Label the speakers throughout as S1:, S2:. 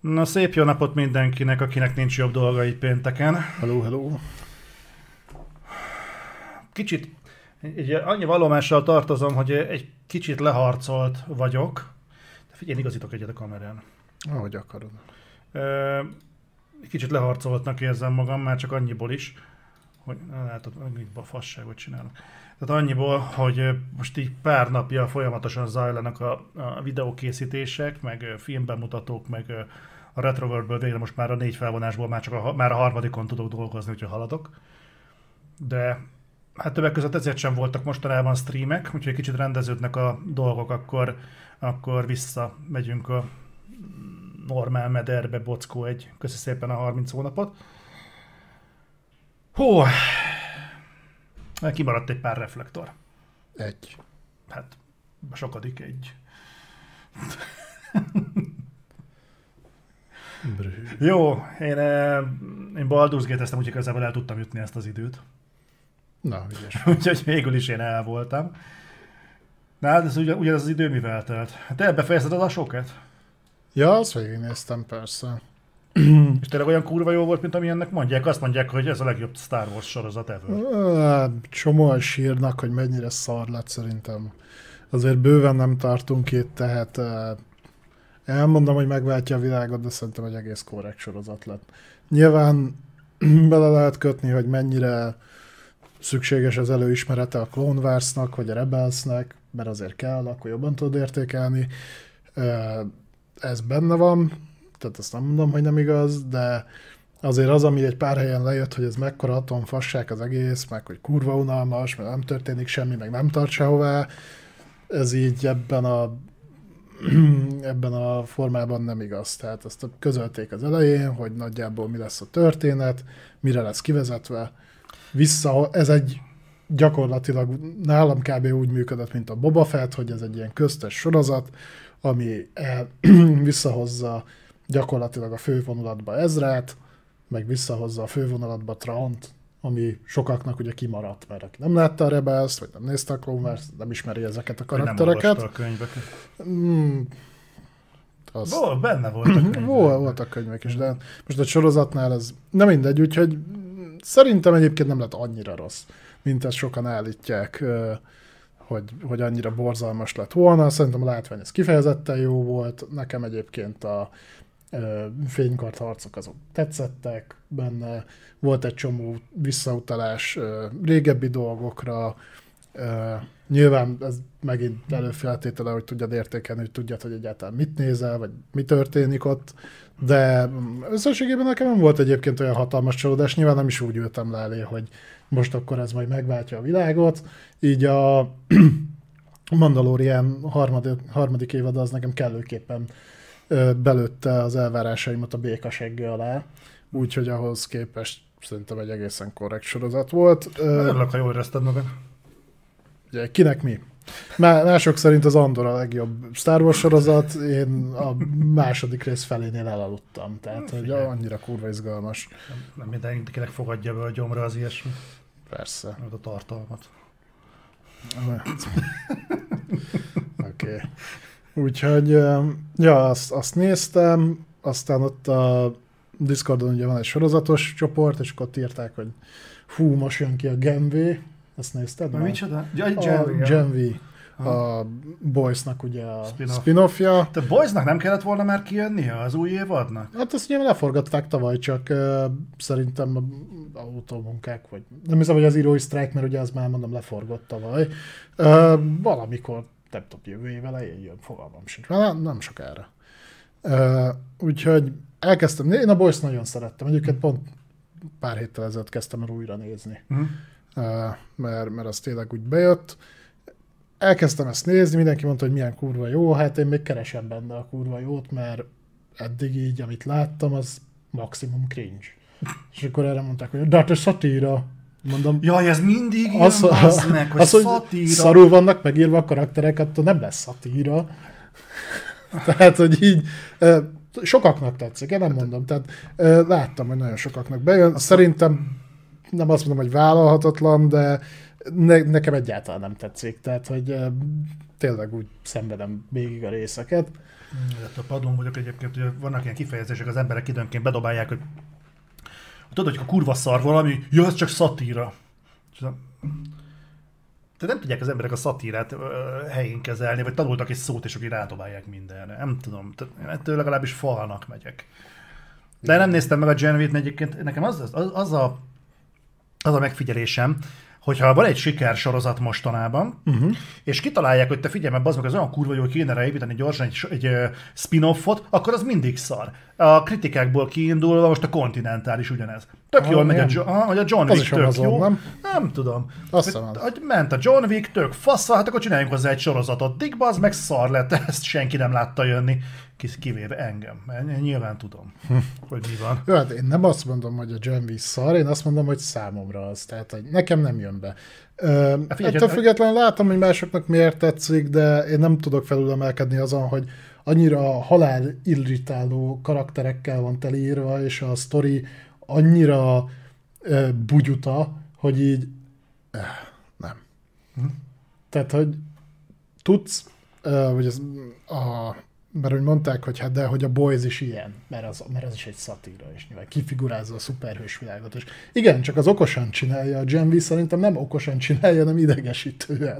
S1: Na, szép jó napot mindenkinek, akinek nincs jobb dolga így pénteken.
S2: Hello, hello.
S1: Kicsit, annyi vallomással tartozom, hogy egy kicsit leharcolt vagyok. De figyelj, igazítok egyet a kamerán.
S2: Ahogy akarod.
S1: Kicsit leharcoltnak érzem magam, már csak annyiból is, hogy látod, mit fasságot csinálok. Tehát annyiból, hogy most így pár napja folyamatosan zajlanak a videókészítések, meg filmbemutatók, meg a Retroworldből végre most már a 4 felvonásból már a harmadikon tudok dolgozni, úgyhogy haladok. De hát többek között ezért sem voltak mostanában streamek, úgyhogy kicsit rendeződnek a dolgok, akkor visszamegyünk a normál mederbe, Bockó egy. Köszi szépen a 30 hónapot. Hú, kimaradt egy pár reflektor.
S2: Egy.
S1: Hát, sokadik egy. Jó, én Baldur's Gate-eztem, úgyhogy közelben el tudtam jutni ezt az időt.
S2: Na, ügyes.
S1: Úgyhogy végül is én el voltam. Na, hát ez ugyanaz az idő mivel telt. Te befejezted az Ashoket?
S2: Ja, azt végignéztem, persze.
S1: És tényleg olyan kurva jó volt, mint amilyennek mondják? Azt mondják, hogy ez a legjobb Star Wars sorozat ever.
S2: Csomóan sírnak, hogy mennyire szar lett szerintem. Azért bőven nem tartunk itt, tehát elmondom, hogy megváltja a világot, de szerintem egy egész korrekt sorozat lett. Nyilván bele lehet kötni, hogy mennyire szükséges az előismerete a Clone Warsnak, vagy a Rebelsnek, mert azért kell, akkor jobban tudod értékelni. Ez benne van, tehát azt nem mondom, hogy nem igaz, de azért az, ami egy pár helyen lejött, hogy ez mekkora atomfasság az egész, meg hogy kurva unalmas, meg nem történik semmi, meg nem tart sehová, ez így ebben a formában nem igaz. Tehát ezt közölték az elején, hogy nagyjából mi lesz a történet, mire lesz kivezetve. Ez egy gyakorlatilag nálam kb. Úgy működött, mint a Boba Fett, hogy ez egy ilyen köztes sorozat, ami visszahozza gyakorlatilag a fővonulatba Ezrát, meg visszahozza a fővonulatba Trant, ami sokaknak ugye kimaradt, mert aki nem látta a Rebels-t, vagy nem nézte a Clone Wars, nem ismeri ezeket a karaktereket.
S1: Nem olvasta a könyveket. Benne voltak könyvek.
S2: Voltak könyvek is, de most a sorozatnál ez nem mindegy, úgyhogy szerintem egyébként nem lett annyira rossz, mint ezt sokan állítják, hogy annyira borzalmas lett volna. Szerintem a látvány ez kifejezetten jó volt. Nekem egyébként a fénykard harcok azok tetszettek benne. Volt egy csomó visszautalás régebbi dolgokra. Nyilván ez megint előfeltétele, hogy tudjad értékelni, hogy tudjad, hogy egyáltalán mit nézel, vagy mi történik ott. De összességében nekem nem volt egyébként olyan hatalmas csalódás. Nyilván nem is úgy ültem le elé, hogy most akkor ez majd megváltja a világot. Így a Mandalorian harmadik évad az nekem kellőképpen belőtte az elvárásaimat a békasegge alá. Úgyhogy ahhoz képest szerintem egy egészen korrekt sorozat volt.
S1: Örülök, ha jól érezted magad.
S2: Ugye, kinek mi? Mások szerint az Andor a legjobb Star Wars sorozat, én a második rész felénél elaludtam, tehát hogy annyira kurva izgalmas.
S1: Nem mindenkinek fogadja be a gyomra az ilyesmi.
S2: Persze.
S1: Meg a tartalmat.
S2: Oké. Úgyhogy, ja, azt néztem, aztán ott a Discordon ugye van egy sorozatos csoport, és akkor ott írták, hogy hú, most jön ki a Gen V. Ezt nézted?
S1: Na, micsoda?
S2: Gen V. A Boys-nak ugye a spin-offja.
S1: Tehát Boys-nak nem kellett volna már kijönnie az új évadnak?
S2: Hát azt ugye leforgatták tavaly, csak szerintem autómunkák, vagy nem hiszem, hogy az írói sztrájk, mert ugye az már mondom leforgott tavaly. Valamikor, nem tudom, jövő év elején jön, fogalmam sincs. Nem sokára. Úgyhogy elkezdtem, én a Boys nagyon szerettem, egyébként pont pár héttel ezelőtt kezdtem el újra nézni. Mert az tényleg úgy bejött. Elkezdtem ezt nézni, mindenki mondta, hogy milyen kurva jó, hát én még keresem benne a kurva jót, mert eddig így, amit láttam, az maximum cringe. És akkor erre mondták, hogy de hát ez szatíra. Mondom,
S1: jaj, ez mindig ilyen bazdnek, hogy szatíra.
S2: Szarul vannak megírva a karakterek, attól nem lesz szatíra. Tehát, hogy így sokaknak tetszik, én nem mondom. Tehát láttam, hogy nagyon sokaknak bejön. Szerintem nem azt mondom, hogy vállalhatatlan, de nekem egyáltalán nem tetszik, tehát hogy tényleg úgy szenvedem végig a részeket.
S1: A padlón vagyok egyébként, hogy vannak ilyen kifejezések, az emberek időnként bedobálják, hogy tudod, hogy a kurva szar valami, jó, ez csak szatíra. Tehát nem tudják az emberek a szatírát helyén kezelni, vagy tanultak egy szót, és akik rádobálják mindenre. Nem tudom, ettől legalábbis falnak megyek. De nem néztem meg a Gen V-t, egyébként nekem az a megfigyelésem, hogyha van egy sikersorozat mostanában, és kitalálják, hogy te figyelj, mert bazd meg, az olyan kurva jó, hogy kéne rá építeni gyorsan egy spin-offot, akkor az mindig szar. A kritikákból kiindulva most a Continental is ugyanez. Tök jól megy a John Wick, tök jó. Nem tudom. Hogy ment a John Wick, tök fasz, hát akkor csináljunk hozzá egy sorozatot. Dick bazd meg szar lett, ezt senki nem látta jönni. Kivéve engem, mert én nyilván tudom, hogy mi van.
S2: Jó, hát én nem azt mondom, hogy a Gen V szar, én azt mondom, hogy számomra az, tehát hogy nekem nem jön be. Ettől függetlenül látom, hogy másoknak miért tetszik, de én nem tudok felülemelkedni azon, hogy annyira halál irritáló karakterekkel van telírva, és a sztori annyira bugyuta, hogy így nem. Tehát, hogy tudsz, hogy ez mert úgy mondták, hogy hát de hogy a Boys is ilyen, mert az is egy szatíra, és nyilván kifigurázza a szuperhős világot. És igen, csak az okosan csinálja, a Gen V szerintem nem okosan csinálja, hanem idegesítően.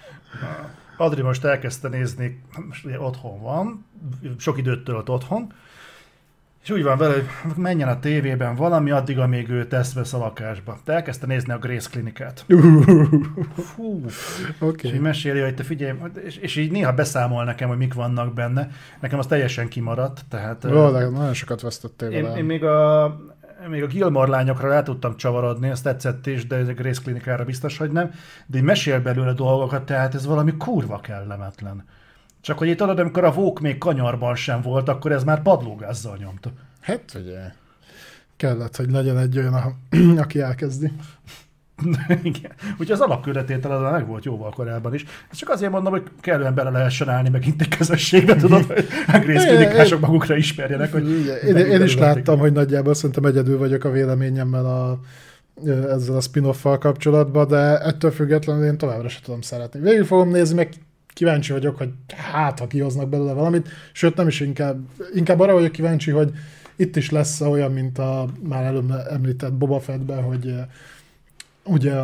S1: Adri most elkezdte nézni, most ugye otthon van, sok időt tölt otthon, és úgy van vele, hogy menjen a tévében valami, addig, amíg ő vesz a lakásba. Te elkezdte nézni a Grace Klinikát. Fú.
S2: Okay.
S1: És így meséli, hogy te figyelj, és így néha beszámol nekem, hogy mik vannak benne. Nekem az teljesen kimaradt, tehát...
S2: Jó, de nagyon sokat vesztettél vele.
S1: Én még a Gilmore lányokra el tudtam csavarodni, azt tetszett is, de a Grace Klinikára biztos, hogy nem. De így mesél belőle dolgokat, tehát ez valami kurva kellemetlen. Csak hogy itt tudod, amikor a Vók még kanyarban sem volt, akkor ez már padlógázzal nyomta.
S2: Hát ugye, kellett, hogy legyen egy olyan, aki elkezdi.
S1: Igen. Úgyhogy az alapkörletétel az meg volt jóval korábban is. Ezt csak azért mondom, hogy kellően bele lehessen állni megint egy közösségbe, tudod, hogy a Grace Klinikások magukra ismerjenek. Hogy
S2: én is láttam, hogy nagyjából szerintem egyedül vagyok a véleményemmel ezzel a spin-off-val kapcsolatban, de ettől függetlenül én továbbra sem tudom szeretni. Végül fogom nézni, meg kíváncsi vagyok, hogy hát, ha kihoznak belőle valamit, sőt nem is inkább arra vagyok kíváncsi, hogy itt is lesz olyan, mint a már előbb említett Boba Fettben, hogy ugye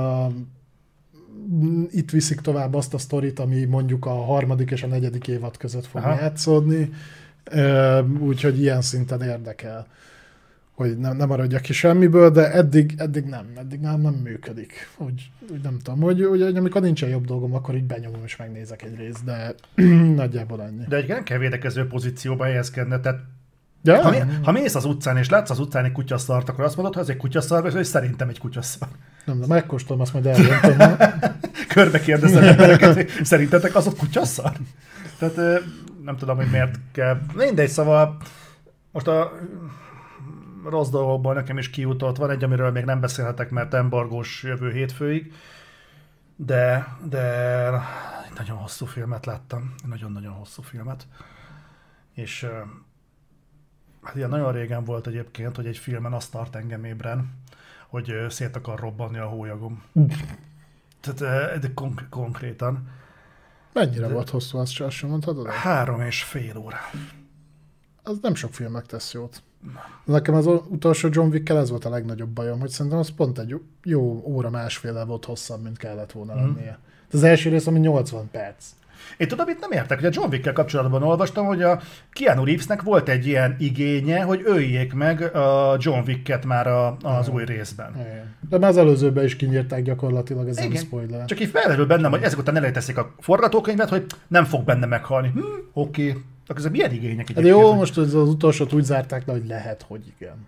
S2: itt viszik tovább azt a sztorit, ami mondjuk a 3. és a 4. évad között fog játszódni, úgyhogy ilyen szinten érdekel, hogy nem maradjak ki semmiből, de eddig nem működik. Úgy nem tudom, hogy amikor nincsen jobb dolgom, akkor így benyomom és megnézek egy részt, de nagyjából ennyi.
S1: De egyébként nem kell védekező pozícióba helyezkedni, tehát ha mész az utcán és látsz az utcán egy kutyaszart, akkor azt mondod, hogy ez egy kutyaszar, vagy szerintem egy kutyaszar.
S2: Nem, de megkóstolom, azt majd eldöntöm.
S1: Körbe kérdezem embereket, hogy szerintetek az ott kutyaszar? Tehát nem tudom, hogy miért kell. Mindegy, szóval most a rossz dolgokból nekem is kijutott. Van egy, amiről még nem beszélhetek, mert embargós jövő hétfőig, de nagyon hosszú filmet láttam. Nagyon-nagyon hosszú filmet. És hát ilyen nagyon régen volt egyébként, hogy egy filmen azt tart engem ébren, hogy szét akar robbanni a hólyagom. Tehát de konkrétan.
S2: Mennyire volt hosszú, azt sem mondhatod?
S1: 3,5 óra.
S2: Az nem sok filmek tesz jót. Nekem az utolsó John Wick-kel ez volt a legnagyobb bajom, hogy szerintem az pont egy jó óra másféle volt hosszabb, mint kellett volna lennie. Az első rész, ami 80 perc.
S1: Én tudom, itt nem értek, hogy a John Wick-kel kapcsolatban olvastam, hogy a Keanu Reevesnek volt egy ilyen igénye, hogy öljék meg a John Wicket már az új részben.
S2: Igen. De már az előzőben is kinyírták gyakorlatilag, ez nem spoiler.
S1: Csak így felmerül bennem, hogy ezek után elejteszik a forgatókönyvet, hogy nem fog benne meghalni. Oké. Akkor ezek milyen igények?
S2: De jó, most az utolsót úgy zárták le, hogy lehet, hogy igen.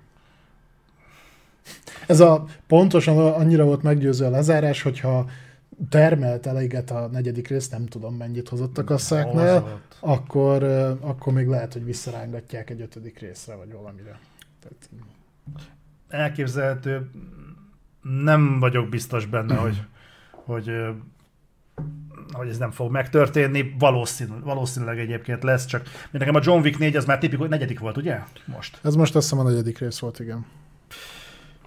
S2: Ez pontosan annyira volt meggyőző a lezárás, hogyha termelt eleget a 4. rész, nem tudom mennyit hozott a kasszáknál, akkor még lehet, hogy visszarángatják egy 5. részre, vagy valamire. Tehát...
S1: Elképzelhető, nem vagyok biztos benne, hogy ez nem fog megtörténni, valószínűleg egyébként lesz, csak nekem a John Wick 4 az már tipikus, 4. volt, ugye? Most.
S2: Ez most azt hiszem a 4. rész volt, igen.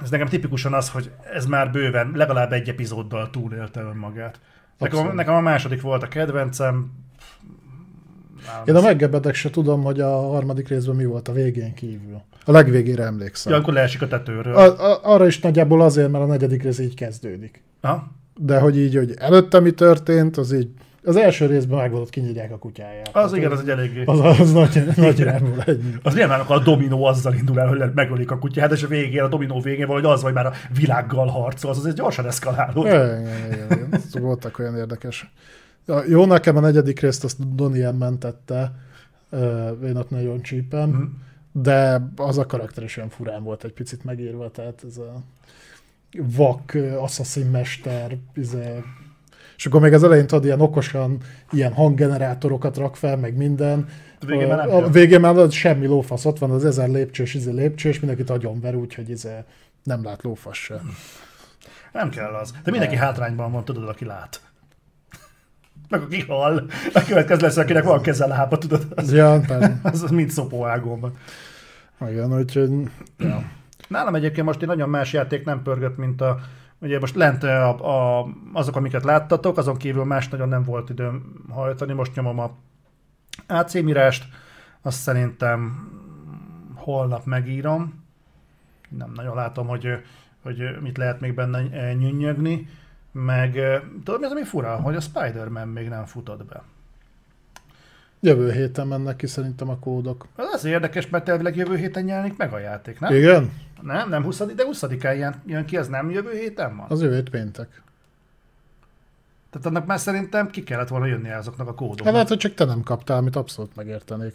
S1: Ez nekem tipikusan az, hogy ez már bőven, legalább egy epizóddal túlélte önmagát. Nekem a második volt a kedvencem.
S2: Én a meggebedek se tudom, hogy a harmadik részben mi volt a végén kívül. A legvégére emlékszem.
S1: Ja, akkor leesik a tetőről.
S2: Arra is nagyjából azért, mert a negyedik rész így kezdődik.
S1: Aha.
S2: De hogy így, hogy előtte mi történt, az így... Az első részben meg volt, kinyírják a kutyáját.
S1: Az igen, az egy eléggé...
S2: Az nagy rámból egy.
S1: Az nyilván akkor a dominó azzal indul el, hogy megölik a kutyát, és a végén, a dominó végén valahogy az, vagy már a világgal harcol, az gyorsan eszkalálódik.
S2: Igen. Voltak olyan érdekes. Jó, nekem a negyedik részt azt Donnie mentette, én ott nagyon csípem, de az a karakter is olyan furán volt egy picit megírva, tehát ez a vak, assassin mester, és akkor még az elején tudod, ilyen okosan, ilyen hanggenerátorokat rak fel, meg minden. A végén már semmi lófasz, ott van az 1000 lépcsős, mindenkit agyonver, úgyhogy nem lát lófasz se.
S1: Nem kell az. De mindenki hátrányban van, tudod, aki lát. Meg aki hall. A következő lesz, akinek van keze lába, tudod. Az mind szopóágóban.
S2: Igen, úgyhogy... Ja.
S1: Nálam egyébként most egy nagyon más játék nem pörgött, mint ugye most lent azok, amiket láttatok, azon kívül más nagyon nem volt időm hajtani. Most nyomom a AC Mirást, azt szerintem holnap megírom. Nem nagyon látom, hogy mit lehet még benne nyünnyögni. Meg tudod, mi az, ami fura? Hogy a Spider-Man még nem futott be.
S2: Jövő héten mennek ki szerintem a kódok.
S1: Az érdekes, mert elvileg jövő héten jelenik meg a játék, nem?
S2: Igen?
S1: Nem 20, de 20-án jön ki, az nem jövő héten van?
S2: Az jövő hét péntek.
S1: Tehát annak már szerintem ki kellett volna jönni azoknak a kódoknak.
S2: Hát lehet, hogy csak te nem kaptál, amit abszolút megértenék.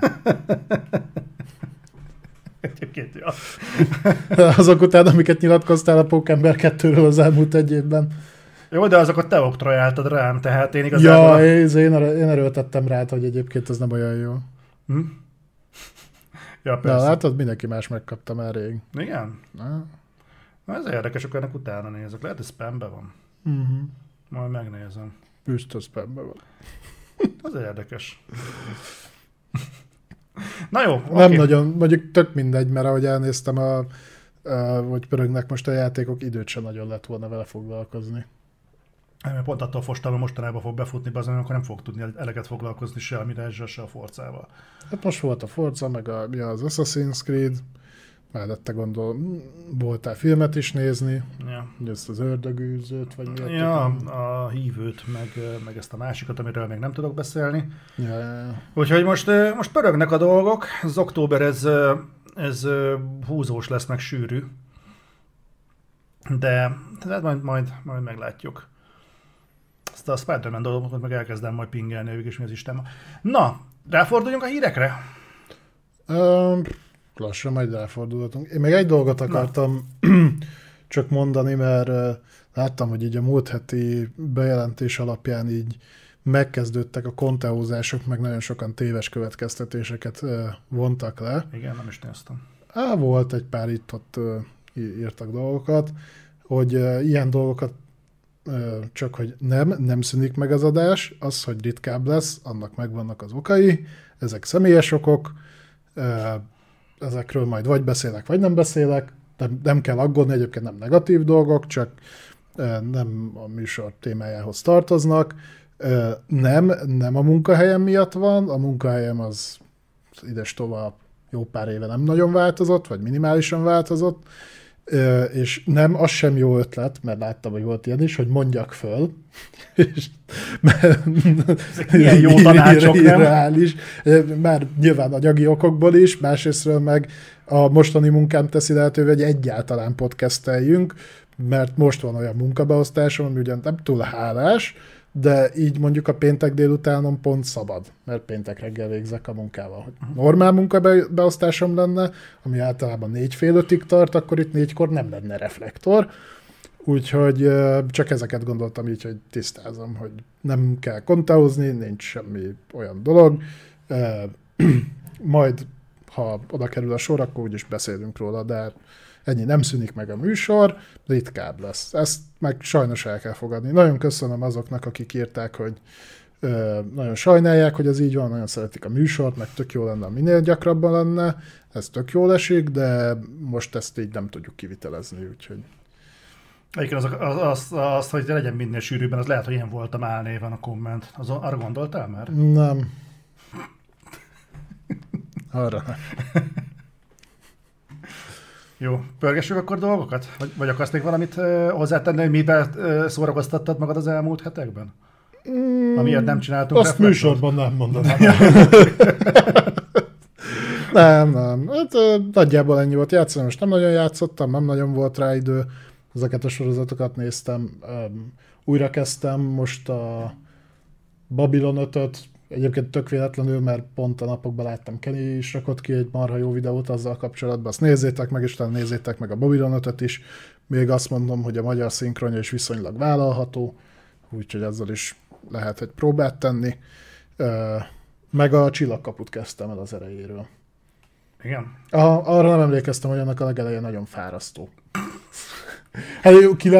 S1: Egyébként, ja.
S2: Azok után, amiket nyilatkoztál a Pókember 2-ről az elmúlt egy évben.
S1: Jó, de azokat te oktrojáltad rám, tehát én igazából...
S2: Ja, én erőltettem rád, hogy egyébként ez nem olyan jó.
S1: Ja, persze.
S2: De látod, mindenki más megkapta már rég.
S1: Igen? Na ez érdekes, akkor ennek utána nézek. Lehet, hogy spambe van. Majd megnézem.
S2: Biztos spambe van.
S1: Az érdekes. Na jó,
S2: nem okay. Nagyon, mondjuk tök mindegy, mert ahogy elnéztem, hogy pörögnek most a játékok, időt sem nagyon lett volna vele foglalkozni.
S1: Pont attól fostam, hogy mostanában fog befutni, azon, akkor nem fog tudni eleget foglalkozni se a Mirage-sel, se a Forzával.
S2: Hát most volt a Forza, meg az Assassin's Creed, mellette gondolom, voltál filmet is nézni, ezt az ördögűzőt, vagy miért?
S1: Ja, a hívőt, meg ezt a másikat, amiről még nem tudok beszélni.
S2: Ja.
S1: Úgyhogy most pörögnek a dolgok, az október ez húzós lesz, meg sűrű, de majd meglátjuk. Ezt a Spider-Man dolgokat meg elkezdem majd pingelni, ők is mi az Isten. Na, ráforduljunk a hírekre?
S2: Lassan majd ráfordulhatunk. Én még egy dolgot akartam csak mondani, mert láttam, hogy így a múlt heti bejelentés alapján így megkezdődtek a konteózások, meg nagyon sokan téves következtetéseket vontak le.
S1: Igen, nem is néztem.
S2: Volt egy pár itt-ott írtak dolgokat, hogy ilyen dolgokat csak, hogy nem szűnik meg az adás, az, hogy ritkább lesz, annak megvannak az okai, ezek személyes okok, ezekről majd vagy beszélek, vagy nem beszélek, nem kell aggódni, egyébként nem negatív dolgok, csak nem a műsor témájához tartoznak. Nem a munkahelyem miatt van, a munkahelyem az ides tovább jó pár éve nem nagyon változott, vagy minimálisan változott, és nem, az sem jó ötlet, mert láttam, hogy volt ilyen is, hogy mondjak föl.
S1: Milyen jó tanácsok, nem?
S2: Reális, már nyilván anyagi okokból is, másrésztről meg a mostani munkám teszi lehetővé, hogy egyáltalán podcasteljünk, mert most van olyan munkabeosztásom, ami ugyan nem túl hálás, de így mondjuk a péntek délutánon pont szabad, mert péntek reggel végzek a munkával. Hogy normál munkabeosztásom lenne, ami általában 4-5-ig tart, akkor itt 4-kor nem lenne reflektor. Úgyhogy csak ezeket gondoltam így, hogy tisztázom, hogy nem kell konteózni, nincs semmi olyan dolog. Majd, ha oda kerül a sor, akkor úgyis beszélünk róla, de ennyi, nem szűnik meg a műsor, ritkább lesz. Ezt meg sajnos el kell fogadni. Nagyon köszönöm azoknak, akik írták, hogy nagyon sajnálják, hogy ez így van, nagyon szeretik a műsort, meg tök jó lenne, minél gyakrabban lenne, ez tök jól esik, de most ezt így nem tudjuk kivitelezni, úgyhogy...
S1: Egyébként az, hogy legyen minél sűrűbben, az lehet, hogy én voltam álnéven a komment. Arra gondoltál már?
S2: Nem. Arra nem.
S1: Jó, pörgessük akkor dolgokat? Vagy akarsz még valamit hozzátenni, hogy miben szórakoztattad magad az elmúlt hetekben? Amiért nem csináltunk
S2: azt műsorban nem mondanám. nem. Hát, nagyjából ennyi volt játszani, most nem nagyon játszottam, nem nagyon volt rá idő. Ezeket a sorozatokat néztem. Újra kezdtem most a Babylon 5-öt, egyébként tök véletlenül, mert pont a napokban láttam, Kenny is rakott ki egy marha jó videót azzal kapcsolatban, azt nézzétek meg, és talán nézzétek meg a Babylon 5-öt is. Még azt mondom, hogy a magyar szinkronja is viszonylag vállalható, úgyhogy ezzel is lehet egy próbát tenni. Meg a Csillagkaput kezdtem el az erejéről.
S1: Igen?
S2: Arra nem emlékeztem, hogy annak a legelején nagyon fárasztó. Hát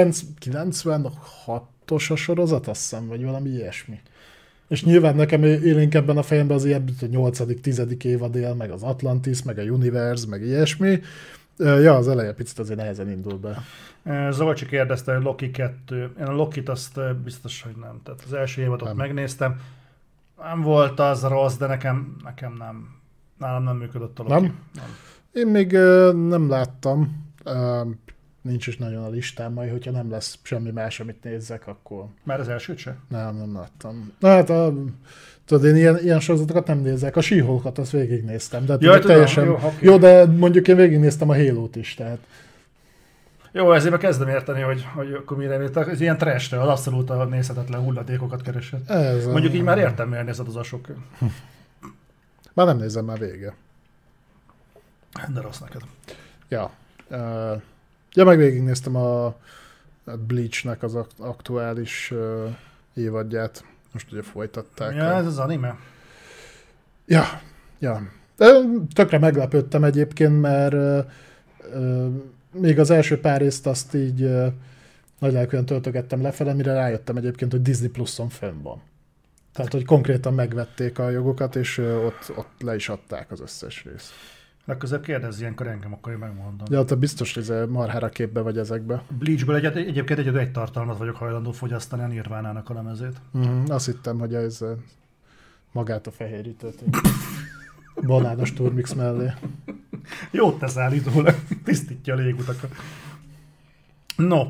S2: 96-os a sorozat, azt hiszem, vagy valami ilyesmi. És nyilván nekem élénk ebben a fejemben az ilyen, a 8.-10. évad él, meg az Atlantis, meg a Universe, meg ilyesmi. Ja, az eleje picit azért nehezen indul be.
S1: Zolcsi kérdezte, hogy Loki 2. Én a Lokit azt biztos, hogy nem. Tehát az első évadot megnéztem. Nem volt az rossz, de nekem nem. Nálam nem működött a Loki.
S2: Nem? Én még nem láttam. Nincs is nagyon a listám, majd hogyha nem lesz semmi más, amit nézzek, akkor...
S1: Már az elsőt se?
S2: Nem láttam. Na hát, tudod, én ilyen sorozatokat nem nézek. A She-Hulkot azt végignéztem, de
S1: Jaj,
S2: teljesen...
S1: Jó, okay.
S2: Jó, de mondjuk én végignéztem a Halo-t is, tehát...
S1: Jó, ezért már kezdem érteni, hogy akkor mire néztek. Ez ilyen trash-re, az abszolút nézhetetlen hulladékokat keresett. Mondjuk így már értem, miért nézed az asok.
S2: Már nem nézem, már vége.
S1: De rossz neked.
S2: Ja. Ja, meg végignéztem a Bleach-nek az aktuális évadját. Most ugye folytatták.
S1: Ja, ez az anime?
S2: Ja. De tökre meglepődtem egyébként, mert még az első pár részt azt így nagy lelkűen töltögettem lefele, mire rájöttem egyébként, hogy Disney Plus-on fönn van. Tehát, hogy konkrétan megvették a jogokat, és ott le is adták az összes részt.
S1: Legközelebb kérdezz ilyenkor engem, akkor én megmondom.
S2: Ja, te biztos, hogy marhára képbe vagy ezekbe.
S1: Bleachből egyébként egy tartalmat vagyok hajlandó fogyasztani a Nirvánának a lemezét.
S2: Azt hittem, hogy ez magát a fehérítőt. Banános turmix mellé.
S1: Jót tesz állítólag, tisztítja a légutakat. No,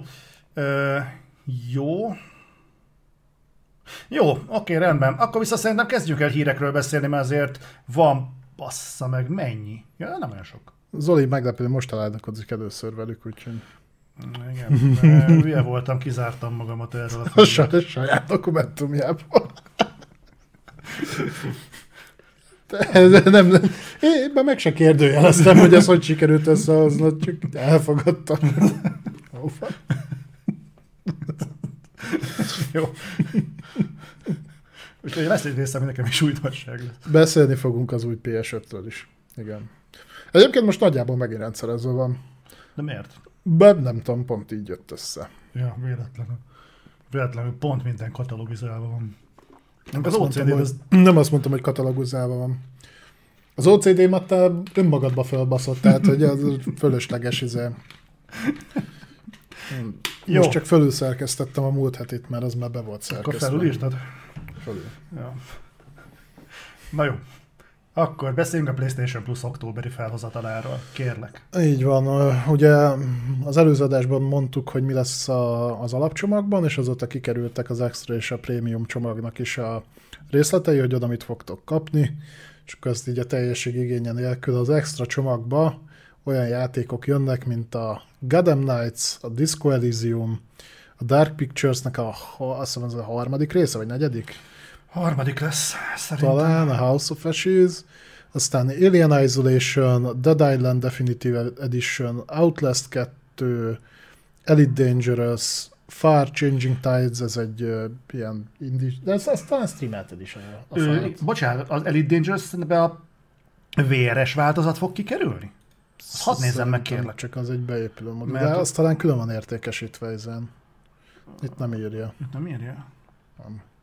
S1: Jó, oké, rendben. Akkor viszont szerintem kezdjünk el hírekről beszélni, mert azért van bassza meg mennyi. Ja, nem olyan sok.
S2: Zoli meglepő, most találkozik először velük, úgyhogy...
S1: Igen, hülye voltam, kizártam magamat erről a
S2: saját dokumentumjából. Nem. Én már meg se kérdőjeleztem, hogy ez hogy sikerült összehozni, csak elfogadtam.
S1: Jó. Úgyhogy lesz egy részem, hogy nekem is újdonság lesz.
S2: Beszélni fogunk az új PS5-ről is. Igen. Egyébként most nagyjából megint rendszerezve van.
S1: De miért?
S2: Nem tudom, pont így jött össze.
S1: Ja, véletlenül pont minden katalogizálva van.
S2: Nem azt mondtam, hogy katalogizálva van. Az OCD-mat te önmagadba fölbaszott, tehát hogy az fölösleges Most csak fölülszerkesztettem a múlt hetit, mert az már be volt szerkesztve.
S1: Akkor felülírtad?
S2: Felül.
S1: Ja. Na jó. Akkor beszéljünk a PlayStation Plus októberi felhozataláról. Kérlek.
S2: Így van. Ugye az előző adásban mondtuk, hogy mi lesz az alapcsomagban, és azóta kikerültek az extra és a prémium csomagnak is a részletei, hogy oda mit fogtok kapni, és akkor ezt így a teljesség igénye nélkül az extra csomagba olyan játékok jönnek, mint a Gotham Knights, a Disco Elysium, a Dark Pictures-nek azt hiszem, az a harmadik része, vagy negyedik?
S1: Harmadik lesz, szerintem.
S2: Talán a House of Ashes, aztán Alien Isolation, Dead Island Definitive Edition, Outlast 2, Elite Dangerous, Far Changing Tides, ez egy ilyen indie, de ez talán streamelted is
S1: bocsánat, az Elite Dangerous-be a VRS változat fog kikerülni? Hadd nézzem meg, kérlek.
S2: Csak az egy beépülő modul, de az talán külön van értékesítve ezen. Itt nem írja.
S1: Nem írja?
S2: Nem.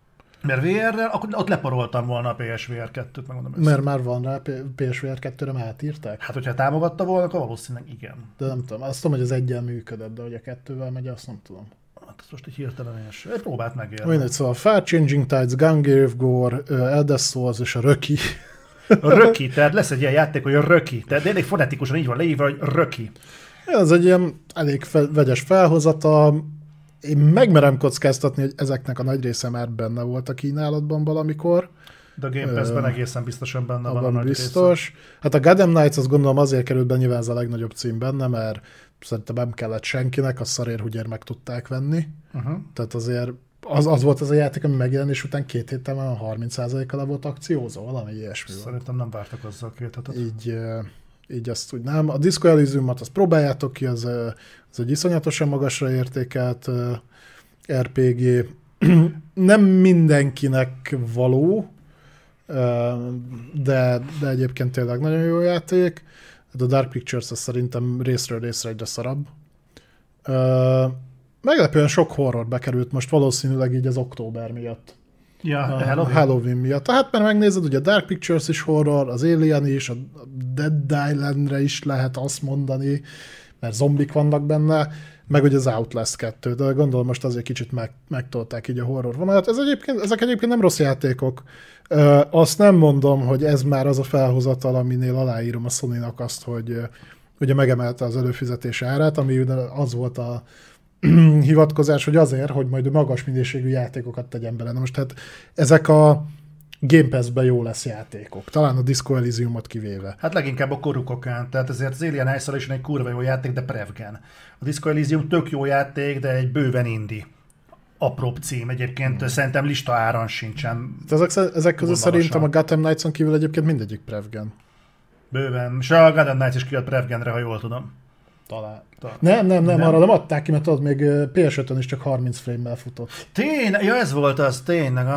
S1: Mert VR-rel, akkor ott leparoltam volna a PSVR 2-t, megmondom ezt.
S2: Mert már van rá, PSVR 2-re már átírták?
S1: Hát, hogyha támogatta volna, akkor valószínűleg igen.
S2: De nem tudom, azt tudom, hogy az egyen működött, de hogy a 2-vel megy, azt nem tudom.
S1: Hát ez most egy hirtelen egy próbált megérni.
S2: Mindegy, szóval Far Changing Tides, Gungrave Gore, Elder Scrolls és a Röki.
S1: A Röki, tehát lesz egy ilyen játék, hogy a Röki. Tehát elég fonetikusan így van leírva, hogy Röki.
S2: Ez egy ilyen elég vegyes felhozata. Én megmerem kockáztatni, hogy ezeknek a nagy része már benne volt a kínálatban valamikor.
S1: De a Game Pass-ben egészen biztosan benne van a nagy
S2: biztos. Része. Hát a Gotham Knights azt gondolom azért került be, nyilván ez a legnagyobb cím benne, mert szerintem nem kellett senkinek, azt szarérhúgyér meg tudták venni. Tehát azért az volt az a játék, ami megjelenés után 2 héttel már 30%-kal le volt akciózó, valami ilyesmi van.
S1: Szerintem nem vártak azzal 2 hetet.
S2: Így azt úgy nem. A Disco Elysiumot azt próbáljátok ki, az egy iszonyatosan magasra értékelt RPG. Nem mindenkinek való, de egyébként tényleg nagyon jó játék. A Dark Pictures az szerintem részről részre egyre szarabb. Meglepően sok horror bekerült most valószínűleg így az október miatt.
S1: Ja,
S2: a Halloween miatt. Hát mert megnézed, ugye a Dark Pictures is horror, az Alien is, a Dead Islandre is lehet azt mondani, mert zombik vannak benne, meg ugye az Outlast 2, de gondolom most azért kicsit megtolták így a horror vonalat. Ezek egyébként nem rossz játékok. Azt nem mondom, hogy ez már az a felhozatal, aminél aláírom a Sony-nak azt, hogy ugye megemelte az előfizetés árát, ami az volt a hivatkozás, hogy azért, hogy majd magas minőségű játékokat tegyen bele. Na most hát ezek a Game Pass-ben jó lesz játékok. Talán a Disco Elysiumot kivéve.
S1: Hát leginkább a koruk okán. Tehát ezért az Alien Isolation egy kurva jó játék, de prevgen. A Disco Elysium tök jó játék, de egy bőven indie. Apróbb cím. Egyébként szerintem lista áron sincsen.
S2: Ezek közül szerintem a Gotham Knights-on kívül egyébként mindegyik prevgen.
S1: Bőven. És a Gotham Knights is kijött prevgenre, ha jól tudom.
S2: Talán. Nem, arra nem adták ki, mert tudod, még PS5-ön is csak 30 frame-mel futott.
S1: Tényleg? Ja, ez volt az, tényleg.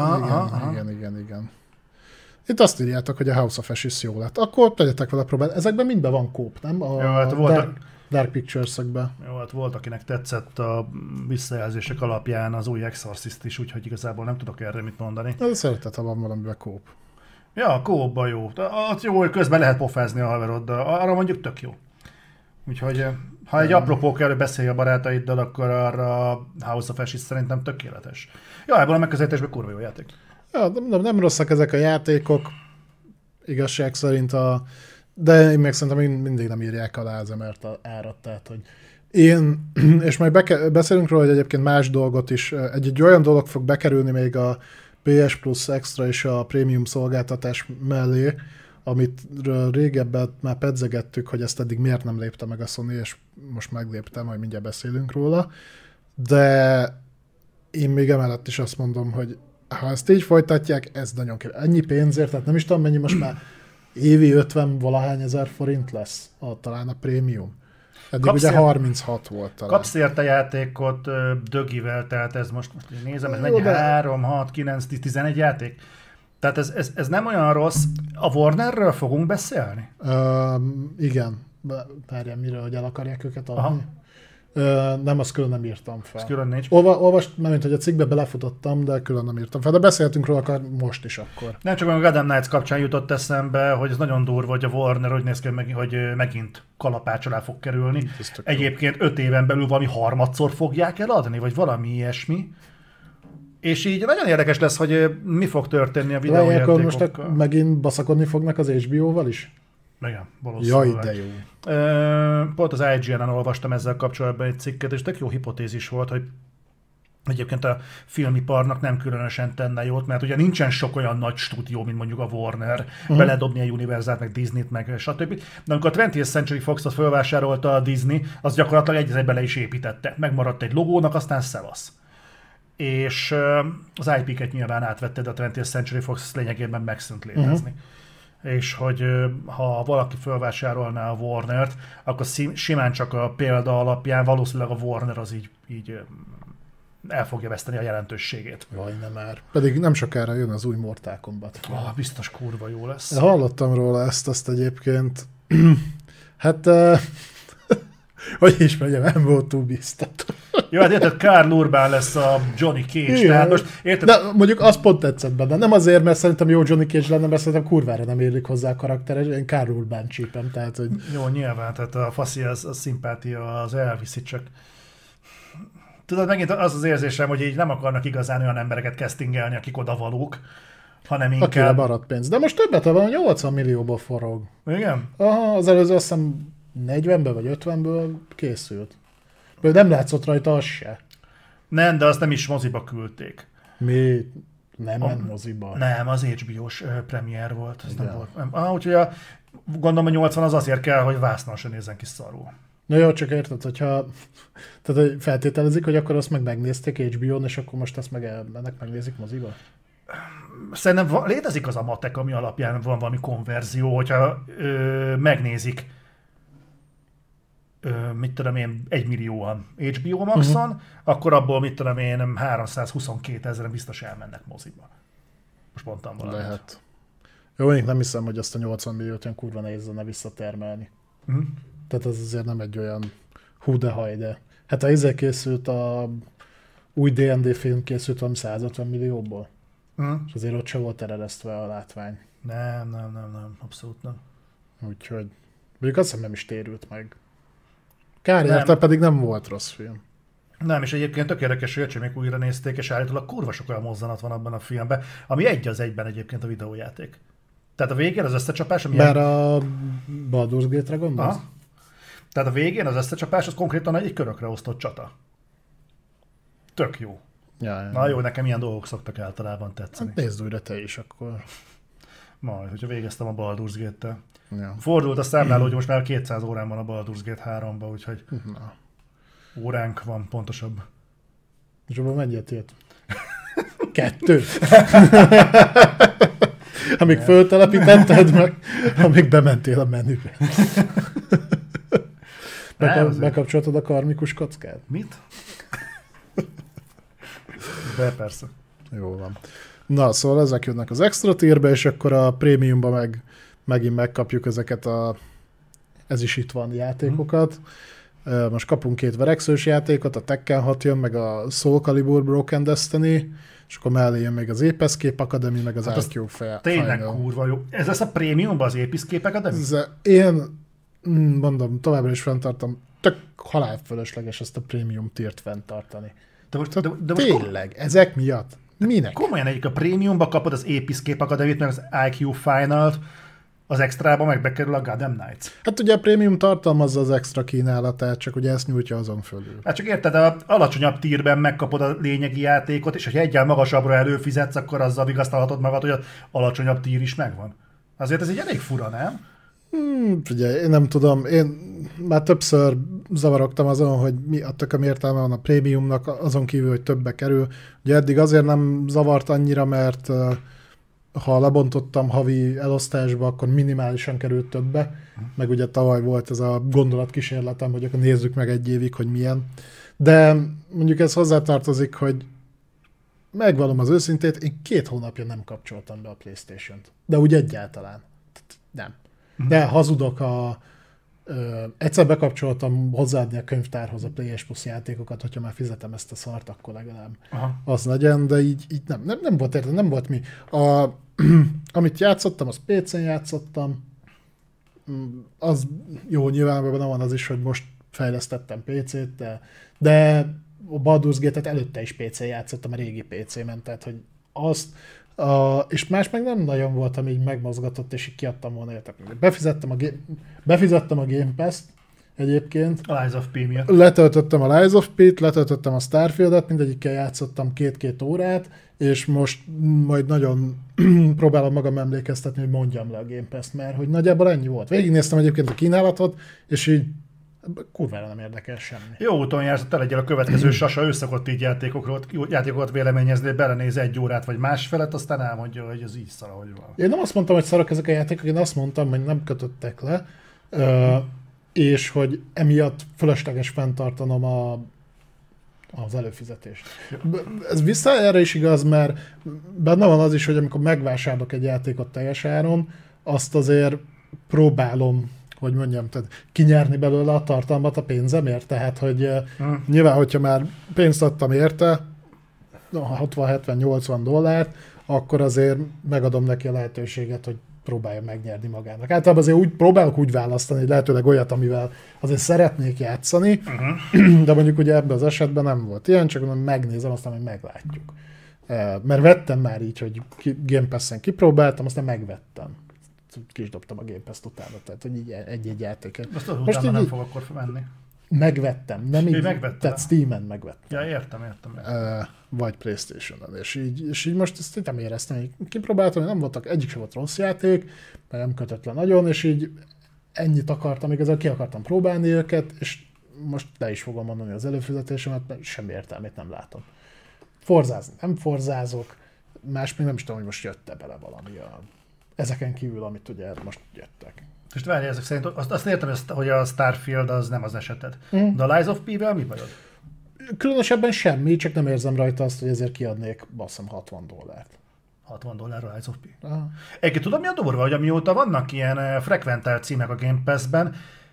S2: Igen. Itt azt írjátok, hogy a House of Ashes jó lett. Akkor tegyetek vele próbát. Ezekben mindben van kóp, nem?
S1: Jó, hát
S2: Dark Pictures-ökben.
S1: Jó, hát volt, akinek tetszett a visszajelzések alapján az új Exorcist is, úgyhogy igazából nem tudok erre mit mondani.
S2: De szeretett, ha van valamiben kóp.
S1: Ja, kópban jó. Az jó, hogy közben lehet pofázni a haveroddal. Arra mondjuk tök jó. Úgyhogy ha egy apropó kell, hogy beszélj a barátaiddal, akkor arra House of Ashes szerintem tökéletes. Ja, ebből a megközelítésben kurva jó játék.
S2: Ja, nem rosszak ezek a játékok, igazság szerint, de én meg szerintem mindig nem írják alá az emert árat, tehát hogy és majd beszélünk róla, hogy egyébként más dolgot is, egy olyan dolog fog bekerülni még a PS Plus Extra és a Premium szolgáltatás mellé, amit régebben már pedzegettük, hogy ezt eddig miért nem lépte meg a Sony, és most meglépte, majd mindjárt beszélünk róla. De én még emellett is azt mondom, hogy ha ezt így folytatják, ez nagyon kell. Ennyi pénzért, tehát nem is tudom mennyi, most már évi 50-valahány ezer forint lesz talán a prémium. Eddig ugye 36 volt talán.
S1: Kapsz érte játékot dögivel, tehát ez most nézem, ez mennyi? 3, 6, 9, 10, 11 játék? Tehát ez nem olyan rossz. A Warnerről fogunk beszélni?
S2: Igen. Várjál, mire, hogy el akarják őket adni? Nem, azt külön nem írtam fel.
S1: Külön nincs.
S2: Mert hogy a cikkbe belefutottam, de külön nem írtam fel. De beszéltünk róla akár most is akkor.
S1: Nem csak a Gotham Knights kapcsán jutott eszembe, hogy ez nagyon durva, hogy a Warner úgy néz ki, hogy megint kalapács alá fog kerülni. Egyébként 5 éven belül valami harmadszor fogják eladni, vagy valami ilyesmi. És így nagyon érdekes lesz, hogy mi fog történni a videójátékokkal.
S2: Most megint baszakodni fognak az HBO-val is?
S1: Igen, valószínűleg.
S2: Jaj, de jó.
S1: Pont az IGN-en olvastam ezzel kapcsolatban egy cikket, és tök jó hipotézis volt, hogy egyébként a filmiparnak nem különösen tenne jót, mert ugye nincsen sok olyan nagy stúdió, mint mondjuk a Warner, beledobni a Universalt, meg Disneyt, meg stb. De amikor a 20th Century Fox-ot felvásárolta a Disney, az gyakorlatilag egy bele is építette. Megmaradt egy logónak, aztán szevasz. És az IP-ket nyilván átvetted, a 20th Century Fox lényegében megszűnt létezni. És hogy ha valaki felvásárolná a Warnert, akkor simán csak a példa alapján valószínűleg a Warner az így el fogja veszteni a jelentőségét.
S2: Jaj, nem már. Pedig nem sokára jön az új Mortal Kombat.
S1: Biztos kurva jó lesz.
S2: Hallottam róla azt egyébként. Hát, hogy is mondjam, nem volt túl biztató.
S1: Jó, hát érted, Karl Urban lesz a Johnny Cage,
S2: Igen.
S1: tehát most érted?
S2: De mondjuk az pont tetszett benne. Nem azért, mert szerintem jó Johnny Cage lenne, mert szerintem kurvára nem érik hozzá a karakteres. Én Karl Urban csípem, tehát hogy...
S1: Jó, nyilván, tehát a faszi, a szimpátia az elviszi, csak... Tudod, megint az érzésem, hogy így nem akarnak igazán olyan embereket castingelni, akik odavalók, hanem
S2: Akire
S1: inkább...
S2: maradt pénz. De most többet van, 80 millióból forog.
S1: Igen?
S2: Aha, az előző azt hiszem 40-ből vagy 50-ből készült. Például nem látszott rajta az se.
S1: Nem, de azt nem is moziba küldték.
S2: Mi? Nem ment moziba.
S1: Nem, az HBO-s premier volt. Ez nem
S2: Igen.
S1: volt. Nem. Úgyhogy gondolom, hogy 80 az azért kell, hogy vásznon se nézzen ki szarul.
S2: Na jó, csak érted, hogyha tehát hogy feltételezik, hogy akkor azt meg megnézték HBO-n, és akkor most ezt meg elmennek, megnézik moziba?
S1: Szerintem létezik az a matek, ami alapján van valami konverzió, hogyha megnézik mit tudom én, 1 millióan HBO Maxon, akkor abból mit tudom én 322 000 biztos elmennek moziba. Most mondtam valamit.
S2: Lehet. Jó, én nem hiszem, hogy azt a 80 milliót olyan kurva nehéz lenne visszatermelni. Tehát az azért nem egy olyan hú de hajde. Hát a izé készült, a új D&D film készült valami 150 millióból. És azért ott se volt eredeztve a látvány.
S1: Nem, abszolút nem.
S2: Úgyhogy mondjuk azt hiszem nem is térült meg. Kár érte, pedig nem volt rossz film.
S1: Nem, és egyébként tök érdekes, hogy öcsémék újra nézték, és állítólag kurva sok olyan mozzanat van abban a filmben, ami egy az egyben egyébként a videójáték. Tehát a végén az összecsapás, ami...
S2: Bár a Baldur's Gate-re gondolsz?
S1: Aha. Tehát a végén az összecsapás az konkrétan egy körökre osztott csata. Tök jó.
S2: Ja.
S1: Na jó, nekem ilyen dolgok szoktak általában tetszeni.
S2: Hát nézd újra te is akkor.
S1: Majd, hogyha végeztem a Baldur's Gate-tel.
S2: Ja.
S1: Fordult a számláló, hogy most már 200 órán van a Baldur's Gate 3-ba, úgyhogy
S2: Na.
S1: óránk van pontosabb.
S2: És abban mennyit jött? 2. Amíg föltelepítetted meg, amíg bementél a menübe. Bekapcsoltad a karmikus kockát?
S1: Mit? De persze.
S2: Jó van. Na, szóval ezek jönnek az extra tierbe, és akkor a prémiumba megint megkapjuk ezeket ez is itt van játékokat. Most kapunk 2 verekszős játékot, a Tekken 6 jön, meg a Soul Calibur Broken Destiny, és akkor mellé jön még az Escape Academy, meg az IQ Final.
S1: Tényleg kurva jó. Ez lesz a prémiumban az Escape Academy?
S2: Én mondom, továbbra is fenntartom, tök halálfölösleges ezt a prémium tiert fenntartani.
S1: De most
S2: tényleg, ezek miatt? Minek?
S1: Komolyan egyik a prémiumba kapod az Escape Academy-t, meg az IQ Final-t, az extrába meg bekerül a Gotham Knights.
S2: Hát ugye a prémium tartalmazza az extra kínálatát, csak ugye ezt nyújtja azon fölül.
S1: Hát csak érted, az alacsonyabb tírben megkapod a lényegi játékot, és ha egyen magasabbra előfizetsz, akkor azzal vigasztalhatod magad, hogy az alacsonyabb tír is megvan. Azért ez egy elég fura, nem?
S2: Figyelj, én nem tudom, én már többször zavarogtam azon, hogy mi a tököm értelme van a prémiumnak, azon kívül, hogy többbe kerül. Ugye eddig azért nem zavart annyira, mert ha lebontottam havi elosztásba, akkor minimálisan került többe, meg ugye tavaly volt ez a gondolatkísérletem, hogy akkor nézzük meg egy évig, hogy milyen. De mondjuk ez hozzátartozik, hogy megvallom az őszintét, én 2 hónapja nem kapcsoltam be a PlayStation-t. De úgy egyáltalán. Nem. De hazudok, egyszer bekapcsoltam hozzáadni a könyvtárhoz a PS Plus játékokat, hogyha már fizetem ezt a szart, akkor legalább az legyen, de így nem volt érte, nem volt mi. Amit játszottam, az PC-n játszottam, az jó, nyilvánvalóan benne van az is, hogy most fejlesztettem PC-t, de a Baldur's Gate-et előtte is PC-n játszottam, a régi PC-men, tehát hogy azt, és más meg nem nagyon volt, ami így megmozgatott, és így kiadtam volna érte. Befizettem a Game Pass-t egyébként.
S1: A Lies of P miatt.
S2: Letöltöttem a Lies of P-t, letöltöttem a Starfield-et, mindegyikkel játszottam 2-2 órát, és most majd nagyon próbálom magam emlékeztetni, hogy mondjam le a Game Pass-t, mert hogy nagyjából ennyi volt. Végignéztem egyébként a kínálatot, és így kurvára nem érdekel semmi.
S1: Jó úton jársz, te legyél a következő sasa, ő szokott így játékokat véleményezni, belenéz 1 órát vagy másfelet, aztán elmondja, hogy ez így szar, hogy van.
S2: Én nem azt mondtam, hogy szarok ezek a játékok, én azt mondtam, hogy nem kötöttek le, és hogy emiatt fölösleges fenntartanom az előfizetést. Ez vissza erre is igaz, mert benne van az is, hogy amikor megvásárolok egy játékot teljes áron, azt azért próbálom hogy mondjam, tehát kinyerni belőle a tartalmat a pénzemért, tehát hogy nyilván, hogyha már pénzt adtam érte, 60-70-80 dollárt, akkor azért megadom neki a lehetőséget, hogy próbálja megnyerni magának. Általában azért próbálok úgy választani, hogy lehetőleg olyat, amivel azért szeretnék játszani, de mondjuk ugye ebben az esetben nem volt ilyen, csak mondom, megnézem, aztán majd meglátjuk. Mert vettem már így, hogy Game Pass-en kipróbáltam, aztán megvettem. Ki is dobtam a Game Pass-t utána, tehát hogy így egy játéket.
S1: Azt utána nem fog akkor venni.
S2: Megvettem, nem így, tehát Steam-en megvettem.
S1: Ja, értem.
S2: Vagy PlayStation-en, és így most ezt nem éreztem, hogy kipróbáltam, hogy nem voltak, egyik sem volt rossz játék, mert nem kötött le nagyon, és így ennyit akartam, igazából ki akartam próbálni őket, és most le is fogom mondani az előfizetésemet, mert semmi értelmét nem látom. Forzázni nem forzázok, más még nem is tudom, hogy most jött-e bele valami ezeken kívül, amit ugye most jöttek.
S1: És várj, ezek szerint azt értem, hogy a Starfield az nem az eseted. De a Lies of P-vel mi bajod?
S2: Különösebben semmi, csak nem érzem rajta azt, hogy ezért kiadnék, basszom, $60.
S1: $60 a Lies of P. Egyébként tudod, mi a durva, hogy amióta vannak ilyen frekventált címek a Game Pass-ben,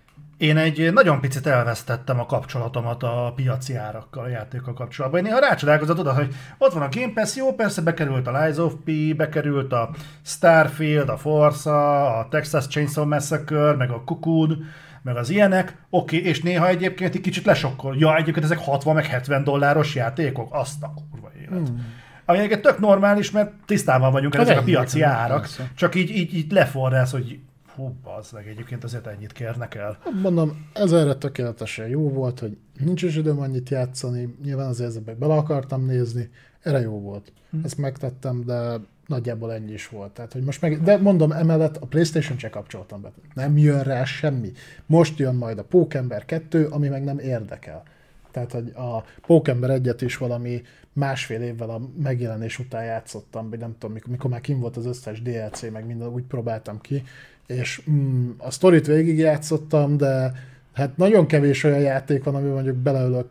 S1: én egy nagyon picit elvesztettem a kapcsolatomat a piaci árakkal, a játékkal kapcsolatban. Én néha rácsodálkozom oda, hogy ott van a Game Pass, jó, persze bekerült a Lies of P, bekerült a Starfield, a Forza, a Texas Chainsaw Massacre, meg a Cocoon, meg az ilyenek, oké, és néha egyébként egy kicsit lesokkol. Ja, egyébként ezek 60 meg $70 játékok, azt a kurva élet. Ami egyébként tök normális, mert tisztában vagyunk, ezek a piaci árak, persze. Csak így leforrász, hogy hú, bazzeg, egyébként azért ennyit kérnek el.
S2: Mondom, ez erre tökéletesen jó volt, hogy nincs is időm annyit játszani, nyilván azért ezekbe bele akartam nézni, erre jó volt. Ezt megtettem, de nagyjából ennyi is volt. Tehát, hogy most de mondom, emellett a PlayStation csak kapcsoltam be. Nem jön rá semmi. Most jön majd a Pókember 2, ami meg nem érdekel. Tehát, hogy a Pókember 1-et is valami másfél évvel a megjelenés után játszottam, vagy nem tudom, mikor már kim volt az összes DLC, meg minden, úgy próbáltam ki, és a sztorit végigjátszottam, de hát nagyon kevés olyan játék van, amiben mondjuk beleülök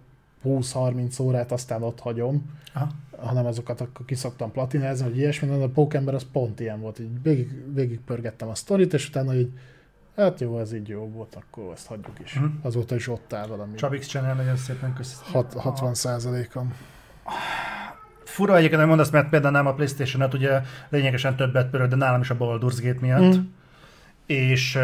S2: 20-30 órát, aztán ott hagyom, hanem azokat akkor kiszoktam platinázni, hogy ilyesmi, de a Pókember az pont ilyen volt, így végigpörgettem a sztorit, és utána így, hát jó, ez így jó volt, akkor ezt hagyjuk is. Azóta is ott áll valami.
S1: Csabix Channel, nagyon szépen köszönöm.
S2: 60%-on.
S1: Fura egyébként, hogy mondasz, mert például nálam a PlayStation-et ugye lényegesen többet pörög, de nálam is a Baldur's Gate miatt. És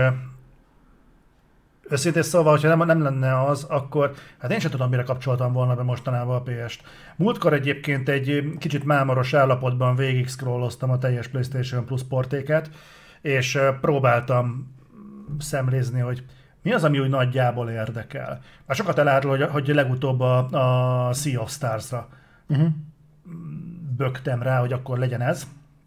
S1: őszintén szóval, hogyha nem lenne az, akkor hát én sem tudom, mire kapcsoltam volna be mostanában a PS-t. Múltkor egyébként egy kicsit mámoros állapotban végig scrolloztam a teljes PlayStation Plus portéket, és próbáltam szemlézni, hogy mi az, ami úgy nagyjából érdekel. Már sokat elárul, hogy legutóbb a Sea of Stars-ra bögtem rá, hogy akkor legyen ez.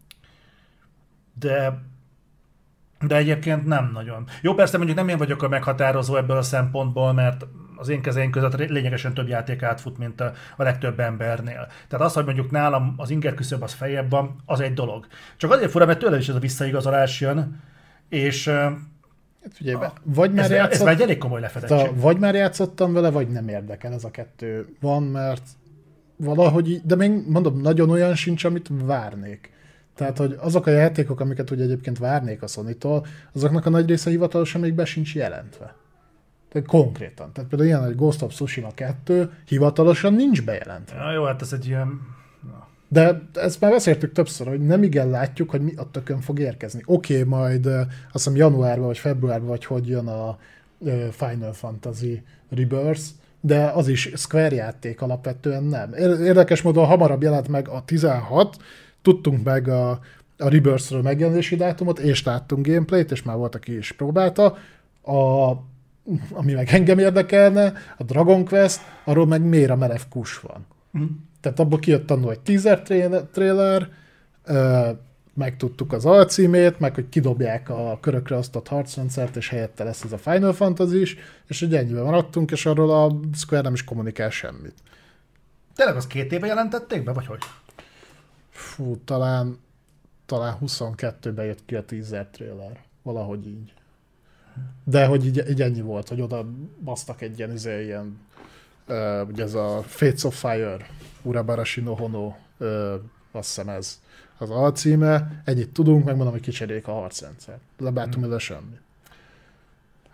S1: De egyébként nem nagyon. Jó, persze mondjuk nem én vagyok a meghatározó ebből a szempontból, mert az én kezeim között lényegesen több játék átfut, mint a legtöbb embernél. Tehát az, hogy mondjuk nálam az inger küszöb az feljebb van, az egy dolog. Csak azért fura, mert tőle is ez a visszaigazolás jön, és
S2: ugye, vagy már
S1: ez már egy elég komoly lefedettség.
S2: Vagy már játszottam vele, vagy nem érdekel, ez a kettő van, mert valahogy, de még mondom, nagyon olyan sincs, amit várnék. Tehát, hogy azok a játékok, amiket ugye egyébként várnék a Sony-tól, azoknak a nagy része hivatalosan még be sincs jelentve. Tehát konkrétan. Tehát például ilyen, hogy Ghost of Tsushima 2 hivatalosan nincs bejelentve.
S1: Ja, jó, hát ez egy ilyen...
S2: De ezt már beszéltük többször, hogy nem igen látjuk, hogy mi a tökön fog érkezni. Oké, majd azt hiszem januárban vagy februárban, vagy hogy jön a Final Fantasy Rebirth, de az is Square játék alapvetően nem. Érdekes módon hamarabb jelent meg a 16, tudtunk meg a Rebirth-ről megjelenési dátumot, és láttunk gameplayt, és már volt, aki is próbálta. Ami meg engem érdekelne, a Dragon Quest, arról meg mélyre a merev kus van. Tehát abból kijött annól egy teaser trailer, megtudtuk az alcímét, meg hogy kidobják a körökre osztott harcrendszert, és helyette lesz ez a Final Fantasy is, és hogy ennyiben maradtunk, és arról a Square nem is kommunikál semmit.
S1: Tényleg az 2 éve jelentették be, vagy hogy?
S2: Fú, talán 22-ben jött ki a teaser trailer. Valahogy így. De hogy így ennyi volt, hogy oda basztak egy ilyen ugye ez a Fates of Fire, Urabarashi no Hono, azt hiszem ez az alcíme. Ennyit tudunk, megmondom, hogy kicserélik a harcrendszer. Lebáltunk ezzel semmi.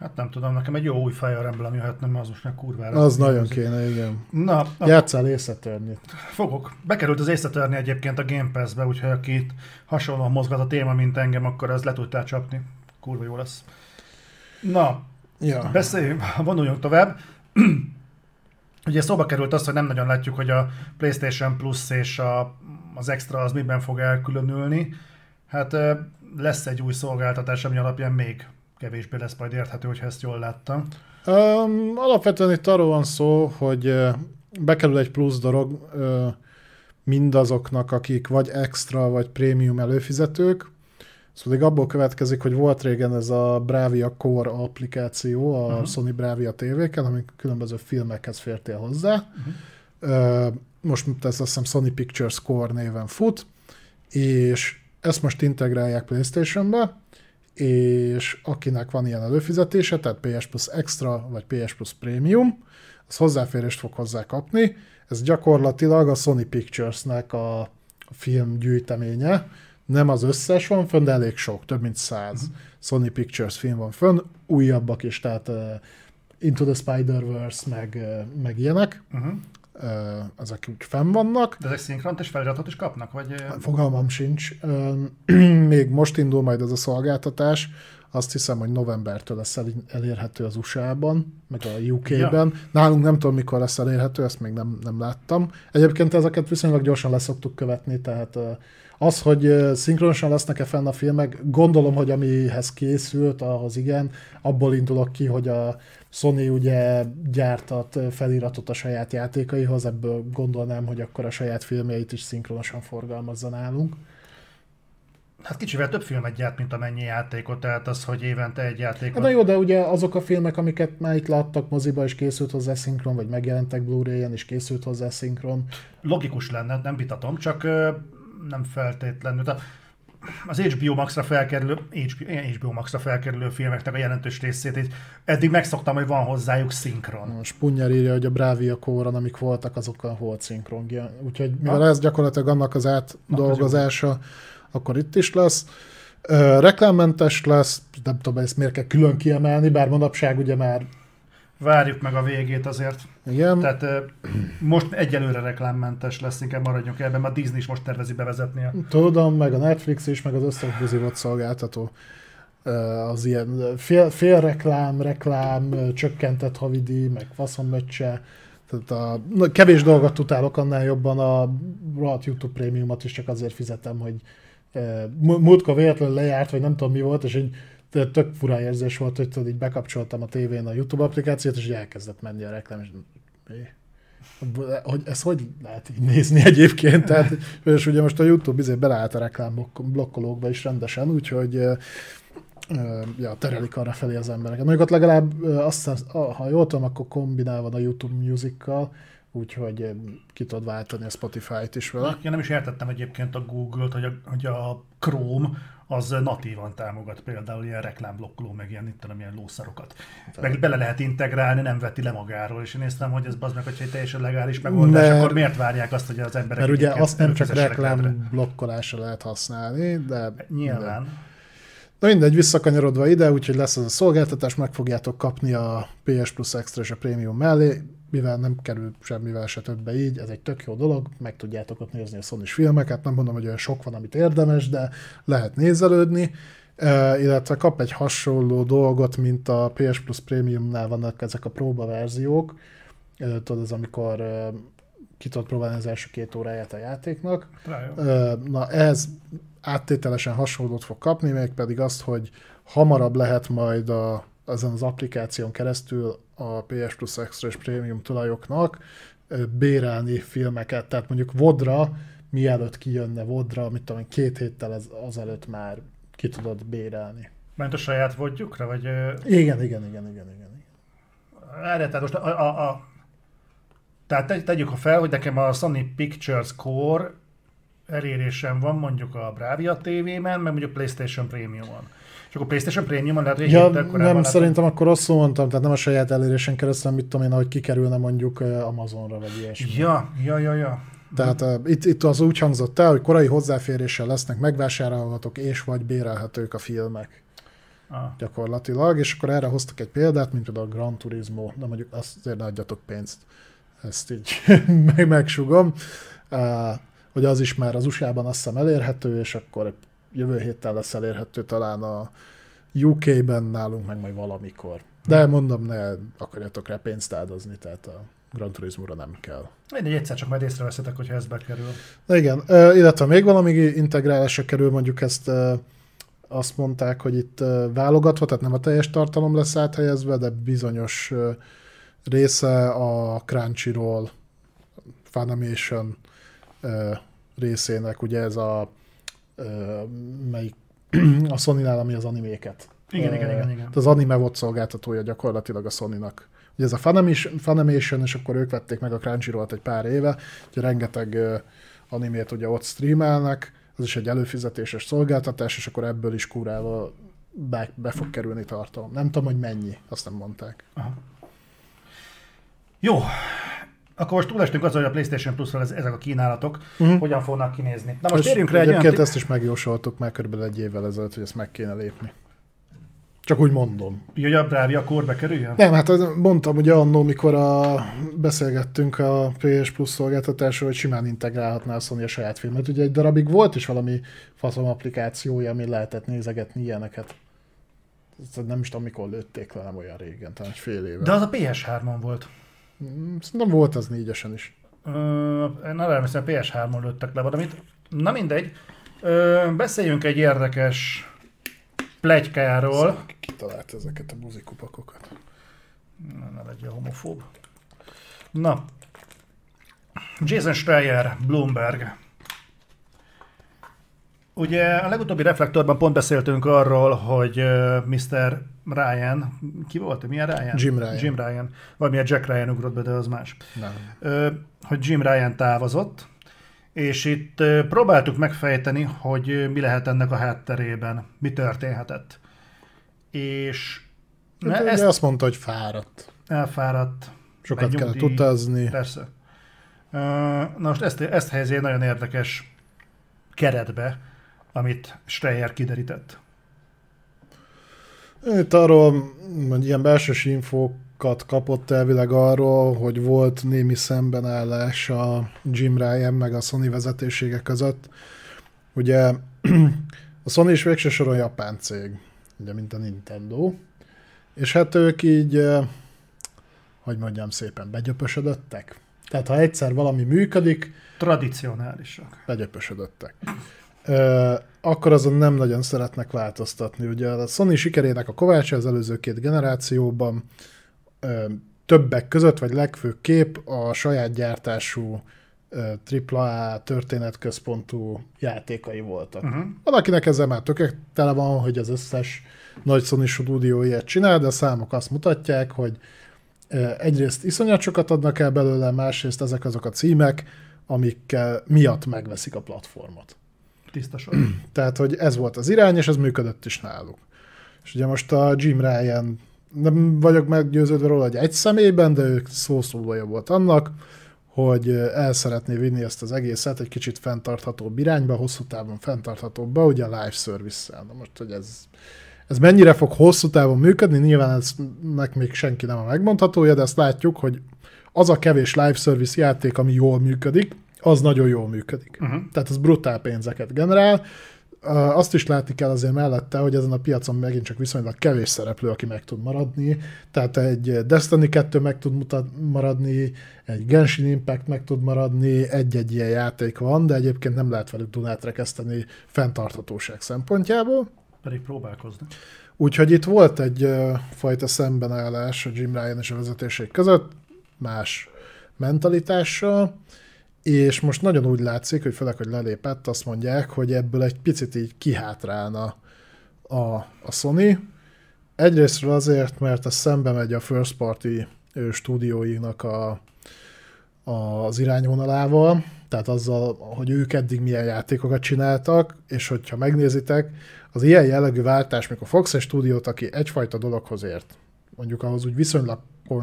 S1: Hát nem tudom, nekem egy jó új Fire Emblem jöhetne, mert az most meg kurvára.
S2: Az nagyon kéne, igen.
S1: Na,
S2: játsszál Ace Attorney-t.
S1: Fogok. Bekerült az Ace Attorney egyébként a Game Pass-be, úgyhogy aki hasonlóan mozgat a téma, mint engem, akkor az le tudtál csapni. Kurva jó lesz. Na, beszéljünk, vonuljunk tovább. Ugye szóba került az, hogy nem nagyon látjuk, hogy a PlayStation Plus és az Extra az miben fog elkülönülni. Hát lesz egy új szolgáltatás, ami alapján még kevésbé lesz majd érthető, hogyha ezt jól láttam.
S2: Alapvetően itt arról van szó, hogy bekerül egy plusz dolog mindazoknak, akik vagy extra, vagy prémium előfizetők. Szóval abból következik, hogy volt régen ez a Bravia Core applikáció a Sony Bravia TV-ken, amik különböző filmekhez fértél hozzá. Most ez azt hiszem Sony Pictures Core néven fut, és ezt most integrálják PlayStation-be, és akinek van ilyen előfizetése, tehát PS Plus Extra vagy PS Plus Premium, az hozzáférést fog hozzá kapni. Ez gyakorlatilag a Sony Pictures-nek a film gyűjteménye. Nem az összes van fönn, de elég sok, több mint 100 Sony Pictures film van fönn, újabbak is, tehát Into the Spider-Verse, meg ilyenek. Ezek úgy fenn vannak.
S1: De ezek szinkront és feliratot is kapnak? Vagy...
S2: Fogalmam sincs. Még most indul majd ez a szolgáltatás. Azt hiszem, hogy novembertől lesz elérhető az USA-ban, meg a UK-ben. Ja. Nálunk nem tudom, mikor lesz elérhető, ezt még nem láttam. Egyébként ezeket viszonylag gyorsan leszoktuk követni, tehát az, hogy szinkronosan lesznek-e fenn a filmek, gondolom, hogy amihez készült, ahhoz igen, abból indulok ki, hogy a Sony ugye gyártat feliratot a saját játékaihoz, ebből gondolnám, hogy akkor a saját filmjeit is szinkronosan forgalmazza nálunk.
S1: Hát kicsivel több filmet gyárt, mint amennyi játékot, tehát az, hogy évente egy játékot...
S2: Na jó, de ugye azok a filmek, amiket már itt láttak moziba, és készült hozzá szinkron, vagy megjelentek Blu-ray-en, és készült hozzá szinkron.
S1: Logikus lenne, nem vitatom, csak nem feltétlenül. Az HBO Max-ra felkerülő filmeknek a jelentős részét így eddig megszoktam, hogy van hozzájuk szinkron.
S2: Spunyer írja, hogy a Bravia Core-on, amik voltak, azokkal volt szinkronja. Úgyhogy mivel ez gyakorlatilag annak az átdolgozása, akkor itt is lesz. Reklámmentes lesz, nem tudom, ezt miért kell külön kiemelni, bár manapság ugye már...
S1: Várjuk meg a végét azért.
S2: Igen.
S1: Tehát most egyelőre reklámmentes lesz, inkább maradjunk ebben, mert a Disney is most tervezi bevezetni.
S2: Tudom, meg a Netflix is, meg az összes buzivott szolgáltató. Az ilyen fél reklám, csökkentett havidíj, meg faszonmöccse. Tehát kevés dolgot utálok, annál jobban a rohadt YouTube Premiumot is csak azért fizetem, hogy múltkor véletlenül lejárt, vagy nem tudom mi volt, és egy tök fura érzés volt, hogy tudod, így bekapcsoltam a tévén a YouTube applikációt, és elkezdett menni a reklám, hogy ezt hogy lehet így nézni egyébként, tehát, és ugye most a YouTube beleállt a reklámblokkolókba is rendesen, úgyhogy terelik arra felé az embereket. Mondjuk ott legalább ha jól tudom, akkor kombinálva a YouTube Music-kal, úgyhogy ki tudod váltani a Spotify-t is vele.
S1: Én nem is értettem egyébként a Google-t, hogy a Chrome az natívan támogat például ilyen reklámblokkoló, meg ilyen lószarokat. Meg bele lehet integrálni, nem veti le magáról, és én néztem, hogy ez bazd meg, hogyha egy teljesen legális megoldás, akkor miért várják azt, hogy az emberek...
S2: Mert ugye azt nem csak reklámblokkolásra lehet használni, de...
S1: Nyilván.
S2: Na mindegy, visszakanyarodva ide, úgyhogy lesz az a szolgáltatás, meg fogjátok kapni a PS Plus Extra és a Premium mellé, mivel nem kerül semmivel se többbe így, ez egy tök jó dolog, meg tudjátok ott nézni a Sony-s filmeket, nem mondom, hogy olyan sok van, amit érdemes, de lehet nézelődni, illetve kap egy hasonló dolgot, mint a PS Plus Premiumnál vannak ezek a próbaverziók, tudod, ez amikor ki tudod próbálni az első 2 óráját a játéknak. Na ez áttételesen hasonlót fog kapni, mégpedig azt, hogy hamarabb lehet majd ezen az applikáción keresztül a PS Plus Extra és Premium tulajoknak bérelni filmeket, tehát mondjuk VOD-ra, mielőtt kijönne VOD-ra, mit tudom, 2 héttel azelőtt már ki tudod bérelni.
S1: Ment a saját VOD-jukra, vagy...
S2: Igen.
S1: Erre, tehát most tehát tegyük fel, hogy nekem a Sony Pictures Core elérésem van mondjuk a Bravia TV-ben, meg mondjuk PlayStation Premium-on. És akkor PlayStation Premium-on lehet, hogy
S2: nem, szerintem akkor rosszul mondtam, tehát nem a saját elérésen keresztül, mit tudom én, ahogy kikerülne mondjuk Amazonra, vagy ilyesmi.
S1: Ja.
S2: Tehát itt az úgy hangzott el, hogy korai hozzáféréssel lesznek megvásárolhatók és vagy bérelhetők a filmek. gyakorlatilag, és akkor erre hoztak egy példát, mint például a Gran Turismo, de mondjuk azért ne adjatok pénzt, ezt így megsugom, hogy az is már az USA-ban azt hiszem elérhető, és akkor jövő héttel lesz elérhető talán a UK-ben, nálunk meg majd valamikor. De mondom, ne akarjatok rá pénzt áldozni, tehát a Gran Turismo-ra nem kell.
S1: Mindegy, egyszer csak majd észreveszitek, hogyha ez bekerül.
S2: Na igen, illetve még valami integrálásra kerül, mondjuk ezt azt mondták, hogy itt válogatva, tehát nem a teljes tartalom lesz áthelyezve, de bizonyos része a Crunchyroll, Funimation részének, ugye ez a melyik a Sony-nál, ami az animéket.
S1: Igen.
S2: Az anime volt szolgáltatója gyakorlatilag a Sony-nak. Ugye ez a Funimation, és akkor ők vették meg a Crunchyroll-t egy pár éve, ugye rengeteg animét ugye ott streamelnek, az is egy előfizetéses szolgáltatás, és akkor ebből is kurával be fog kerülni tartalom. Nem tudom, hogy mennyi, azt nem mondták.
S1: Aha. Jó, akkor most túlestünk azon, hogy a PlayStation Plus-ról ezek a kínálatok hogyan fognak kinézni. Na most térjünk rá egy
S2: egyébként ezt is megjósoltuk már körülbelül egy évvel ezelőtt, hogy ezt meg kéne lépni. Csak úgy mondom.
S1: Hogy a Bravia Core bekerüljön?
S2: Nem, hát mondtam ugye annó, mikor beszélgettünk a PS Plus szolgáltatásról, hogy simán integrálhatná a Sony a saját filmet. Ugye egy darabig volt is valami faszom applikációja, ami lehetett nézegetni ilyeneket. Nem is tudom, mikor lőtték le, nem olyan régen, talán egy fél éve.
S1: De az a PS3-on volt.
S2: Szerintem volt az 4-esen is.
S1: Én arra emlékszem, a PS3-on lőttek le valamit. Na mindegy. Beszéljünk egy érdekes pletykáról.
S2: Ki talált ezeket a buzikupakokat?
S1: Ne legyél homofób. Na. Jason Schreier, Bloomberg. Ugye a legutóbbi Reflektorban pont beszéltünk arról, hogy Mr. Ryan, ki volt? Milyen Ryan?
S2: Jim
S1: Ryan. Valamilyen Jack Ryan ugrott be, de az más.
S2: Nem.
S1: Hogy Jim Ryan távozott, és itt próbáltuk megfejteni, hogy mi lehet ennek a hátterében, mi történhetett. És
S2: ezt azt mondta, hogy fáradt.
S1: Elfáradt.
S2: Sokat kellett utazni.
S1: Persze. Na most ezt helyezi egy nagyon érdekes keretbe, amit Schreier kiderített.
S2: Itt arról, hogy ilyen belsős infókat kapott elvileg arról, hogy volt némi szembenállás a Jim Ryan meg a Sony vezetősége között. Ugye a Sony is végső soron japán cég, ugye mint a Nintendo, és hát ők így, hogy mondjam szépen, begyöpösödöttek. Tehát ha egyszer valami működik,
S1: tradicionálisak.
S2: Begyöpösödöttek. Akkor azon nem nagyon szeretnek változtatni. Ugye a Sony sikerének a kovácsa az előző 2 generációban többek között, vagy legfőképp a saját gyártású AAA történetközpontú játékai voltak. Van, akinek ezzel már tele van, hogy az összes nagy Sony stúdió ilyet csinál, de a számok azt mutatják, hogy egyrészt iszonyat sokat adnak el belőle, másrészt ezek azok a címek, amikkel miatt megveszik a platformot.
S1: Tisztasan.
S2: Tehát, hogy ez volt az irány, és ez működött is náluk. És ugye most a Jim Ryan, nem vagyok meggyőződve róla, hogy egy személyben, de ő szószólója volt annak, hogy el szeretné vinni ezt az egészet egy kicsit fenntarthatóbb irányba, hosszú távon fenntarthatóbbba, ugye a live service-szel. Na most, hogy ez mennyire fog hosszú távon működni, nyilván eznek még senki nem a megmondhatója, de ezt látjuk, hogy az a kevés live service játék, ami jól működik, az nagyon jól működik. Tehát ez brutál pénzeket generál. Azt is látni kell azért mellette, hogy ezen a piacon megint csak viszonylag kevés szereplő, aki meg tud maradni. Tehát egy Destiny 2 meg tud maradni, egy Genshin Impact meg tud maradni, egy-egy ilyen játék van, de egyébként nem lehet velük Dunát rekeszteni fenntarthatóság szempontjából.
S1: Pedig próbálkozni.
S2: Úgyhogy itt volt egy fajta szembenállás a Jim Ryan és a vezetőség között, más mentalitással, és most nagyon úgy látszik, hogy főleg, hogy lelépett, azt mondják, hogy ebből egy picit így kihátrálna a Sony. Egyrésztről azért, mert ez szembe megy a first party stúdióinak az irányvonalával, tehát azzal, hogy ők eddig milyen játékokat csináltak, és hogyha megnézitek, az ilyen jellegű váltás, mikor fogsz egy stúdiót, aki egyfajta dologhoz ért, mondjuk ahhoz úgy viszonylag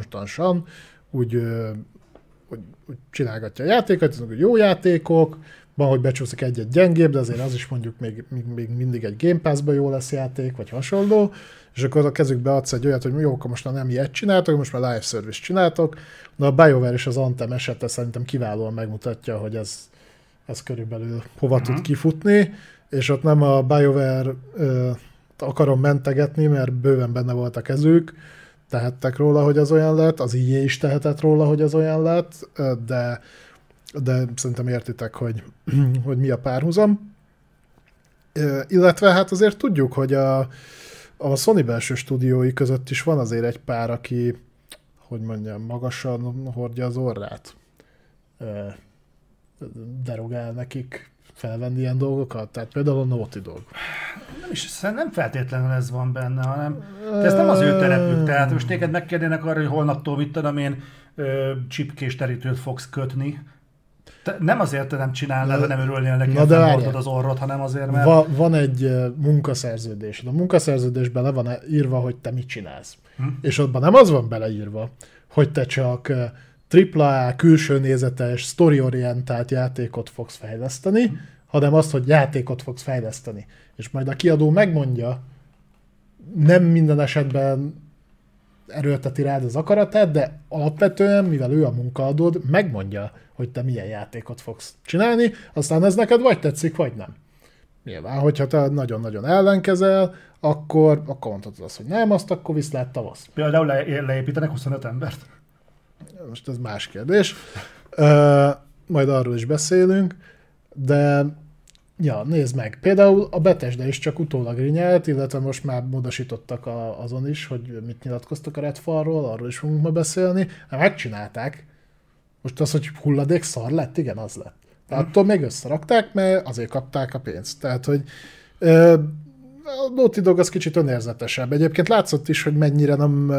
S2: konstansan, úgy csinálgatja a játékokat, azok jó játékok, Van, hogy becsúszik egy-egy gyengébb, de azért az is mondjuk még mindig egy Game Pass-ba jó lesz játék, vagy hasonló, és akkor a kezükbe adsz egy olyat, hogy jó, akkor most már nem ilyet csináltok, most már live service csináltok. De a BioWare és az Anthem esete szerintem kiválóan megmutatja, hogy ez körülbelül hova tud kifutni, és ott nem a BioWare akarom mentegetni, mert bőven benne volt a kezük, tehettek róla, hogy az olyan lett, az EA is tehetett róla, hogy az olyan lett, de szerintem értitek, hogy mi a párhuzam. Illetve hát azért tudjuk, hogy a Sony belső stúdiói között is van azért egy pár, aki, hogy mondjam, magasan hordja az orrát. Derogál nekik felvenni ilyen dolgokat? Tehát például a Naughty Dog.
S1: Nem feltétlenül ez van benne, hanem ez nem az ő terepük. Tehát most téged megkérdenek arra, hogy holnaptól mit tudom én csipkés terítőt fogsz kötni. Nem azért nem csinálnád, nem örülnél neki, hogy felhordod az orrot, hanem azért, mert...
S2: Van egy munkaszerződés. A munkaszerződésben le van írva, hogy te mit csinálsz. És abban nem az van beleírva, hogy te csak AAA, külső nézetes, sztoriorientált játékot fogsz fejleszteni, hanem azt, hogy játékot fogsz fejleszteni. És majd a kiadó megmondja, nem minden esetben erőlteti rád az akaratát, de alapvetően, mivel ő a munkaadód, megmondja, hogy te milyen játékot fogsz csinálni, aztán ez neked vagy tetszik, vagy nem. Nyilván, hogyha te nagyon-nagyon ellenkezel, akkor mondhatod azt, hogy nem, azt akkor viszlát tavasz.
S1: Például leépítenek 25 embert?
S2: Most ez más kérdés. Majd arról is beszélünk, de ja, nézd meg. Például a Bethesda is csak utólag rinyelt, illetve most már módosítottak azon is, hogy mit nyilatkoztak a Redfallról, arról is fogunk ma beszélni. Megcsinálták. Most az, hogy hulladék szar lett, igen, az lett. De attól még összerakták, mert azért kapták a pénzt. Tehát, hogy a Naughty Dog az kicsit önérzetesebb. Egyébként látszott is, hogy mennyire nem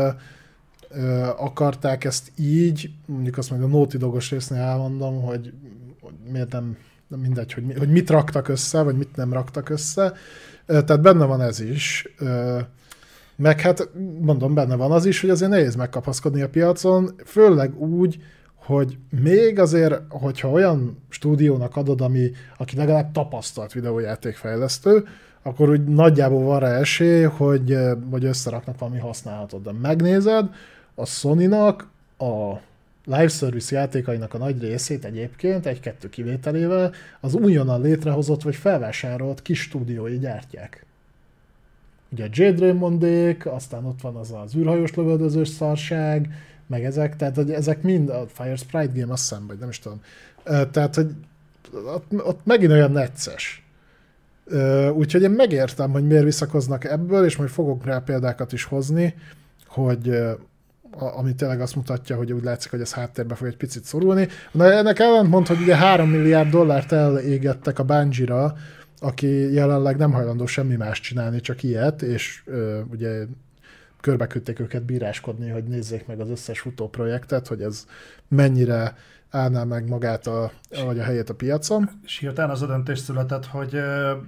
S2: akarták ezt így, mondjuk azt meg a Naughty Dogos résznél elmondom, hogy miért nem mindegy, hogy mit raktak össze, vagy mit nem raktak össze. Tehát benne van ez is. Meg hát mondom, benne van az is, hogy azért nehéz megkapaszkodni a piacon, főleg úgy, hogy még azért, hogyha olyan stúdiónak adod, aki legalább tapasztalt videójátékfejlesztő, akkor úgy nagyjából van rá esély, hogy összeraknak valami használhatod. De megnézed, a Sony-nak a live service játékainak a nagy részét egyébként, egy-kettő kivételével, az újonnan létrehozott vagy felvásárolt kis stúdiói gyártják. Ugye a Jade Raymondék, aztán ott van az űrhajós lövöldözős szarság, meg ezek, tehát hogy ezek mind a Fire Sprite Game, azt hiszem, vagy nem is tudom. Tehát, hogy ott megint olyan necces. Úgyhogy én megértem, hogy miért visszakoznak ebből, és majd fogok rá példákat is hozni, hogy ami tényleg azt mutatja, hogy úgy látszik, hogy ez háttérbe fog egy picit szorulni. Na, ennek ellentmond, hogy ugye $3 milliárd elégettek a Bungie-ra, aki jelenleg nem hajlandó semmi más csinálni, csak ilyet, és ugye körbeküldték őket bíráskodni, hogy nézzék meg az összes futóprojektet, hogy ez mennyire állná meg magát vagy a helyét a piacon.
S1: És hirtelen az a döntés született, hogy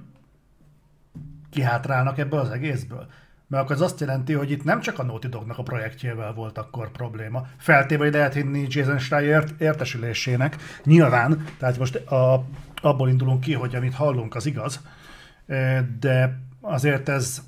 S1: kihátrálnak ebből az egészből. Mert akkor az azt jelenti, hogy itt nem csak a Naughty Dognak a projektjével volt akkor probléma. Feltéve, hogy lehet hinni Jason Schreier értesülésének. Nyilván, tehát most abból indulunk ki, hogy amit hallunk, az igaz. De azért ez...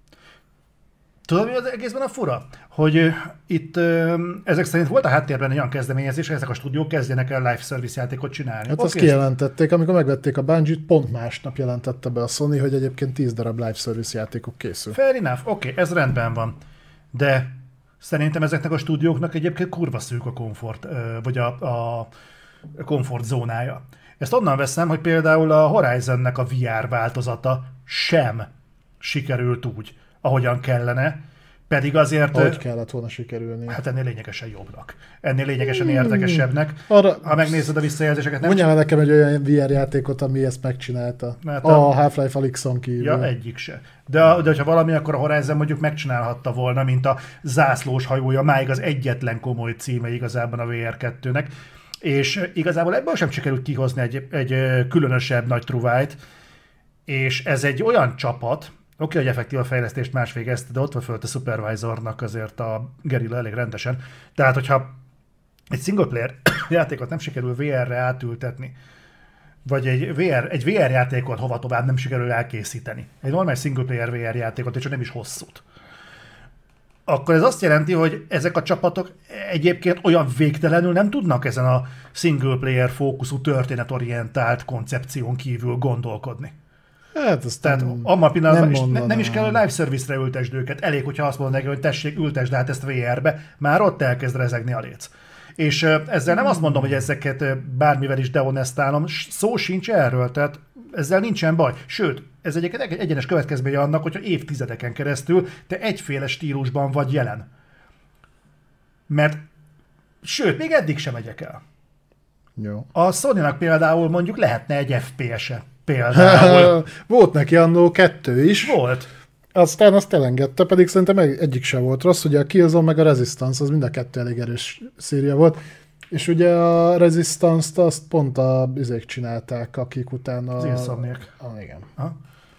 S1: Tudod, mi az egészben a fura? Hogy itt ezek szerint volt a háttérben egy olyan kezdeményezés, hogy ezek a stúdiók kezdjenek el live service játékot csinálni.
S2: Hát azt kijelentették, amikor megvették a Bungie-t, pont másnap jelentette be a Sony, hogy egyébként 10 darab live service játékok készül.
S1: Fair enough, oké, ez rendben van. De szerintem ezeknek a stúdióknak egyébként kurva szűk a komfort, vagy a komfort zónája. Ezt onnan veszem, hogy például a Horizonnek a VR változata sem sikerült úgy, ahogyan kellene, pedig azért...
S2: Ahogy kellett volna sikerülni.
S1: Hát ennél lényegesen jobbnak. Ennél lényegesen érdekesebbnek. Ha megnézed a visszajelzéseket...
S2: Mondjál nekem egy olyan VR játékot, ami ezt megcsinálta.
S1: Mert
S2: a Half-Life Alyxon kívül.
S1: Ja, egyik se. De hogyha valami, akkor a Horizon mondjuk megcsinálhatta volna, mint a zászlós hajója, máig az egyetlen komoly címe igazából a VR2-nek. És igazából ebből sem sikerült kihozni egy különösebb nagy truvájt. És ez egy olyan csapat, oké, hogy effektív a fejlesztést más végezte, de ott van föl a supervisornak azért a gerilla elég rendesen. Tehát, hogyha egy single player játékot nem sikerül VR-re átültetni, vagy egy VR játékot hova tovább nem sikerül elkészíteni, egy normális single player VR játékot, és csak nem is hosszút, akkor ez azt jelenti, hogy ezek a csapatok egyébként olyan végtelenül nem tudnak ezen a single player fókuszú, történetorientált koncepción kívül gondolkodni.
S2: Hát ezt
S1: Tehát abban a pillanatban nem is kell, hogy live service-re ültesd őket. Elég, hogyha azt mondod neki, hogy tessék, ültesd át ezt VR-be, már ott elkezd rezegni a léc. És ezzel nem azt mondom, hogy ezeket bármivel is dehonestálom, szó sincs erről, tehát ezzel nincsen baj. Sőt, ez egyébként egyenes következménye annak, hogyha évtizedeken keresztül te egyféle stílusban vagy jelen. Mert, sőt, még eddig sem megyek el.
S2: Jó.
S1: A Sony-nak például mondjuk lehetne egy FPS-e. Például.
S2: Volt neki annó 2 is.
S1: Volt.
S2: Aztán azt elengedte, pedig szerintem egyik sem volt rossz. Ugye a Killzone meg a Resistance, az mind a 2 elég erős széria volt. És ugye a Resistance-t azt pont a izék csinálták, akik utána...
S1: Az Insomniac.
S2: Igen.
S1: Ha?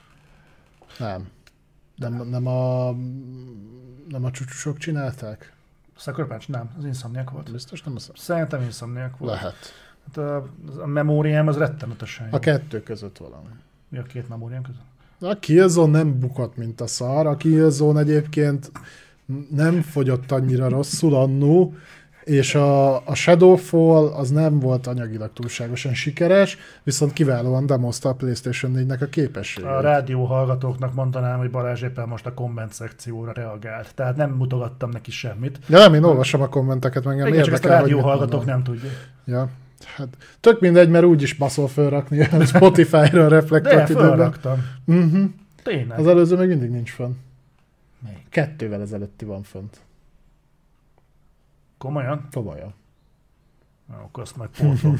S2: Nem a csúcsosok csinálták?
S1: Sucker Punch? Nem, az Insomniac volt.
S2: Biztos nem az.
S1: Szerintem Insomniac volt.
S2: Lehet.
S1: Hát a memóriám az rettenetesen jó.
S2: A 2 között valami.
S1: Mi a 2 memóriám között?
S2: A Killzone nem bukott, mint a szar. A Killzone egyébként nem fogyott annyira rosszul annó, és a Shadowfall az nem volt anyagilag túlságosan sikeres, viszont kiválóan demozta a PlayStation 4-nek a képességét.
S1: A rádió hallgatóknak mondanám, hogy Balázs éppen most a komment szekcióra reagált. Tehát nem mutogattam neki semmit.
S2: Ja, nem, én olvasom a kommenteket, meg nem
S1: érdekel, csak ezt a rádió hallgatók
S2: mondom.
S1: nem tudják.
S2: Ja, hát tök mindegy, mert úgyis baszol fölrakni a Spotify-ra a reflektolt időben.
S1: Fölraktam.
S2: Uh-huh.
S1: Tényleg.
S2: Az előző még mindig nincs fönn.
S1: Melyik?
S2: 2-vel ezelőtti van fönt.
S1: Komolyan?
S2: Komolyan.
S1: Akkor azt majd pótlom.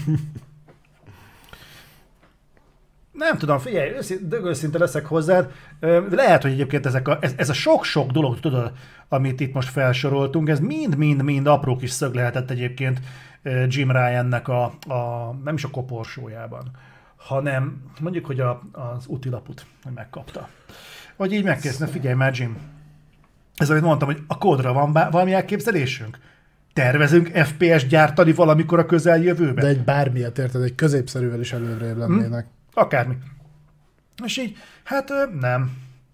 S1: Nem tudom, figyelj, őszinte leszek hozzád. Lehet, hogy egyébként ez a sok-sok dolog, tudod, amit itt most felsoroltunk, ez mind apró kis szög lehetett egyébként Jim Ryannek a nem is a koporsójában, hanem mondjuk, hogy az útilaput, hogy megkapta. Vagy így megkezdne, figyelj már, Jim. Ez, amit mondtam, hogy a kódra van valami elképzelésünk? Tervezünk FPS gyártani valamikor a közeljövőben?
S2: De egy bármilyet érted, egy középszerűvel is előrébb lennének.
S1: Akármi. És így, hát nem.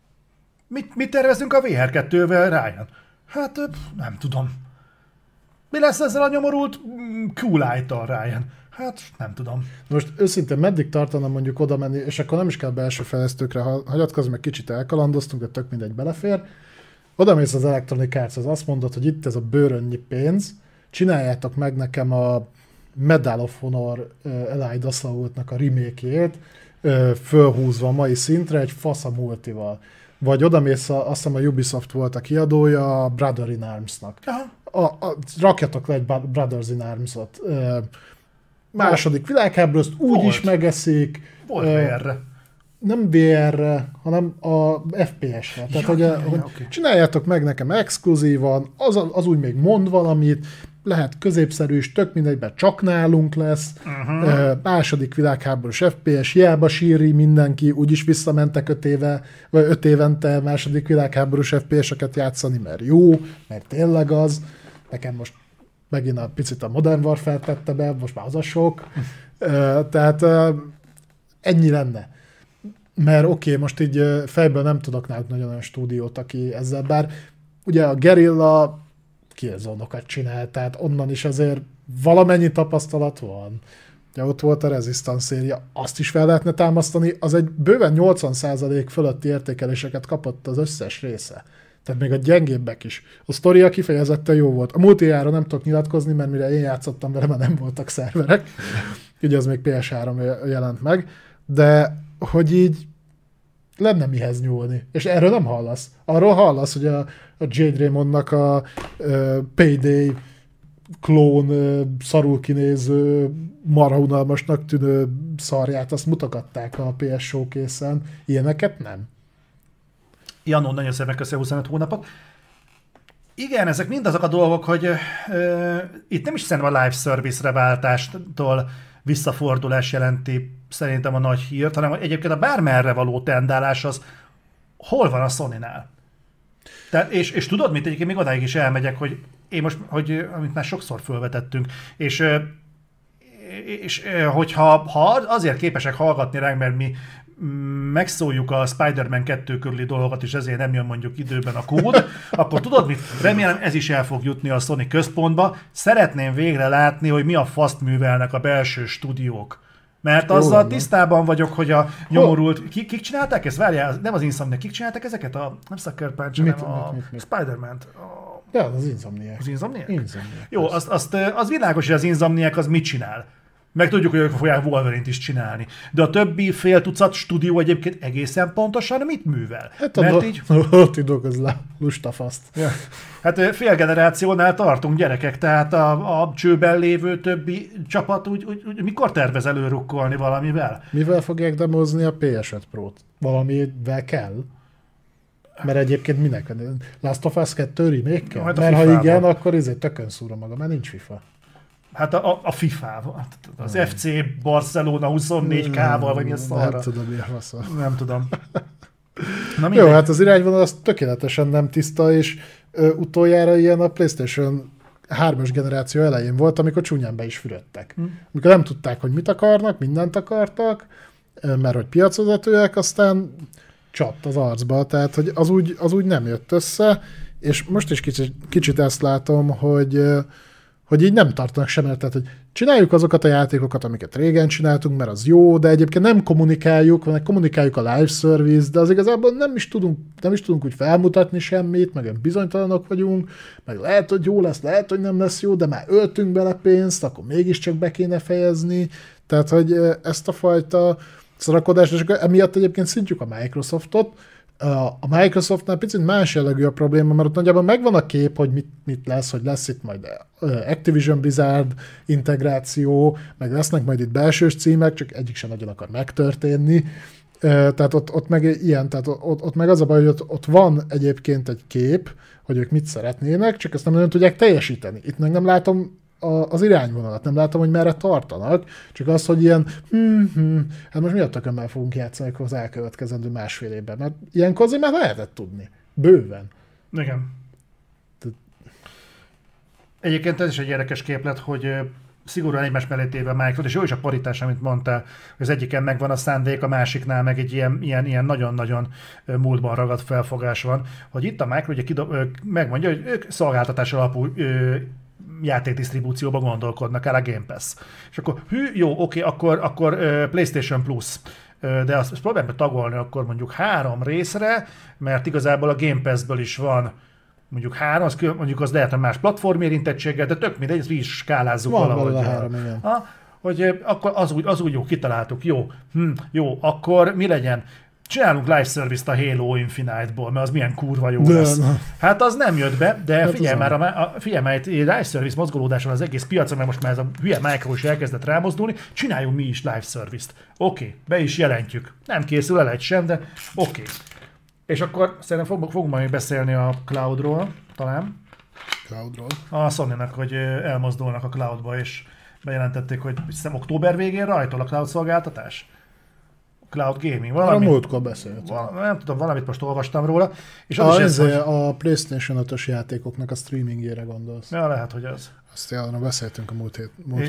S1: Mit tervezünk a VR2-vel, Ryan? Hát nem tudom. Mi lesz ezzel a nyomorult Q-Light-tal, Ryan? Hát nem tudom.
S2: Most őszintén meddig tartana mondjuk oda menni, és akkor nem is kell belső fejlesztőkre hagyatkozni, meg kicsit elkalandoztunk, de tök mindegy belefér. Oda mész az Electronic Arts-hoz, azt mondod, hogy itt ez a bőrönnyi pénz, csináljátok meg nekem a Medal of Honor Allied Assault-nak a remake-jét, fölhúzva a mai szintre egy fasz a multival. Vagy odamész, azt hiszem a Ubisoft volt a kiadója a Brother in Arms-nak. Rakjatok le egy Brothers in Arms-ot. Második világháború, azt úgy is megeszik.
S1: Volt VR-re.
S2: Nem VR-re, hanem a FPS-re. Tehát, hogy
S1: okay.
S2: Csináljátok meg nekem exkluzívan, az úgy még mond valamit, lehet középszerű is, tök mindegyben csak nálunk lesz. Második világháborús FPS, hiába síri mindenki, úgyis visszamentek 5 évente második világháborús FPS-eket játszani, mert jó, mert tényleg az. Nekem most megint a picit a Modern Warfare tette be, most már az a sok. Tehát ennyi lenne. Mert oké, most így fejből nem tudok náluk nagyon olyan stúdiót, aki ezzel, bár ugye a Guerrilla Killzone-okat csinál, tehát onnan is azért valamennyi tapasztalat van. Ugye ott volt a Resistance széria, azt is fel lehetne támasztani, az egy bőven 80% fölötti értékeléseket kapott az összes része. Tehát még a gyengébbek is. A sztoria kifejezetten jó volt. A multijára nem tudok nyilatkozni, mert mire én játszottam vele, már nem voltak szerverek. Ugye az még PS3 jelent meg. De hogy így lenne mihez nyúlni. És erről nem hallasz. Arról hallasz, hogy a Jade Raymondnak a Payday klón, szarul kinéző, marha unalmasnak tűnő szarját, azt mutogatták a PS Showcase-en. Ilyeneket nem.
S1: Janó, nagyon szépen köszönöm 25 hónapot. Igen, ezek mind azok a dolgok, hogy itt nem is szerintem a live service-re váltástól visszafordulás jelenti szerintem a nagy hírt, hanem egyébként a bármerre való tendálás az hol van a Sony-nál. És tudod mit, egyébként még odáig is elmegyek, hogy én most, amit már sokszor felvetettünk, és és hogyha azért képesek hallgatni ránk, mert mi megszóljuk a Spider-Man 2 körüli dolgokat, és ezért nem jön mondjuk időben a kód, akkor tudod mit? Remélem ez is el fog jutni a Sony központba. Szeretném végre látni, hogy mi a faszt művelnek a belső stúdiók. Mert azzal tisztában vagyok, hogy a nyomorult... Kik csinálták ezt? Várjál, nem az Insomniac. Kik csinálták ezeket? Nem Sucker Punch, hanem a Spider-Man-t.
S2: Ja, az Insomniac.
S1: Az Insomniac?
S2: Insomniac.
S1: Jó, az világos, hogy az Insomniac az mit csinál. Meg tudjuk, hogy ők fogják Wolverine-t is csinálni. De a többi fél tucat stúdió egyébként egészen pontosan mit művel?
S2: Hát mert így... Naughty Dog az lustafaszt.
S1: Ja. Hát fél generációnál tartunk, gyerekek, tehát a csőben lévő többi csapat úgy mikor tervez előrukkolni valamivel?
S2: Mivel fogják demozni a PS5 Pro-t? Valamivel kell? Mert egyébként minek? Last of Us 2 remake-kel?
S1: Hát
S2: mert ha igen, akkor tökön szúrom magam, mert nincs FIFA.
S1: Hát a FIFA, az FC Barcelona 24K-val, vagy mi a szarra.
S2: Nem tudom, mi a fasz.
S1: Nem tudom.
S2: Na, jó, hát az irányvonal az tökéletesen nem tiszta, és utoljára ilyen a PlayStation 3-as generáció elején volt, amikor csúnyán be is fürödtek. Amikor nem tudták, hogy mit akarnak, mindent akartak, mert hogy piacvezetőek, aztán csapt az arcba, tehát hogy az úgy nem jött össze, és most is kicsit ezt látom, hogy így nem tartanak sem, tehát hogy csináljuk azokat a játékokat, amiket régen csináltunk, mert az jó, de egyébként nem kommunikáljuk, vagy kommunikáljuk a live service, de az igazából nem is tudunk úgy felmutatni semmit, meg bizonytalanok vagyunk, meg lehet, hogy jó lesz, lehet, hogy nem lesz jó, de már öltünk bele pénzt, akkor mégiscsak be kéne fejezni, tehát hogy ezt a fajta szarakodást, és emiatt egyébként szintjük a Microsoftot. A Microsoftnál picit más jellegű a probléma, mert ott nagyjából megvan a kép, hogy mit lesz, hogy lesz itt majd Activision Blizzard integráció, meg lesznek majd itt belsős címek, csak egyik sem nagyon akar megtörténni. Tehát ott meg ilyen, tehát ott meg az a baj, hogy ott van egyébként egy kép, hogy ők mit szeretnének, csak ezt nem nagyon tudják teljesíteni. Itt meg nem látom az irányvonalat, nem látom, hogy merre tartanak, csak az, hogy ilyen hát most mi a tökömmel fogunk játszani az elkövetkezendő másfél évben, mert ilyenkor azért már lehetett tudni. Bőven.
S1: Igen. Egyébként ez is egy érdekes képlet, hogy szigorúan egymás mellé téve Microsoft, és jó is a paritás, amit mondtál, hogy az egyiken megvan a szándék, a másiknál meg egy ilyen nagyon-nagyon múltban ragadt felfogás van, hogy itt a Microsoft ugye megmondja, hogy ők szolgáltatás alapú játékdisztribúcióba gondolkodnak el, a Game Pass. És akkor jó, oké, akkor PlayStation Plus, de azt próbáljuk tagolni akkor mondjuk 3 részre, mert igazából a Game Pass-ből is van mondjuk 3, mondjuk az lehet a más platform érintettséggel, de tök mindegy, ezt is skálázzuk
S2: van
S1: valahogy.
S2: Van 3, igen.
S1: Hogy akkor az úgy jó, kitaláltuk, jó, akkor mi legyen? Csinálunk live service-t a Halo Infinite-ból, mert az milyen kurva jó lesz. Hát az nem jött be, de figyelj már, egy live service mozgolódás van az egész piacon, mert most már ez a hülye Micro is elkezdett rámozdulni, csináljunk mi is live service-t. Oké, be is jelentjük. Nem készül el egy sem, de oké. És akkor szerintem fogunk majd beszélni a cloudról, talán.
S2: Cloudról?
S1: A Sony-nak, hogy elmozdulnak a cloudba, és bejelentették, hogy hiszem október végén rajtol a cloud szolgáltatás. Cloud Gaming.
S2: A múltkor beszélt.
S1: Nem tudom, valamit most olvastam róla. És az
S2: a PlayStation 5-ös játékoknak a streamingjére gondolsz.
S1: Ja, lehet, hogy az.
S2: Azt jelen beszéltünk a múlt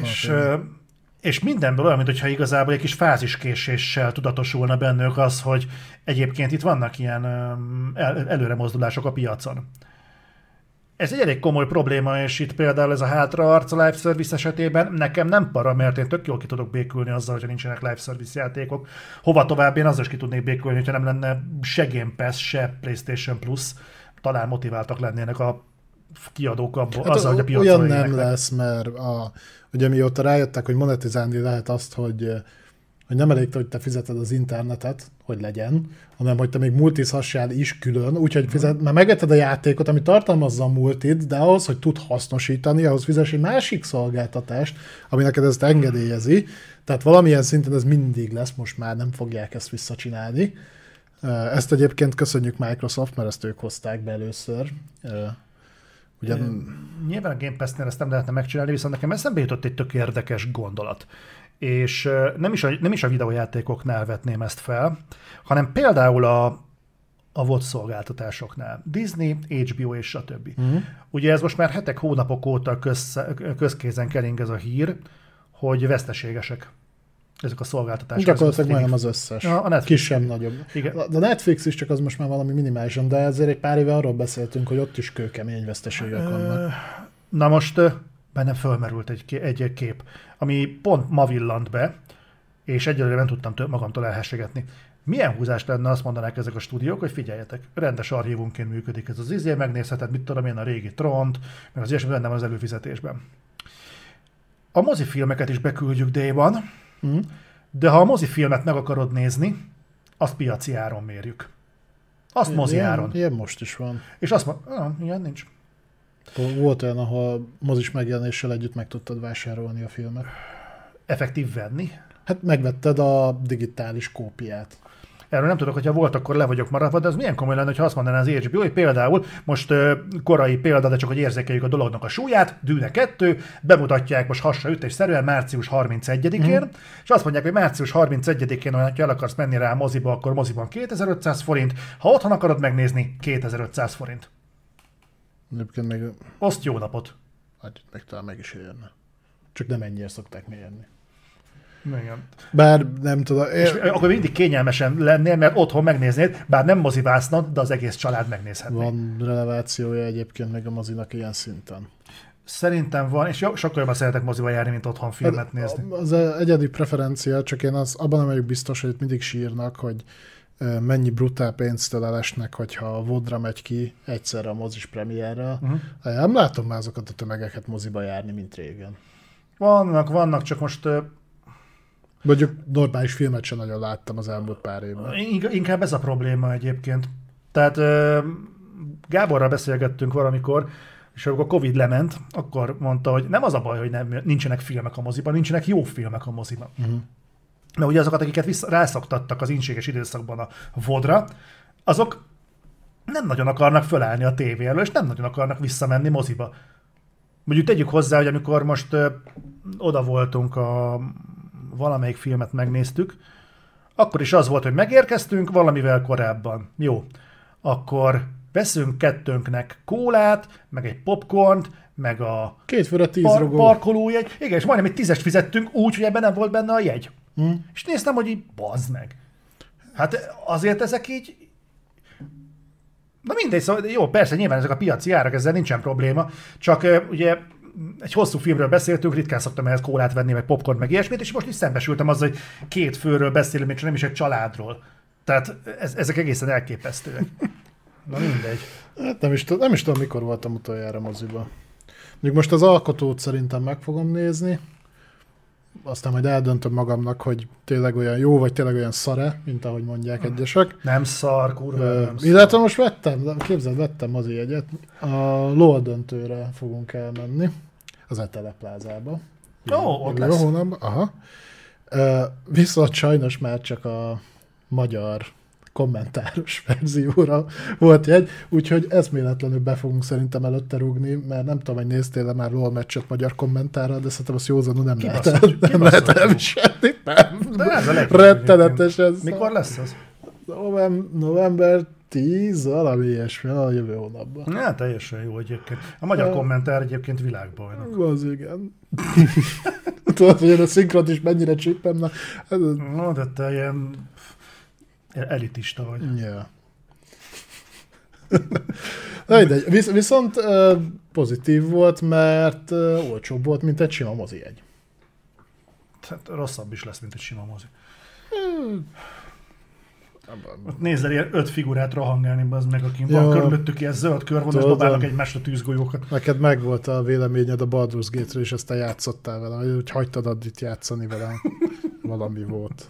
S1: és mindenből olyan, mintha igazából egy kis fáziskéséssel tudatosulna bennük az, hogy egyébként itt vannak ilyen előremozdulások a piacon. Ez egy elég komoly probléma, és itt például ez a hátraarc a live service esetében nekem nem para, mert én tök jól ki tudok békülni azzal, hogyha nincsenek live service játékok. Hova tovább én azzal is ki tudnék békülni, hogyha nem lenne se Game Pass, se PlayStation Plus. Talán motiváltak lennének a kiadók abból, hát azzal, hogy a piacon
S2: olyan nem lesz, mert ugye mióta rájöttek, hogy monetizálni lehet azt, hogy nem elég, hogy te fizeted az internetet, hogy legyen, hanem hogy te még multizhassál is külön, úgyhogy már megvetted a játékot, ami tartalmazza a multit, de ahhoz, hogy tud hasznosítani, ahhoz fizess egy másik szolgáltatást, ami neked ezt engedélyezi. Tehát valamilyen szinten ez mindig lesz, most már nem fogják ezt visszacsinálni. Ezt egyébként köszönjük Microsoft, mert ezt ők hozták be először.
S1: Nyilván a Game Pass-nél ezt nem lehetne megcsinálni, viszont nekem eszembe jutott egy tök érdekes gondolat. És nem is a videójátékoknál vetném ezt fel, hanem például a VOD szolgáltatásoknál. Disney, HBO és stb. Ugye ez most már hetek, hónapok óta közkézen kering ez a hír, hogy veszteségesek ezek a szolgáltatások.
S2: Gyakorlatilag majdnem az összes.
S1: A Netflix.
S2: Kisebb-nagyobb. A Netflix is, csak az most már valami minimálisan, de ezért egy pár éve arról beszéltünk, hogy ott is kőkemény veszteségek vannak.
S1: Na most bennem fölmerült egy kép, ami pont ma villant be, és egyelőre nem tudtam magamtól elhessegetni. Milyen húzás lenne, azt mondanák ezek a stúdiók, hogy figyeljetek, rendes archívumként működik ez az megnézheted, mit tudom én, a régi Tront, meg az ilyesmi benne van az előfizetésben. A mozifilmeket is beküldjük D-ban, de ha a mozifilmet meg akarod nézni, azt piaci áron mérjük. Azt mozi áron.
S2: Ilyen most is van.
S1: És azt mondja, ilyen nincs.
S2: Volt olyan, ahol mozis megjelenéssel együtt meg tudtad vásárolni a filmet.
S1: Effektív venni?
S2: Hát megvetted a digitális kópiát.
S1: Erről nem tudok, hogyha volt, akkor le vagyok maradva, de az milyen komoly lenne, ha azt mondaná az HBO, hogy például most korai példa, de csak hogy érzékeljük a dolognak a súlyát, Dűne 2, bemutatják most hasraütésszerűen március 31-én, és azt mondják, hogy március 31-én, ha el akarsz menni rá a moziba, akkor moziban 2500 forint, ha otthon akarod megnézni, 2500 forint.
S2: Egyébként még...
S1: Oszt jó napot!
S2: Hát meg talán meg is érne. Csak nem ennyire szokták mérni.
S1: Igen.
S2: Bár nem tudom.
S1: És akkor mindig kényelmesen lennél, mert otthon megnéznéd, bár nem mozivásznod, de az egész család megnézhetné.
S2: Van relevációja egyébként meg a mozinak ilyen szinten.
S1: Szerintem van, és sokkal jobban szeretek moziba járni, mint otthon filmet nézni.
S2: Az egyedi preferencia, csak én abban nem vagyok biztos, hogy itt mindig sírnak, hogy mennyi brutál pénztől elesnek, hogyha a vodra megy ki egyszerre a mozis premierrel. Nem látom már azokat a tömegeket moziba járni, mint régen.
S1: Vannak, csak most...
S2: Mondjuk normális filmet sem nagyon láttam az elmúlt pár évben.
S1: Inkább ez a probléma egyébként. Tehát Gáborral beszélgettünk valamikor, és amikor a Covid lement, akkor mondta, hogy nem az a baj, hogy nincsenek filmek a moziban, nincsenek jó filmek a moziban. Mert ugye azokat, akiket rászoktattak az ínséges időszakban a vodra, azok nem nagyon akarnak fölállni a tévé elől, és nem nagyon akarnak visszamenni moziba. Mondjuk tegyük hozzá, hogy amikor most oda voltunk valamelyik filmet megnéztük, akkor is az volt, hogy megérkeztünk valamivel korábban. Jó, akkor veszünk kettőnknek kólát, meg egy popcornt, meg a
S2: 2 főre 10
S1: parkolójegy. Igen, és majdnem egy 10-est fizettünk úgy, hogy ebben nem volt benne a jegy. És néztem, hogy így bazd meg. Hát azért ezek így... Na mindegy, szóval jó, persze, nyilván ezek a piaci árak, ezzel nincsen probléma, csak ugye egy hosszú filmről beszéltünk, ritkán szoktam ehhez kólát venni, meg popcorn, meg ilyesmit, és most is szembesültem azzal, hogy 2 főről beszélünk, még csak nem is egy családról. Tehát ezek egészen elképesztőek. Na mindegy.
S2: Hát nem is tudom, mikor voltam utoljára moziba. Mondjuk most az Alkotót szerintem meg fogom nézni, aztán majd eldöntöm magamnak, hogy tényleg olyan jó, vagy tényleg olyan szare, mint ahogy mondják egyesek.
S1: Nem szar, kurva, nem szar.
S2: Illetve most vettem mozi jegyet, a LOL döntőre fogunk elmenni, az Etele plázába.
S1: Ott lesz.
S2: Hónapban. Aha. Viszont sajnos már csak a magyar kommentáros verzióra volt jegy, úgyhogy eszméletlenül be fogunk szerintem előtte rúgni, mert nem tudom, hogy néztél-e már LOL meccset magyar kommentárral, de szerintem azt józanul nem lehet elviselni.
S1: De ez a
S2: rettenetes ez.
S1: Mikor lesz az?
S2: November 10, valami ilyesmi, a jövő hónapban.
S1: Ja, teljesen jó egyébként. A magyar kommentár egyébként világbajnok.
S2: Az igen. Tudod, hogy én a szinkront is mennyire csípem.
S1: No, de te ilyen elitista vagy.
S2: Ja. Viszont pozitív volt, mert olcsóbb volt, mint egy sima mozi jegy.
S1: Tehát rosszabb is lesz, mint egy sima mozi. Nézzel ilyen 5 figurát rohangálni, az meg, akin van körülöttük ilyen zöld körvonal, és dobálnak egymásra tűzgolyókat.
S2: Neked meg volt a véleményed a Baldur's Gate-ről, és ezt te játszottál vele, hogy hagytad addit játszani vele. Valami volt.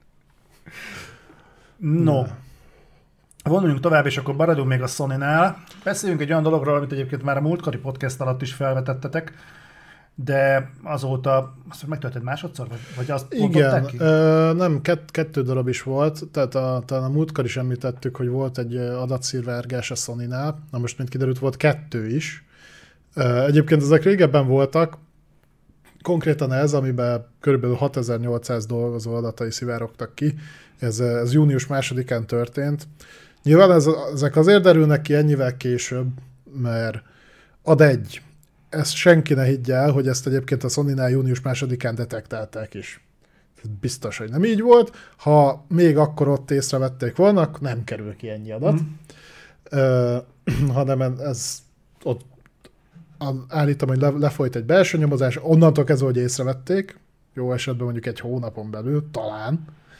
S1: No. Vonuljunk tovább, és akkor maradunk még a Sony-nál. Beszéljünk egy olyan dologról, amit egyébként már a múltkori podcast alatt is felvetettetek, de azóta azt megtörtént másodszor, vagy azt
S2: igen, ki? Nem, 2 darab is volt, tehát talán a múltkor is említettük, hogy volt egy adatszivárgás a Sony-nál, na most mint kiderült, volt 2 is. Egyébként ezek régebben voltak, konkrétan ez, amiben kb. 6800 dolgozó adatai szivárogtak ki, ez június 2-án történt. Nyilván ezek azért derülnek ki ennyivel később, mert ad ezt senki ne higgye el, hogy ezt egyébként a Sony-nál június 2-án detektálták is. Biztos, hogy nem így volt. Ha még akkor ott észrevették volna, akkor nem kerül ki ennyi adat. Hanem ez ott állítom, hogy lefolyt egy belső nyomozás, onnantól kezdve, hogy észrevették, jó esetben mondjuk egy hónapon belül, talán,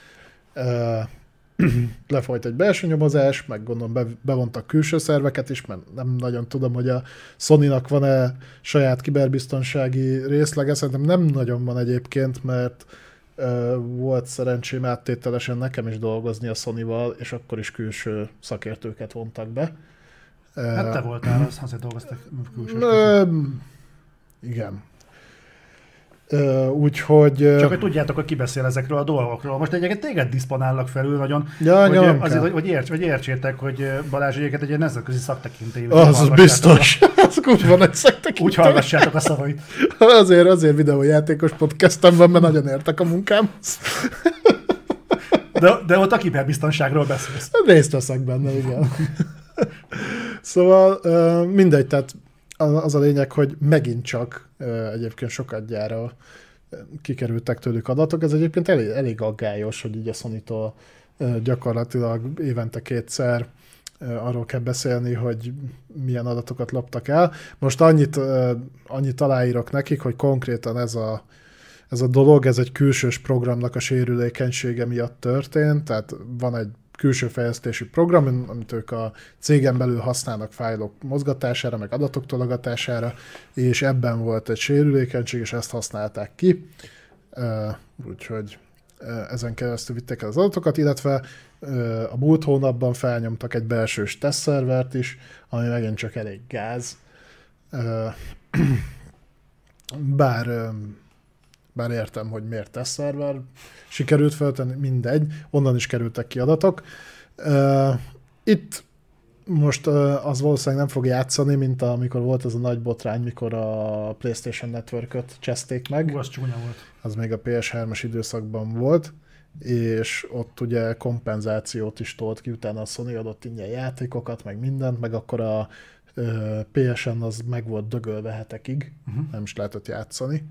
S2: lefolyt egy belső nyomozás, meg gondolom bevontak külső szerveket is, mert nem nagyon tudom, hogy a Sony-nak van-e saját kiberbiztonsági részlege, szerintem nem nagyon van egyébként, mert volt szerencsém áttételesen nekem is dolgozni a Sony-val, és akkor is külső szakértőket vontak be.
S1: Hát te voltál, azért dolgoztak külső.
S2: Igen. Úgyhogy...
S1: Csak hogy tudjátok, hogy ki beszél ezekről a dolgokról. Most egyébként téged diszponálnak felül nagyon, hogy értsétek, hogy Balázs egyébként egy nemzetközi szaktekintélyű.
S2: Az biztos. Az kurva nagy szaktekintély.
S1: Úgy hallgassátok a szavait.
S2: Azért videójátékos podcastem van, mert nagyon értek a munkámhoz.
S1: De ott a kiberbiztonságról beszélsz.
S2: Részt veszek benne, igen. Szóval mindegy, tehát az a lényeg, hogy megint csak egyébként sokadjára kikerültek tőlük adatok. Ez egyébként elég aggályos, hogy így a Sony-tól gyakorlatilag évente 2-szer arról kell beszélni, hogy milyen adatokat loptak el. Most annyit aláírok nekik, hogy konkrétan ez a dolog, ez egy külsős programnak a sérülékenysége miatt történt, tehát van egy külső fejlesztési program, amit ők a cégen belül használnak fájlok mozgatására, meg adatok tologatására, és ebben volt egy sérülékenység, és ezt használták ki. Úgyhogy ezen keresztül vitték el az adatokat, illetve a múlt hónapban felnyomtak egy belsős tesztszervert is, ami megint csak elég gáz. Bár értem, hogy miért tesztszerver sikerült feltenni, mindegy, onnan is kerültek ki adatok. Itt most az valószínűleg nem fog játszani, mint amikor volt az a nagy botrány, mikor a PlayStation Network-öt cseszték meg.
S1: Az csúnya volt.
S2: Az még a PS3-as időszakban volt, és ott ugye kompenzációt is tolt ki, utána a Sony adott ingyen játékokat, meg mindent, meg akkor a PSN az meg volt dögölve hetekig, nem is lehetett játszani.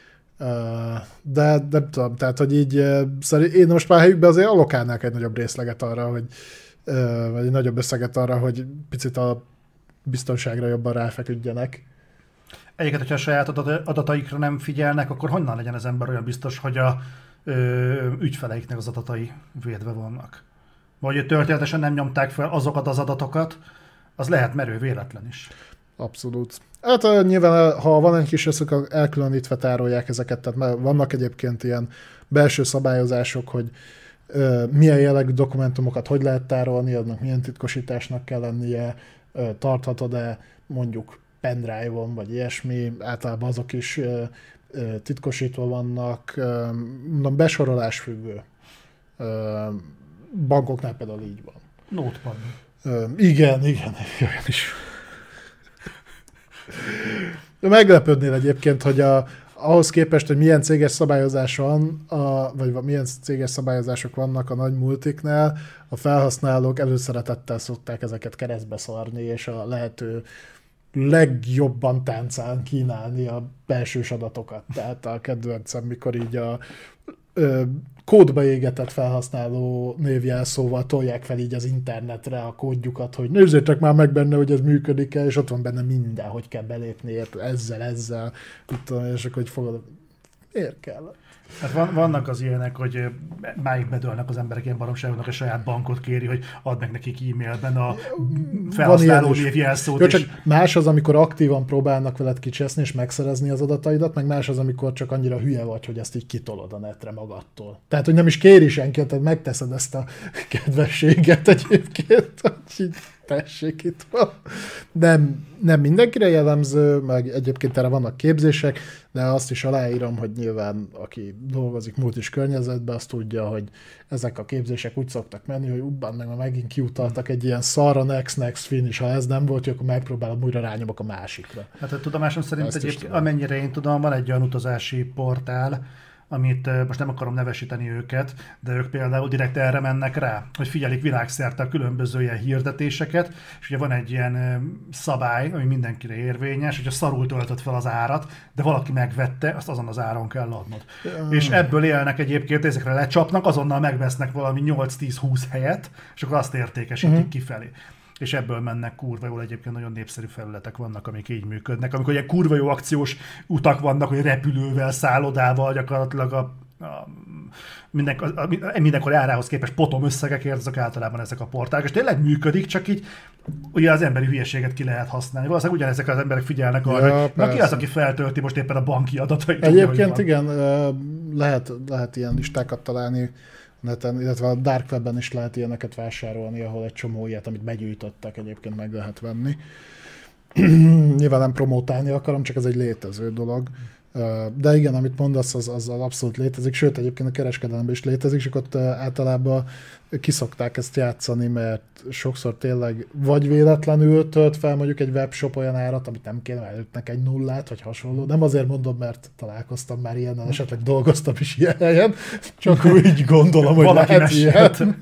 S2: De nem tudom, tehát, hogy így én most már helyükben azért allokálnák egy nagyobb részleget arra, hogy vagy egy nagyobb összeget arra, hogy picit a biztonságra jobban ráfeküdjenek.
S1: Egyébként, hogyha a saját adataikra nem figyelnek, akkor honnan legyen az ember olyan biztos, hogy a ügyfeleiknek az adatai védve vannak? Vagy történetesen nem nyomták fel azokat az adatokat, az lehet merő véletlen is.
S2: Abszolút. Hát nyilván, ha van egy kis összök, elkülönítve tárolják ezeket, tehát vannak egyébként ilyen belső szabályozások, hogy milyen jellegű dokumentumokat hogy lehet tárolni, annak milyen titkosításnak kell lennie, tarthatod-e mondjuk pendrive-on, vagy ilyesmi, általában azok is titkosítva vannak, mondom, besorolás függő. Bankoknál például így van.
S1: Notepad.
S2: Igen, olyan is. De meglepődnél egyébként, hogy ahhoz képest, hogy milyen céges szabályozás van, vagy milyen céges szabályozások vannak a nagy multiknál, a felhasználók előszeretettel szokták ezeket keresztbe szarni, és a lehető legjobban táncán kínálni a belsős adatokat. Tehát a kedvencem, mikor így a kódba égetett felhasználó névjelszóval tolják fel így az internetre a kódjukat, hogy nézzétek már meg benne, hogy ez működik-e, és ott van benne minden, hogy kell belépni, ezzel, mit tudom, és akkor hogy fogod, miért kell?
S1: Hát vannak az ilyenek, hogy máig bedőlnek az emberek ilyen baromságoknak, a saját bankot kéri, hogy add meg nekik e-mailben a felhasználó névjelszót.
S2: Jó, csak más az, amikor aktívan próbálnak veled kicseszni és megszerezni az adataidat, meg más az, amikor csak annyira hülye vagy, hogy ezt így kitolod a netre magadtól. Tehát, hogy nem is kéri senki, tehát megteszed ezt a kedvességet egyébként, hogy így tessék itt van. Nem mindenkire jellemző, meg egyébként erre vannak képzések, de azt is aláírom, hogy nyilván aki dolgozik multis környezetben, azt tudja, hogy ezek a képzések úgy szoktak menni, hogy ubban meg megint kiutaltak egy ilyen szarra next finish, ha ez nem volt, akkor megpróbálom újra rányomok a másikra.
S1: Hát a tudomásom szerint egyébként, amennyire én tudom, van egy olyan utazási portál, amit most nem akarom nevesíteni őket, de ők például direkt erre mennek rá, hogy figyelik világszerte a különböző ilyen hirdetéseket, és ugye van egy ilyen szabály, ami mindenkire érvényes, hogyha szarul töltött fel az árat, de valaki megvette, azt azon az áron kell adnod. És ebből élnek egyébként, ezekre lecsapnak, azonnal megvesznek valami 8-10-20 helyet, és akkor azt értékesítik kifelé. És ebből mennek kurva jól, egyébként nagyon népszerű felületek vannak, amik így működnek. Amikor ilyen kurva jó akciós utak vannak, hogy repülővel, szállodával gyakorlatilag mindenkor árához képest potom összegekért, azok általában ezek a portálok. És tényleg működik, csak így ugye az emberi hülyeséget ki lehet használni. Valószínűleg ugyanezek az emberek figyelnek arra, hogy na ki az, aki feltölti most éppen a banki adatait.
S2: Egyébként igen, lehet ilyen listákat találni neten, illetve a Dark Webben is lehet ilyeneket vásárolni, ahol egy csomó ilyet, amit begyűjtöttek, egyébként meg lehet venni. Nyilván nem promotálni akarom, csak ez egy létező dolog. De igen, amit mondasz, az abszolút létezik, sőt egyébként a kereskedelemben is létezik, és ott általában kiszokták ezt játszani, mert sokszor tényleg vagy véletlenül tölt fel mondjuk egy webshop olyan árat, amit nem kéne, előttnek egy nullát, vagy hasonló. Nem azért mondom, mert találkoztam már ilyennel, esetleg dolgoztam is ilyen helyen, csak úgy gondolom, hogy lehet ilyen.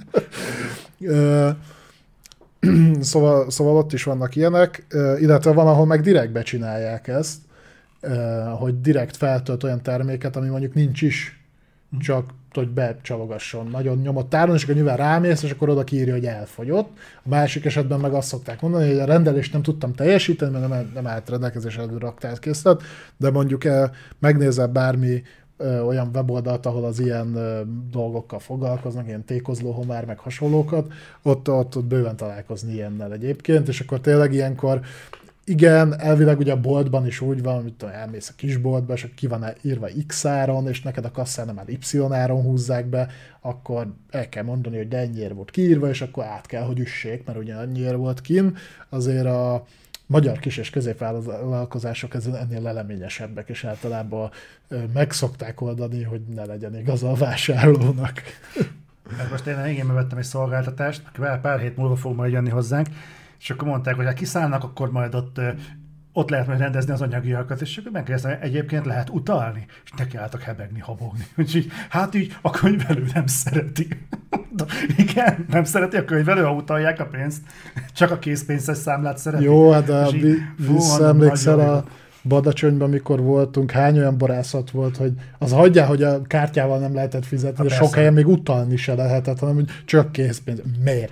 S2: Szóval ott is vannak ilyenek, illetve van, ahol meg direkt becsinálják ezt, hogy direkt feltölt olyan terméket, ami mondjuk nincs is, csak hogy becsalogasson. Nagyon nyomott áron, és akkor nyilván rámész, és akkor oda kiírja, hogy elfogyott. A másik esetben meg azt szokták mondani, hogy a rendelést nem tudtam teljesíteni, mert nem állt rendelkezésre a raktárkészlet, de mondjuk megnézel bármi olyan weboldalt, ahol az ilyen dolgokkal foglalkoznak, ilyen tékozló homár, meg hasonlókat, ott bőven találkozni ilyennel egyébként, és akkor tényleg ilyenkor igen, elvileg ugye a boltban is úgy van, hogy elmész a kisboltba, és ki van írva X áron, és neked a kasszánál már Y áron húzzák be, akkor el kell mondani, hogy de ennyiért volt kiírva, és akkor át kell, hogy üssék, mert ugye annyiért volt kin. Azért a magyar kis- és középvállalkozások ennél leleményesebbek, és általában meg szokták oldani, hogy ne legyen igaza a vásárlónak.
S1: Mert most én igénybe vettem egy szolgáltatást, pár hét múlva fog majd jönni hozzánk, és akkor mondták, hogy ha kiszállnak, akkor majd ott lehet majd rendezni az anyagiakat, és akkor megkérdeztem, egyébként lehet utalni, és nekiálltak hebegni, habogni. Úgyhogy hát így a könyvelő nem szereti. Igen, nem szereti a könyvelő, ha utalják a pénzt, csak a készpénzes számlát szereti.
S2: Jó, hát visszaemlékszel a Badacsonyban, mikor voltunk, hány olyan borászat volt, hogy az hagyjál, hogy a kártyával nem lehetett fizetni, de sok helyen még utalni se lehetett, hanem hogy csak készpénz. Miért?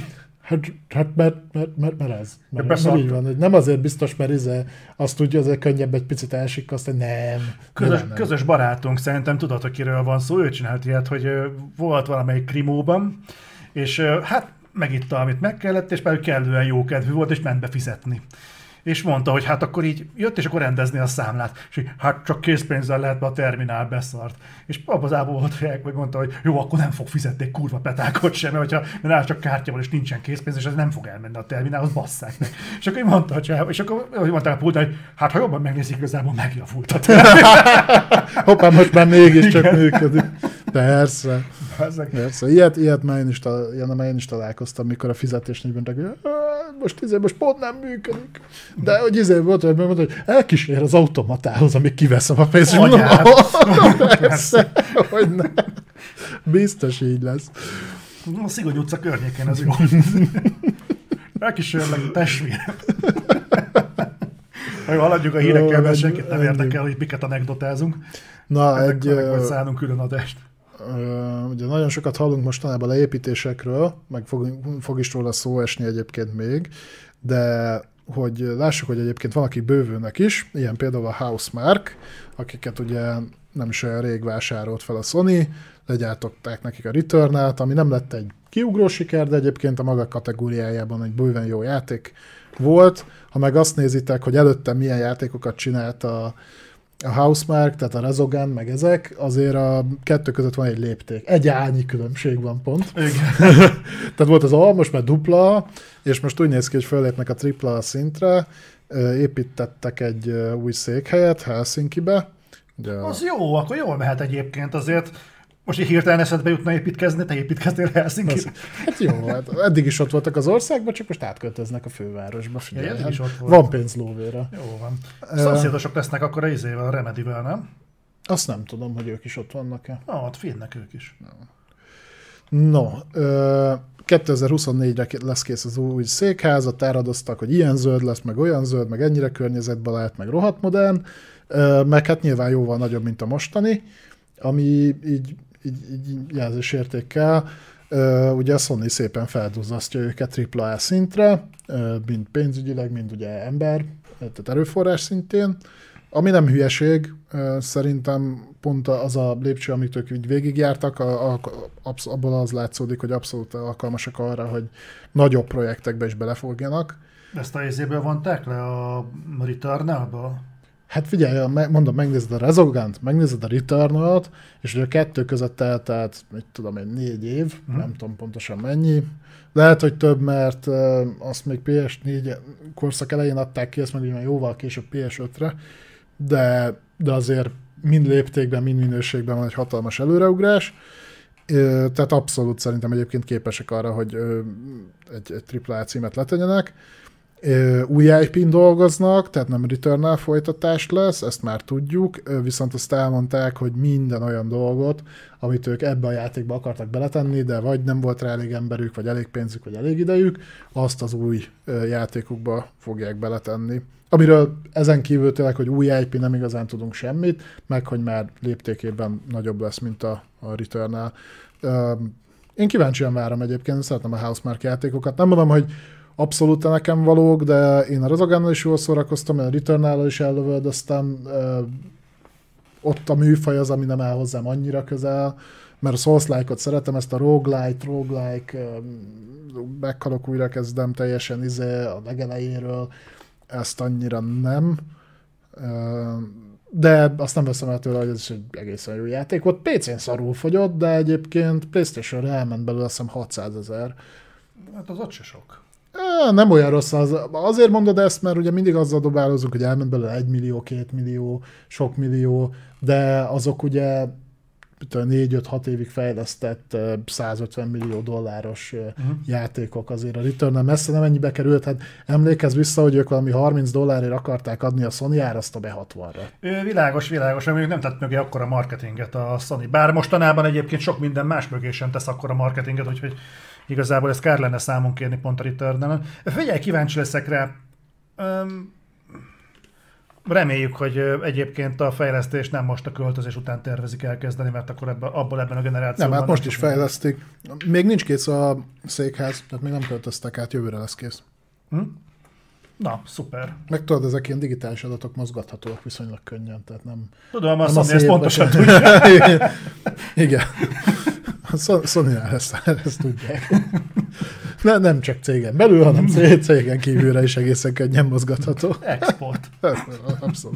S2: Hát mert ez. Mert így van, hogy nem azért biztos, mert azt tudja, azért könnyebb egy picit elsikkasztani, nem.
S1: Közös barátunk, szerintem tudod, hogy kiről van szó, ő csinált ilyet, hogy volt valamelyik krimóban, és hát megitta, amit meg kellett, és már kellően jó kedvű volt, és ment befizetni. És mondta, hogy hát akkor így jött, és akkor rendezni a számlát. És így, hát csak készpénzzel lehet be a terminál, beszart. És abbazából volt, hogy mondta, hogy jó, akkor nem fog fizetni egy kurva petákot sem, mert csak kártyával és nincsen készpénz, és ez nem fog elmenni a terminálhoz, basszák meg. És akkor mondta, és akkor mondták a pultán, hogy hát ha jobban megnézik, igazából megjavult a terminál.
S2: Hoppá, most már mégiscsak működik. Persze. Ilyet már én is találkoztam, mikor a fizetésnél mondták, hogy most pont nem működik. De hogy volt, hogy mondta, hogy elkísér az automatához, amíg kiveszem a pénzt. Persze, hogy nem. Biztos így lesz.
S1: A Szigony utca környékén ez jó. Elkísérlek, testvérem. Ha haladjuk a hírekkel, mert senkit nem érdekel, hogy miket anekdotázunk.
S2: Na,
S1: vagy szállunk külön adást.
S2: Ugye nagyon sokat hallunk mostanában a építésekről, meg fog is róla szó esni egyébként még, de hogy lássuk, hogy egyébként van, akik bővülnek is, ilyen például a Housemarque, akiket ugye nem is olyan rég vásárolt fel a Sony, legyártották nekik a Returnal-t, ami nem lett egy kiugró siker, de egyébként a maga kategóriájában egy bőven jó játék volt. Ha meg azt nézitek, hogy előtte milyen játékokat csinált a Housemarque, tehát a Resogun, meg ezek, azért a kettő között van egy lépték. Egy ányi különbség van pont. Tehát volt az A, most már dupla, és most úgy néz ki, hogy fölépnek a tripla szintre, építettek egy új székhelyet Helsinkibe.
S1: Az jó, akkor jól mehet egyébként azért. Most így hirtelen eszedbe jutna építkezni, te építkeztél Helsinki-be.
S2: Hát jó, hát eddig is ott voltak az országban, csak most átköltöznek a fővárosba.
S1: Figyelj,
S2: van pénz lóvére.
S1: Jó van. Szomszédosok lesznek akkor a Remedivel, nem?
S2: Azt nem tudom, hogy ők is ott vannak-e.
S1: Ott férnek ők is.
S2: No, 2024-re lesz kész az új székházat, áradoztak, hogy ilyen zöld lesz, meg olyan zöld, meg ennyire környezetbarát, meg rohadt modern, meg hát nyilván jóval nagyobb, mint a mostani, ami így jelzésértékkel, ugye a Sony szépen felduzzasztja őket AAA szintre, mind pénzügyileg, mind ugye ember, tehát erőforrás szintén, ami nem hülyeség, szerintem pont az a lépcső, amit ők így végigjártak, abból az látszódik, hogy abszolút alkalmasak arra, hogy nagyobb projektekbe is belefogjanak.
S1: Ezt a izéből vonták le a Returnal-ból?
S2: Hát figyelj, mondom, megnézed a Resogun-t, megnézed a Returnal-t, és ugye a kettő között eltelt, mit tudom én, 4 év, nem tudom pontosan mennyi. Lehet, hogy több, mert azt még PS4 korszak elején adták ki, ezt meg ugye jóval később PS5-re, de azért mind léptékben, mind minőségben van egy hatalmas előreugrás. Tehát abszolút szerintem egyébként képesek arra, hogy egy AAA címet letegyenek. Új IP-n dolgoznak, tehát nem Returnal folytatás lesz, ezt már tudjuk, viszont azt elmondták, hogy minden olyan dolgot, amit ők ebbe a játékba akartak beletenni, de vagy nem volt rá elég emberük, vagy elég pénzük, vagy elég idejük, azt az új játékukba fogják beletenni. Amiről ezen kívül tényleg, hogy új IP nem igazán tudunk semmit, meg hogy már léptékében nagyobb lesz, mint a Returnal. Én kíváncsian várom egyébként, szeretem a Housemarque játékokat. Nem mondom, hogy abszolút nekem valók, de én a Resogunnal is jól szórakoztam, a Returnal is ellövöldöztem. Ott a műfaj az, ami nem áll hozzám annyira közel, mert a Souls-like-ot szeretem, ezt a roguelike, meghalok, újra kezdem teljesen a legelejéről, ezt annyira nem. De azt nem veszem el tőle, hogy ez is egy egészen jó játék volt. PC-n szarul fogyott, de egyébként PlayStation-re elment belőle, azt hiszem 600 000.
S1: Hát az ott se sok.
S2: Nem olyan rossz az. Azért mondod ezt, mert ugye mindig azzal dobálozunk, hogy elment belőle 1 millió, 2 millió, sok millió, de azok ugye 4-5-6 évig fejlesztett 150 millió dolláros játékok, azért a Returnal messze nem ennyibe került. Hát emlékezz vissza, hogy ők valami $30 akarták adni a Sony-ára, azt a be-60-ra.
S1: Világos, mondjuk nem tett mögé akkora marketinget a Sony. Bár mostanában egyébként sok minden más mögé sem tesz akkora marketinget, úgyhogy igazából ezt kár lenne számon kérni pont a Returnal-on. Figyelj, kíváncsi leszek rá. Reméljük, hogy egyébként a fejlesztés nem most a költözés után tervezik elkezdeni, mert akkor abból ebben a generációban...
S2: Nem, hát most is fejlesztik. Még nincs kész a székház, tehát még nem költöztek át, jövőre lesz kész.
S1: Na, szuper.
S2: Meg tudod, ezek ilyen digitális adatok mozgathatóak viszonylag könnyen, tehát nem...
S1: Tudom, azt mondani, ezt pontosan tudja.
S2: Igen. A Sony-nál ezt tudják. Nem csak cégen belül, hanem cégen kívülre is egészen könnyen mozgatható.
S1: Export.
S2: Abszolút.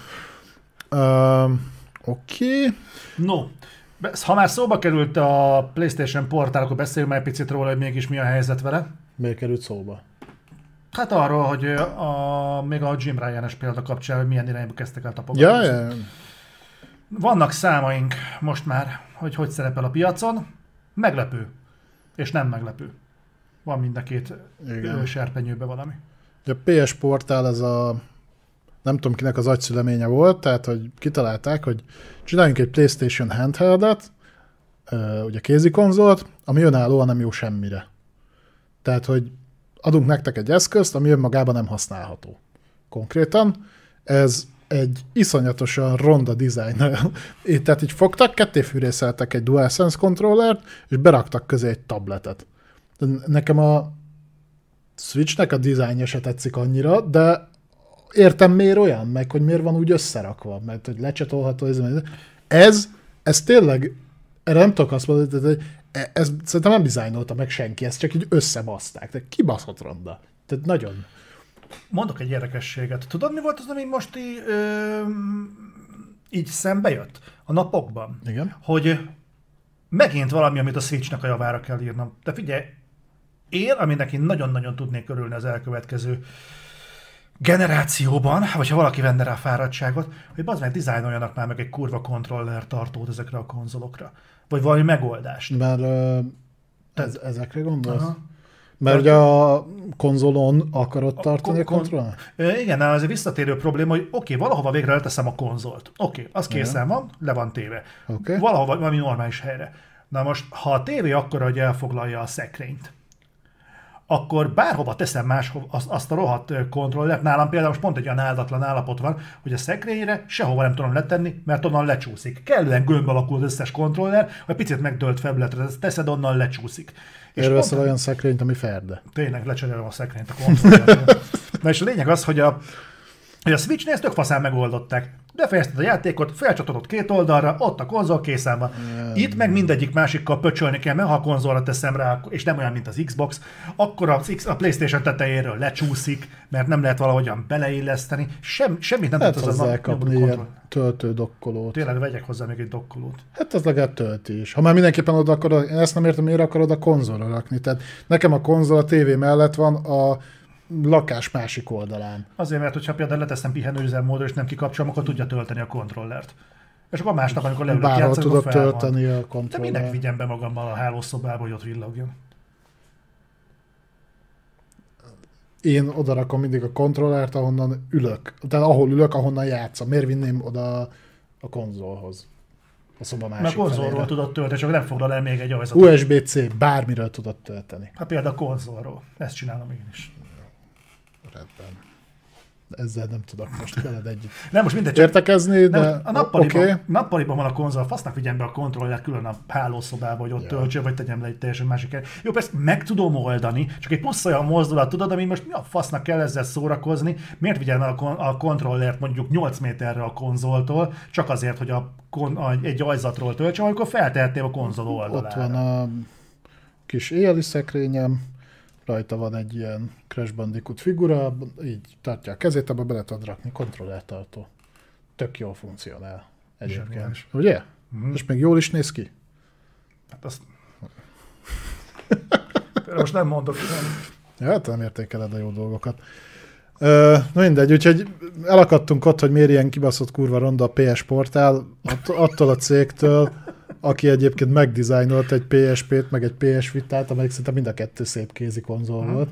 S2: Oké.
S1: No, ha már szóba került a PlayStation Portál, akkor beszéljünk már egy picit róla, hogy mégis mi a helyzet vele.
S2: Miért került szóba?
S1: Hát arról, hogy még a Jim Ryan-es példa kapcsán, hogy milyen irányba kezdtek el tapogatni.
S2: Ja.
S1: Vannak számaink most már, hogy szerepel a piacon. Meglepő. És nem meglepő. Van mind a két serpenyőben valami.
S2: A PS Portál ez a nem tudom kinek az agyszüleménye volt, tehát hogy kitalálták, hogy csináljunk egy PlayStation handheldet, ugye kézikonzolt, ami önállóan nem jó semmire. Tehát, hogy adunk nektek egy eszközt, ami önmagában nem használható. Konkrétan ez egy iszonyatosan ronda dizájn. Tehát így fogtak, kettéfűrészeltek egy DualSense kontrollert, és beraktak közé egy tabletet. De nekem a Switchnek a dizájnja se tetszik annyira, de értem miért olyan, meg hogy miért van úgy összerakva, mert hogy lecsatolható. Ez tényleg, erre nem tudok azt mondani, hogy ez szerintem nem dizájnolta meg senki, ezt csak így összebaszták. Tehát kibaszott ronda. Tehát nagyon.
S1: Mondok egy érdekességet. Tudod, mi volt az, ami most így szembe jött a napokban?
S2: Igen.
S1: Hogy megint valami, amit a Switchnek a javára kell írnom. De figyelj, én, aminek én nagyon-nagyon tudnék örülni az elkövetkező generációban, vagy ha valaki venne rá fáradtságot, hogy bazd meg dizájnoljanak már meg egy kurva kontroller tartót ezekre a konzolokra. Vagy valami megoldást.
S2: Mert ezekre gondolsz? Aha. Mert ugye a konzolon akarod tartani a kontrollon?
S1: Igen, az egy visszatérő probléma, hogy oké, valahova végre leteszem a konzolt. Oké, az készen van, le van téve. Valahova valami normális helyre. Na most, ha a tévé akkora, hogy elfoglalja a szekrényt, akkor bárhova teszem máshova azt a rohadt kontrollert. Nálam például most pont egy olyan áldatlan állapot van, hogy a szekrényre sehova nem tudom letenni, mert onnan lecsúszik. Kellően gömb alakul az összes kontroller, ha picit megdölt felületre teszed, onnan lecsúszik.
S2: És veszel olyan szekrényt, ami ferde.
S1: Tényleg lecserélem a szekrényt a kontrollert. Na és a lényeg az, hogy a Switchnél ezt tök faszán megoldották. Befejezted a játékot, felcsatolod két oldalra, ott a konzol készen van. Itt meg mindegyik másikkal pöcsölni kell, mert ha a konzolra teszem rá, és nem olyan, mint az Xbox, akkor a PlayStation tetejéről lecsúszik, mert nem lehet valahogyan beleilleszteni. Semmit nem
S2: tudsz az elkapni ilyen töltődokkolót.
S1: Tényleg vegyek hozzá még egy dokkolót.
S2: Hát az legalább tölti is. Ha már mindenképpen oda akarod, én ezt nem értem, miért akarod a konzolra rakni. Tehát nekem a konzol a tévé mellett van a lakás másik oldalán.
S1: Azért, mert hogyha például leteszem pihenőüzemmódra, és nem kikapcsolom, akkor tudja tölteni a kontrollert. És akkor másnap, amikor leülök játszani,
S2: tudod tölteni a kontrollert.
S1: De minek vigyem be magammal a hálószobába, hogy ott villogjon?
S2: Én odarakom mindig a kontrollert, ahonnan ülök. Tehát ahol ülök, ahonnan játszom. Miért vinném oda a konzolhoz? A szoba másik
S1: mert konzolról
S2: felére.
S1: Tudod tölteni, csak nem foglal el még egy ajzatot.
S2: USB-C, bármiről tudod tölteni.
S1: Hát például a konzolról. Ezt csinálom én is.
S2: Rendben. Ezzel nem tudok most veled együtt
S1: nem, most mindegy,
S2: értekezni, de
S1: a nappaliban van a konzol, fasznak vigyem be a kontrollert külön a hálószobába, hogy ott töltsön, vagy tegyem le egy teljesen másik el. Jó, persze meg tudom oldani, csak egy plusz olyan mozdulat, tudod, ami most mi a fasznak kell ezzel szórakozni, miért vigyem el a kontrollert mondjuk 8 méterre a konzoltól, csak azért, hogy egy ajzatról töltsön, amikor feltehetném a konzol oldalára.
S2: Ott van a kis éjjeli szekrényem, rajta van egy ilyen Crash Bandicoot figura, így tartja a kezét, abba bele tudod rakni kontrollertartó. Tök jól funkcionál egyébként. Ugye? És még jól is néz ki?
S1: Hát azt... most nem mondok.
S2: Ja, hát nem értékeled a jó dolgokat. Na mindegy, úgyhogy elakadtunk ott, hogy miért ilyen kibaszott kurva ronda a PS Portál, attól a cégtől, aki egyébként megdizájnolt egy PSP-t, meg egy PS Vitát, amelyik szinte mind a kettő szép kézi konzol volt.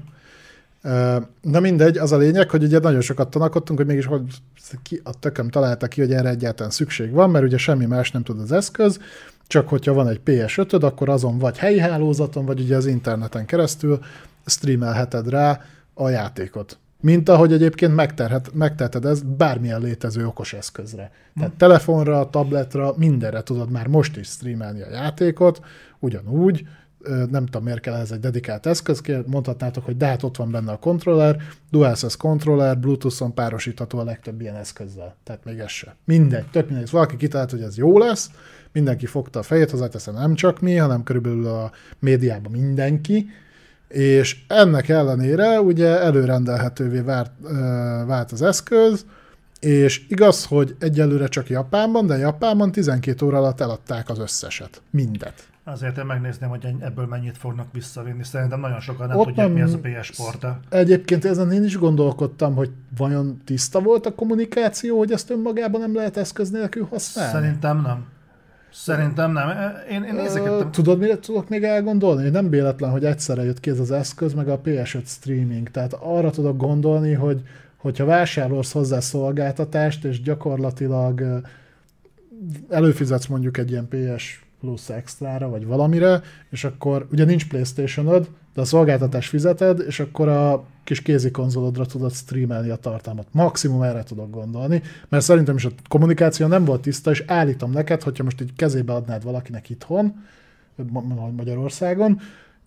S2: Na mindegy, az a lényeg, hogy ugye nagyon sokat tanakodtunk, hogy mégis hogy ki a tököm találta ki, hogy erre egyáltalán szükség van, mert ugye semmi más nem tud az eszköz, csak hogyha van egy PS5-öd, akkor azon vagy helyi hálózaton, vagy ugye az interneten keresztül streamelheted rá a játékot. Mint ahogy egyébként megteheted ezt bármilyen létező okos eszközre. Tehát telefonra, tabletra, mindenre tudod már most is streamelni a játékot, ugyanúgy, nem tudom miért kell ez egy dedikált eszköz, mondhatnátok, hogy de hát ott van benne a kontroller, DualSense kontroller, Bluetooth-on párosítható a legtöbb ilyen eszközzel. Tehát még ez se. Mindegy, tök mindegy. Valaki kitalált, hogy ez jó lesz, mindenki fogta a fejét, hozzáteszem nem csak mi, hanem körülbelül a médiában mindenki, és ennek ellenére ugye előrendelhetővé vált az eszköz, és igaz, hogy egyelőre csak Japánban, de Japánban 12 óra alatt eladták az összeset. Mindet.
S1: Azért én megnézném, hogy ebből mennyit fognak visszavinni. Szerintem nagyon sokan nem tudják, mi az a PS Portál.
S2: Egyébként ezen én is gondolkodtam, hogy vajon tiszta volt a kommunikáció, hogy ezt önmagában nem lehet eszköz nélkül használni?
S1: Szerintem nem. Én nézegettem.
S2: Tudod, mire tudok még elgondolni? Nem véletlen, hogy egyszerre jött ki ez az eszköz, meg a PS5 streaming. Tehát arra tudok gondolni, hogyha vásárolsz hozzá szolgáltatást, és gyakorlatilag előfizetsz mondjuk egy ilyen PS Plus extrára, vagy valamire, és akkor ugye nincs PlayStation-od, de a szolgáltatás fizeted, és akkor a kis kézi konzolodra tudod streamelni a tartalmat. Maximum erre tudok gondolni, mert szerintem is a kommunikáció nem volt tiszta, és állítom neked, hogyha most így kezébe adnád valakinek itthon, Magyarországon,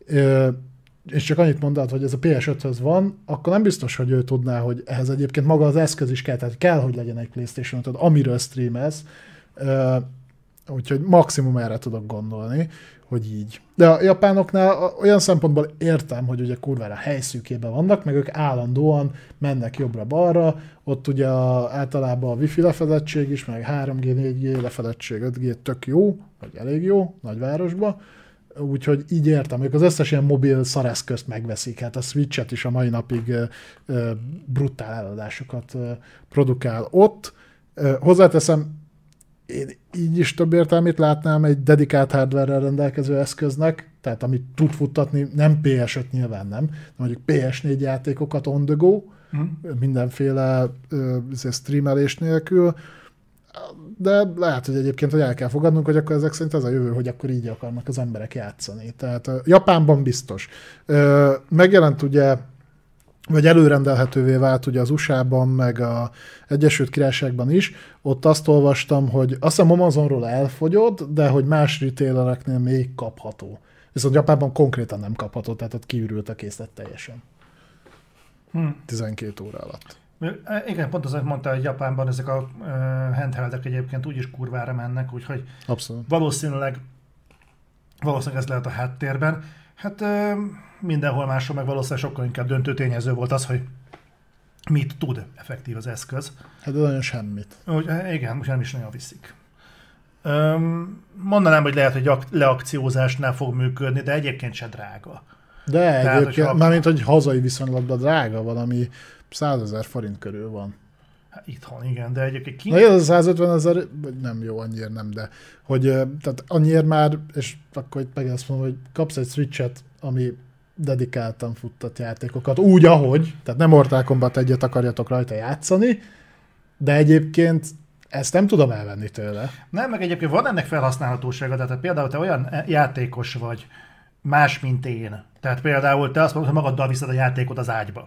S2: és csak annyit mondod, hogy ez a PS5-höz van, akkor nem biztos, hogy ő tudná, hogy ehhez egyébként maga az eszköz is kell, tehát kell, hogy legyen egy PlayStation 5, amiről streamelsz, úgyhogy maximum erre tudok gondolni, hogy így. De a japánoknál olyan szempontból értem, hogy ugye kurvára helyszűkében vannak, meg ők állandóan mennek jobbra-balra, ott ugye általában a wifi lefedettség is, meg 3G, 4G lefedettség, 5G tök jó, vagy elég jó, nagyvárosba, úgyhogy így értem, ők az összes ilyen mobil szareszközt megveszik, hát a Switch-et is a mai napig brutál eladásokat produkál ott. Hozzáteszem, én így is több értelmét látnám egy dedikált hardware-rel rendelkező eszköznek, tehát amit tud futtatni, nem PS5 nyilván nem, de mondjuk PS4 játékokat on the go, mindenféle streamelés nélkül, de lehet, hogy egyébként hogy el kell fogadnunk, hogy akkor ezek szerint az a jövő, hogy akkor így akarnak az emberek játszani. Tehát Japánban biztos. Megjelent ugye, vagy előrendelhetővé vált ugye az USA-ban, meg az Egyesült Királyságban is. Ott azt olvastam, hogy azt hiszem Amazonról elfogyott, de hogy más retailereknél még kapható. Viszont Japánban konkrétan nem kapható, tehát ott kiürült a készlet teljesen. 12 óra alatt.
S1: Igen, pont az, amit mondta, hogy Japánban ezek a handheldek egyébként úgyis kurvára mennek, úgyhogy
S2: abszolút.
S1: Valószínűleg ez lehet a háttérben. Hát mindenhol máshol meg valószínűleg sokkal inkább döntő tényező volt az, hogy mit tud effektív az eszköz.
S2: Hát nagyon semmit.
S1: Igen, most nem is nagyon viszik. Mondanám, hogy lehet, hogy leakciózásnál fog működni, de egyébként se drága.
S2: De tehát, egyébként, mármint, hogy hazai viszonylatban drága, valami 100 000 forint körül van.
S1: Hát itthon, igen, de egyébként
S2: Na jó, az 150 000, nem jó, annyiért nem, de hogy tehát annyiért már, és akkor itt meg azt mondom, hogy kapsz egy Switch-et, ami dedikáltan futtat játékokat, úgy, ahogy, tehát nem Mortal Kombat 1-et akarjatok rajta játszani, de egyébként ezt nem tudom elvenni tőle.
S1: Nem, meg egyébként van ennek felhasználhatósága, tehát például te olyan játékos vagy, más, mint én. Tehát például te azt mondod, hogy magaddal viszed a játékot az ágyba.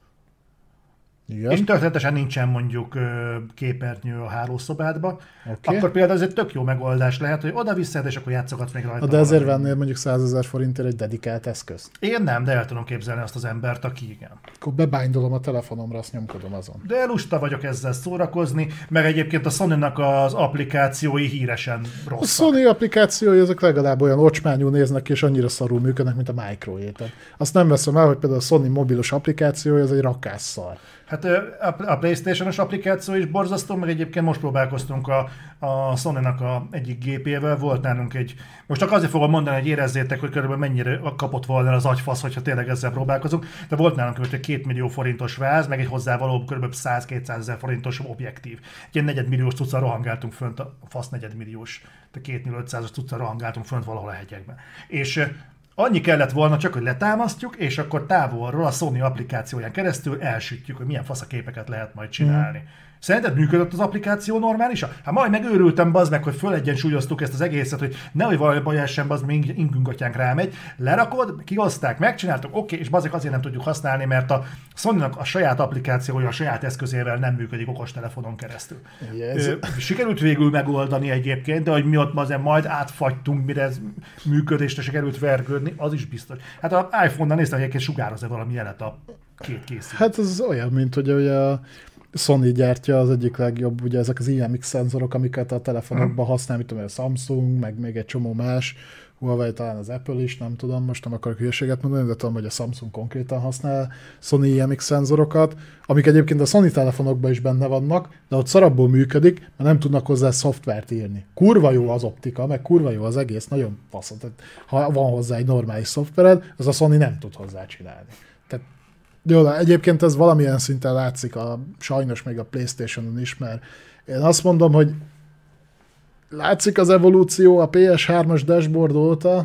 S2: Igen.
S1: És történetesen nincsen mondjuk képernyő a hálószobádba,
S2: Okay.
S1: Akkor például ez egy tök jó megoldás lehet, hogy oda visszed, és akkor játszogatsz még rajta.
S2: De ezért vennél mondjuk 100 000 forintért egy dedikált eszközt.
S1: Én nem, de el tudom képzelni azt az embert, aki igen.
S2: Akkor bebájndolom a telefonomra, azt nyomkodom azon.
S1: De lusta vagyok ezzel szórakozni, meg egyébként a Sony-nak az applikációi híresen rosszak.
S2: A Sony applikációi azok legalább olyan ocsmányú néznek ki, és annyira szarul működnek, mint a Microé. Azt nem veszem el, hogy például a Sony mobilos applikációja, az egy rakásszar.
S1: Hát a PlayStation-os applikáció is borzasztó, meg egyébként most próbálkoztunk a Sony-nak egyik gépével, volt nálunk egy, most csak azért fogom mondani, hogy érezzétek, hogy körülbelül mennyire kapott volna az agyfasz, hogyha tényleg ezzel próbálkozunk, de volt nálunk egy 2 millió forintos váz, meg egy hozzávaló kb. 100-200 000 forintos objektív. Egy ilyen 4 milliós cuccal rohangáltunk fönt, a fasz 4 milliós, de 2.500-as cuccal rohangáltunk fönt valahol a hegyekben. És annyi kellett volna csak, hogy letámasztjuk, és akkor távolról a Sony applikációján keresztül elsütjük, hogy milyen faszaképeket lehet majd csinálni. Szerinted működött az applikáció normálisan? Hát majd megőrültem, bazd meg, hogy fölegyensúlyoztuk ezt az egészet, hogy nehogy valami baj essen, bazd meg, inkünk atyánk rámegy. Lerakod, kihozták, megcsináltuk, oké, és bazd meg azért nem tudjuk használni, mert a Sony-nak a saját applikációja, a saját eszközével nem működik okostelefonon keresztül. Sikerült végül megoldani egyébként, de hogy mi ott azért majd átfagytunk, mire ez működésre sikerült vergődni, az is biztos. Hát az iPhone-nal néztem, hogy egyébként sugároz-e valami jelet a két készítő.
S2: Hát ez olyan, mint hogy a Sony gyártja az egyik legjobb, ugye ezek az IMX szenzorok, amiket a telefonokban használ, mit tudom, a Samsung, meg még egy csomó más, Huawei, talán az Apple is, nem tudom, most nem akarok hülyeséget mondani, de tudom, hogy a Samsung konkrétan használ Sony IMX szenzorokat, amik egyébként a Sony telefonokban is benne vannak, de ott szarabból működik, mert nem tudnak hozzá szoftvert írni. Kurva jó az optika, meg kurva jó az egész, nagyon fasz. Tehát, ha van hozzá egy normális szoftvered, az a Sony nem tud hozzá csinálni. Tehát jó, de egyébként ez valamilyen szinten látszik sajnos még a PlayStation-on is, mert én azt mondom, hogy látszik az evolúció a PS3-as dashboard óta,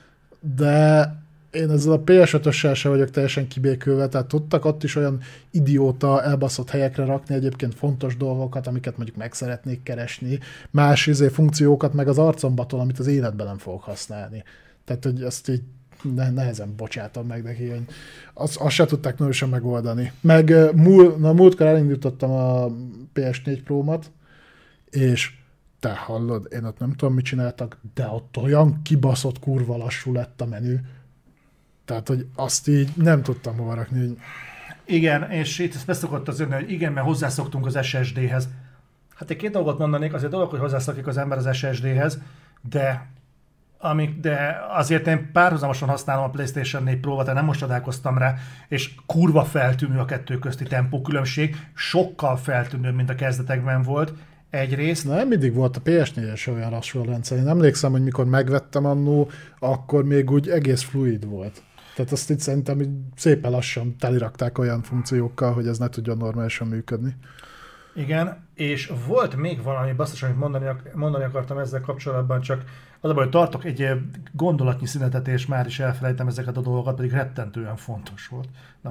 S2: de én ezzel a PS5-össel sem vagyok teljesen kibékülve, tehát tudtak ott is olyan idióta elbaszott helyekre rakni egyébként fontos dolgokat, amiket mondjuk meg szeretnék keresni, más funkciókat meg az arcombatól, amit az életben nem fogok használni. Tehát, hogy ezt így nehezen bocsátom meg neki, hogy azt se tudták nagyon megoldani. Meg múltkor elindítottam a PS4 Pro-mat, és te hallod, én ott nem tudom, mit csináltak, de ott olyan kibaszott kurva lassú lett a menü. Tehát, hogy azt így nem tudtam hova rakni. Hogy...
S1: Igen, és itt ezt beszokott az önni, hogy igen, mert hozzászoktunk az SSD-hez. Hát egy két dolgot mondanék, azért dolog, hogy hozzászokik az ember az SSD-hez, de azért én párhuzamosan használom a PlayStation 4 Pro-vat, de nem most csodálkoztam rá, és kurva feltűnő a kettő közti tempókülönbség, sokkal feltűnőbb, mint a kezdetekben volt. Egyrészt.
S2: Nem mindig volt a PS4-es olyan lassú a rendszer. Én emlékszem, hogy mikor megvettem annó, akkor még úgy egész fluid volt. Tehát azt itt szerintem szépen lassan telirakták olyan funkciókkal, hogy ez ne tudjon normálisan működni.
S1: Igen, és volt még valami basszus, amit mondani akartam ezzel kapcsolatban, csak az a baj, hogy tartok egy gondolatnyi szünetet, és már is elfelejtem ezeket a dolgokat, pedig rettentően fontos volt. Na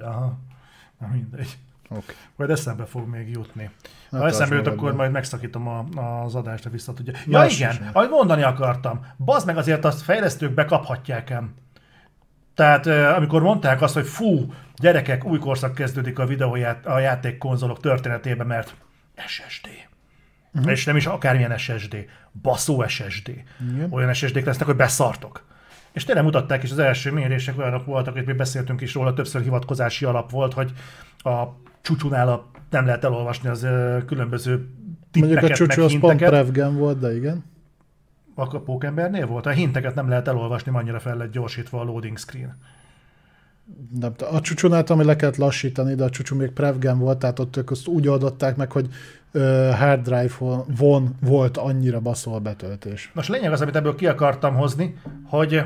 S1: mindegy.
S2: Okay.
S1: Majd eszembe fog még jutni.
S2: Hát
S1: ha eszembe jut, akkor majd megszakítom az adást, vissza tudja. Ja igen, amit mondani akartam. Bazd meg, azért azt fejlesztők bekaphatják-em. Tehát amikor mondták azt, hogy fú, gyerekek, új korszak kezdődik a játékkonzolok történetében, mert SSD. És nem is akármilyen SSD, baszó SSD. Igen. Olyan SSD-k lesznek, hogy beszartok. És tényleg mutatták is, az első mérések olyanok voltak, hogy mi beszéltünk is róla, többször hivatkozási alap volt, hogy a csúcsunál nem lehet elolvasni az különböző tippeket,
S2: mondjuk a csúcsú az pont Prevgen volt, de igen.
S1: A Pókembernél volt? A hinteket nem lehet elolvasni, annyira fel lett gyorsítva a loading screen.
S2: Nem, a csúcsúnál, ami le kellett lassítani, de a csúcsú még Prevgen volt, tehát ott ők azt úgy oldották meg, hogy hard drive-on volt annyira baszol betöltés.
S1: Most lényeg az, amit ebből ki akartam hozni, hogy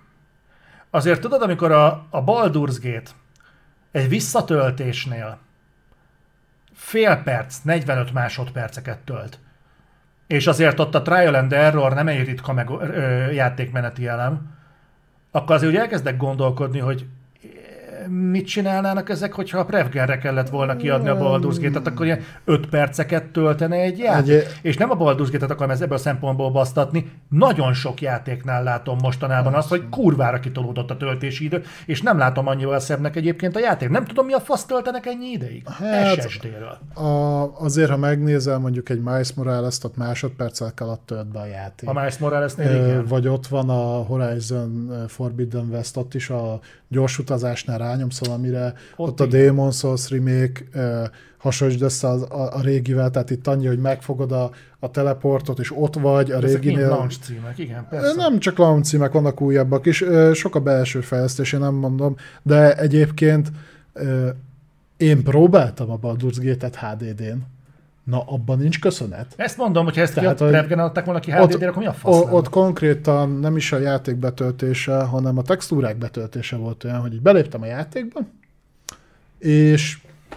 S1: azért tudod, amikor a Baldur's Gate egy visszatöltésnél fél perc, 45 másodperceket tölt, és azért ott a trial and error nem egy ritka játékmeneti elem, akkor azért úgy elkezdek gondolkodni, hogy mit csinálnának ezek, hogyha a Prevgenre kellett volna kiadni a Baldur's Gate-et, akkor ilyen 5 perceket töltene egy játék. És nem a Baldur's Gate-et akarom ebből a szempontból basztatni, nagyon sok játéknál látom mostanában azt, hogy kurvára kitolódott a töltési idő, és nem látom annyival szebbnek egyébként a játék. Nem tudom, mi a fasz töltenek ennyi ideig? Hát, SSD-ről.
S2: Azért, ha megnézel mondjuk egy Miles Morales-t, ott másodperccel alatt tölt be a játék.
S1: A Miles Morales-nél igen.
S2: Vagy ott van a Horizon Forbidden West, ott is a gyors utazásnál rányomsz valamire, ott a Demon's Souls remake, hasonlítsd össze a régivel, tehát itt annyi, hogy megfogod a teleportot, és ott vagy a réginél.
S1: Ezek launch címek, igen, persze.
S2: Nem csak launch címek, vannak újabbak is, sok a belső fejlesztés, én nem mondom, de egyébként én próbáltam a Baldur's Gate-et HDD-n. Na, abban nincs köszönet.
S1: Ezt mondom, hogyha ezt Prevgen adták volna ki HDD-re, akkor mi a fasz
S2: ott konkrétan nem is a játék betöltése, hanem a textúrák betöltése volt olyan, hogy így beléptem a játékba, és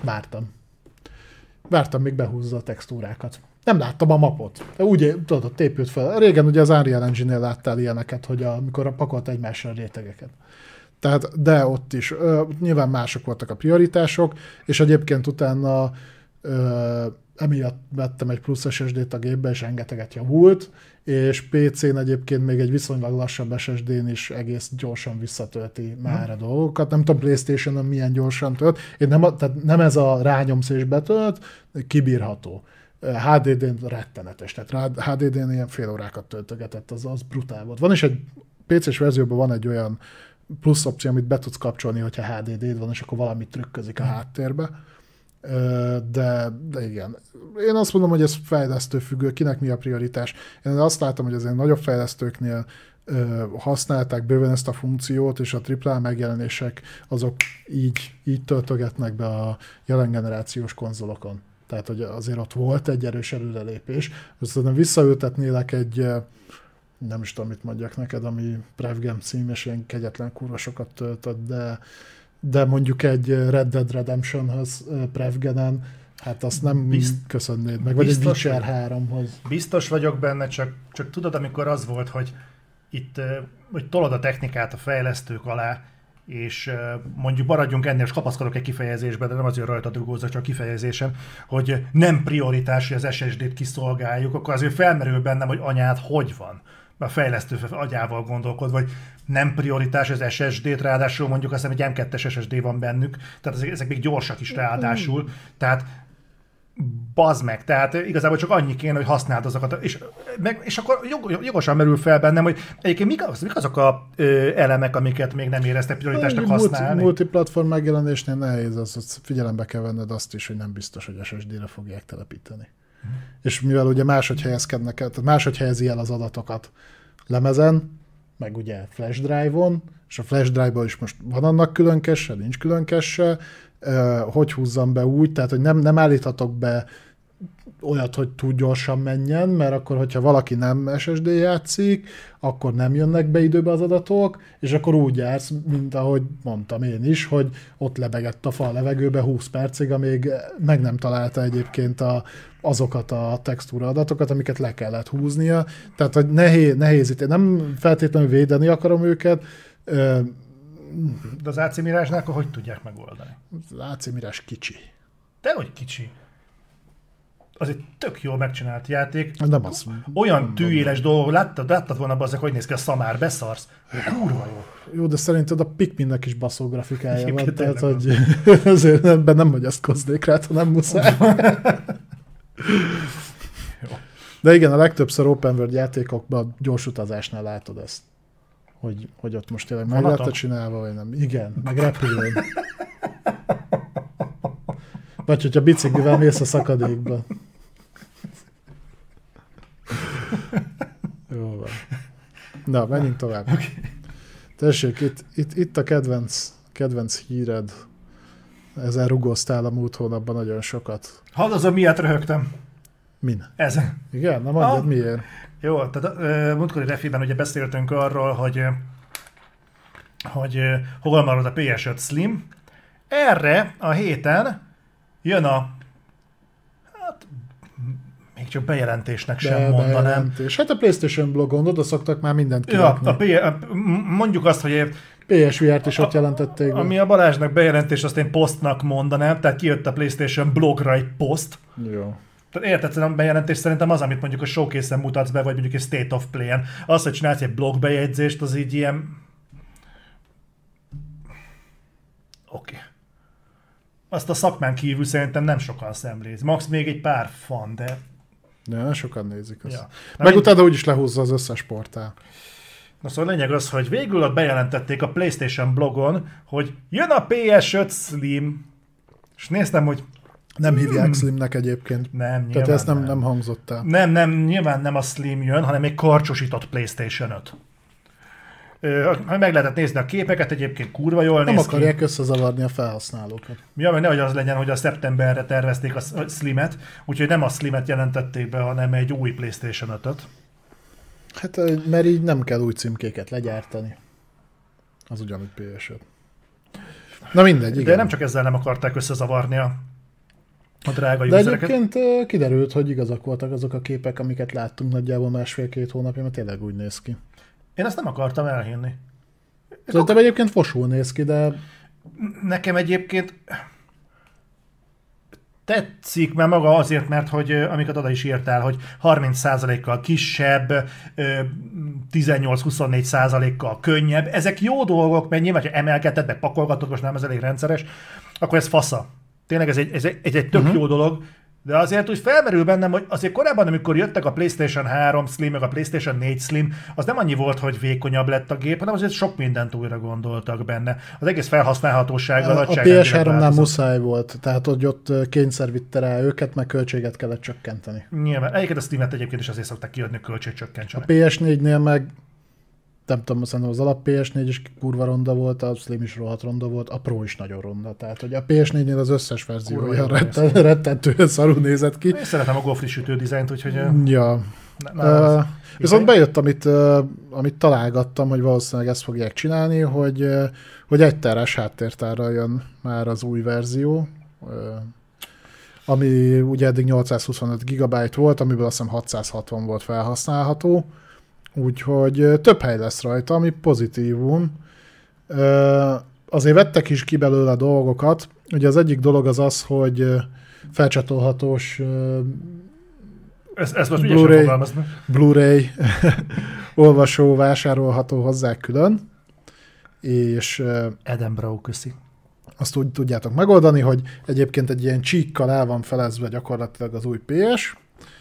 S2: vártam, még behúzza a textúrákat. Nem láttam a mapot. Úgy tudod, ott épült fel. Régen ugye az Unreal Engine-nél láttál ilyeneket, hogy amikor pakolt egymásra a rétegeket. Tehát, de ott is. Nyilván mások voltak a prioritások, és egyébként utána emiatt vettem egy plusz SSD-t a gépbe, és rengeteget javult, és PC-n egyébként még egy viszonylag lassabb SSD-n is egész gyorsan visszatölti már a dolgokat. Nem tudom, PlayStation-on milyen gyorsan tölt. Tehát nem ez a rányomsz és betölt, kibírható. HDD-n rettenetes, tehát HDD-n ilyen fél órákat töltögetett, az brutál volt. Van is egy PC-s verzióban van egy olyan plusz opció, amit be tudsz kapcsolni, hogyha HDD-d van, és akkor valamit trükközik a háttérbe. De igen. Én azt mondom, hogy ez fejlesztőfüggő, kinek mi a prioritás. Én azt látom, hogy azért nagyobb fejlesztőknél használták bőven ezt a funkciót, és a AAA megjelenések azok így töltögetnek be a jelen generációs konzolokon. Tehát, hogy azért ott volt egy erős előrelépés. Aztán visszaültetnélek egy, nem is tudom, mit mondjak neked, ami Prevgen cím, és ilyen kegyetlen kurva sokat töltött, de mondjuk egy Red Dead Redemptionhoz Prevgenen, hát azt nem köszönnéd meg, vagy egy Witcher 3-hoz.
S1: Biztos vagyok benne, csak tudod, amikor az volt, hogy itt hogy tolod a technikát a fejlesztők alá, és mondjuk maradjunk ennél, és kapaszkodok egy kifejezésbe, de nem azért rajta drugózzak, csak a kifejezésem, hogy nem prioritás, hogy az SSD-t kiszolgáljuk, akkor azért felmerül bennem, hogy anyád hogy van. A fejlesztő agyával gondolkodva, vagy nem prioritás az SSD-t, ráadásul mondjuk azt hiszem, egy M2-es SSD van bennük, tehát ezek még gyorsak is ráadásul, tehát bazd meg, tehát igazából csak annyi kéne, hogy használd azokat, és akkor jogosan merül fel bennem, hogy egyébként mik azok a elemek, amiket még nem éreztek prioritásnak használni?
S2: Multiplatform megjelenésnél nehéz, az figyelembe kell venned azt is, hogy nem biztos, hogy SSD-re fogják telepíteni. És mivel ugye máshogy helyezkednek el, tehát máshogy helyezi el az adatokat lemezen, meg ugye flash drive-on, és a flash drive-ban is most van annak külön cache, nincs külön cache, hogy húzzam be úgy, tehát hogy nem állíthatok be olyat, hogy túl gyorsan menjen, mert akkor, hogyha valaki nem SSD játszik, akkor nem jönnek be időbe az adatok, és akkor úgy jársz, mint ahogy mondtam én is, hogy ott lebegett a fa a levegőbe 20 percig, amíg meg nem találta egyébként azokat a textúra adatokat, amiket le kellett húznia. Tehát, hogy nehéz itt. Én nem feltétlenül védeni akarom őket.
S1: De az AC Mirage-nál akkor hogy tudják megoldani?
S2: Az AC Mirage kicsi.
S1: Dehogy kicsi. Az egy tök jól megcsinált játék.
S2: Nem az.
S1: Olyan tűéles dolgok, láttad volna bazzak, hogy néz ki a szamár, beszarsz. Kurva jó.
S2: Jó, de szerinted a Pikminnek is baszó grafikája van,
S1: Egyébként
S2: tehát
S1: tényleg
S2: hogy azért ebben nem hagyaszkoznék rá, ha nem muszáj.
S1: Jó.
S2: De igen, a legtöbbször open world játékokban gyors utazásnál látod ezt. Hogy ott most tényleg meg
S1: Vonaton?
S2: lett csinálva, vagy nem. Igen, meg repülőn. Vagy hogyha biciklivel mész a szakadékba. Jó van. Na, menjünk tovább.
S1: Okay.
S2: Tessék, itt a kedvenc híred. Ezzel rugóztál a múlt hónapban nagyon sokat.
S1: Hallod, miatt röhögtem.
S2: Min?
S1: Ezen.
S2: Igen? Na mondjad,
S1: Ah.
S2: miért?
S1: Jó, tehát múltkori refiben ugye beszéltünk arról, hogy hol marad a PS5 Slim. Erre a héten jön hát még csak bejelentésnek sem mondanám.
S2: Bejelentés. Hát a PlayStation blogon oda szoktak már mindent
S1: Ja,
S2: kirakni.
S1: mondjuk azt, hogy
S2: PSVR-t is ott jelentették be.
S1: ami a Balázsnak bejelentés, azt én posztnak mondanám, tehát kijött a PlayStation blogra egy poszt.
S2: Jó.
S1: Tehát érted, a bejelentés szerintem az, amit mondjuk a showcase-en mutatsz be, vagy mondjuk egy State of Play-en. Az, hogy csinálsz egy blogbejegyzést, az így ilyen... Oké. Azt a szakmán kívül szerintem nem sokan szemléz. Max még egy pár fan, de...
S2: De sokan nézik azt.
S1: Ja.
S2: Meg utána úgyis lehúzza az összes portál.
S1: Na szóval a lényeg az, hogy végül ott bejelentették a PlayStation blogon, hogy jön a PS5 Slim. És néztem, hogy
S2: Nem hívják Slimnek egyébként.
S1: nem, nyilván
S2: Tehát ezt nem hangzott el.
S1: Nem, nyilván nem a Slim jön, hanem egy karcsosított PlayStation 5. Meg lehetett nézni a képeket, egyébként kurva jól
S2: Nem
S1: néz
S2: akarják
S1: ki.
S2: összezavarni a felhasználókat.
S1: Ja, meg nehogy az legyen, hogy a szeptemberre tervezték a Slimet, úgyhogy nem a Slimet jelentették be, hanem egy új PlayStation 5-öt.
S2: Hát, mert így nem kell új címkéket legyártani. Az ugyanúgy PS5. Na mindegy, igen.
S1: De nem csak ezzel nem akarták összezavarni a drága
S2: De
S1: usereket.
S2: egyébként kiderült, hogy igazak voltak azok a képek, amiket láttunk nagyjából 1,5-2 hónapja, mert tényleg úgy néz ki.
S1: Én ezt nem akartam elhinni.
S2: Szerintem egyébként fosul néz ki, de
S1: Nekem egyébként tetszik, mert maga azért, mert hogy amiket oda is írtál, hogy 30%-kal kisebb, 18-24%-kal könnyebb. Ezek jó dolgok, mert nyilván, ha emelkedted, meg pakolgatod, most nem ez elég rendszeres, akkor ez fasza. Tényleg ez egy tök jó dolog, de azért úgy felmerül bennem, hogy azért korábban, amikor jöttek a PlayStation 3 Slim, meg a PlayStation 4 Slim, az nem annyi volt, hogy vékonyabb lett a gép, hanem azért sok mindent újra gondoltak benne. Az egész felhasználhatósággal,
S2: a PS3-nál muszáj volt, tehát hogy ott kényszer vitte rá őket, meg költséget kellett csökkenteni.
S1: Nyilván. Egyébként a Steam-et egyébként is azért szokták kiadni, hogy
S2: A
S1: költségcsökkentsenek.
S2: PS4-nél meg nem tudom, szerintem az alap PS4 is kurva ronda volt, a Slim is rohadt ronda volt, a Pro is nagyon ronda. Tehát, hogy a PS4-nél az összes verziója rettentően szarul nézett ki.
S1: Én szeretem a gofri sütő dizájnt, úgyhogy...
S2: Ja. Viszont bejött, amit találgattam, hogy valószínűleg ezt fogják csinálni, hogy 1 terás háttértárral jön már az új verzió, ami ugye eddig 825 GB volt, amiből azt hiszem 660 volt felhasználható, úgyhogy több hely lesz rajta, ami pozitívum. Azért vettek is ki belőle dolgokat. Ugye az egyik dolog az, hogy felcsatolhatós
S1: ezt most ügyesen fogalmazni.
S2: Blu-ray olvasó vásárolható hozzá külön, és
S1: Edinburgh, köszi.
S2: azt úgy tudjátok megoldani, hogy egyébként egy ilyen csíkkal el van felezve gyakorlatilag az új PS,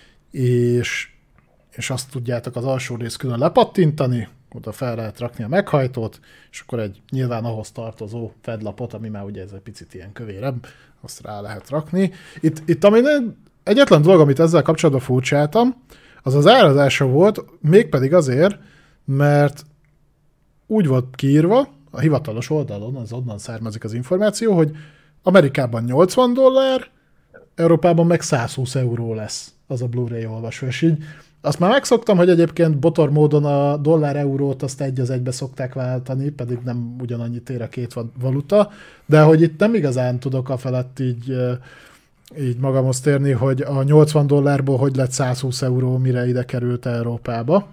S2: és azt tudjátok az alsó rész külön lepattintani, oda fel lehet rakni a meghajtót, és akkor egy nyilván ahhoz tartozó fedlapot, ami már ugye ez egy picit ilyen kövérebb, azt rá lehet rakni. Itt ami egyetlen dolog, amit ezzel kapcsolatban furcsáltam, az az árazása volt, mégpedig azért, mert úgy volt kiírva, a hivatalos oldalon, az onnan származik az információ, hogy Amerikában $80, Európában meg 120 euró lesz az a Blu-ray olvasó, és így azt már megszoktam, hogy egyébként botor módon a dollár-eurót azt egy az egybe szokták váltani, pedig nem ugyanannyit ér a két valuta, de hogy itt nem igazán tudok a felett így magamhoz térni, hogy a 80 dollárból hogy lett 120 euró, mire ide került Európába.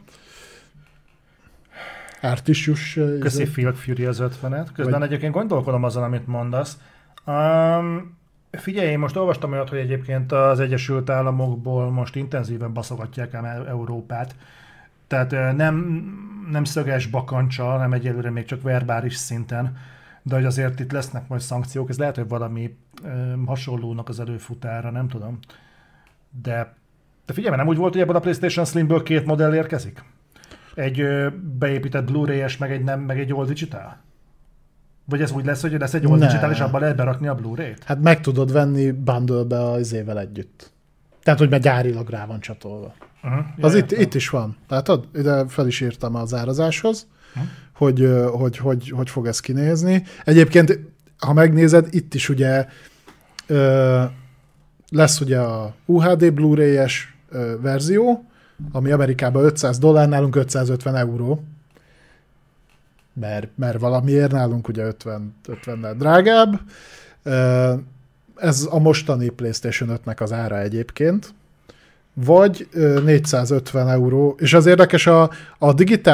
S2: Artisius.
S1: Köszi Field Fury az 50-et. Közben egyébként gondolkodom azon, amit mondasz. Figyelj, én most olvastam olyat, hogy egyébként az Egyesült Államokból most intenzíven baszogatják el Európát. Tehát nem szöges bakancsal, nem egyelőre még csak verbális szinten, de hogy azért itt lesznek majd szankciók, ez lehet, hogy valami hasonlónak az előfutára, nem tudom. De figyelj, mert nem úgy volt, hogy ebből a PlayStation Slimből 2 modell érkezik? Egy beépített Blu-ray-es, meg egy All Digital? Vagy ez úgy lesz, hogy lesz egy All Digital, és abban lehet berakni a Blu-ray-t?
S2: Hát meg tudod venni bundle-be az évvel együtt. Tehát, hogy már gyárilag rá van csatolva. Az itt is van. Látod? Ide fel is írtam az árazáshoz, hogy fog ez kinézni. Egyébként, ha megnézed, itt is ugye lesz ugye a UHD Blu-ray-es verzió, ami Amerikában $500, nálunk 550 euró. Mert valamiért nálunk ugye 50-nel drágább. Ez a mostani PlayStation 5-nek az ára egyébként. Vagy 450 euró. És az érdekes, a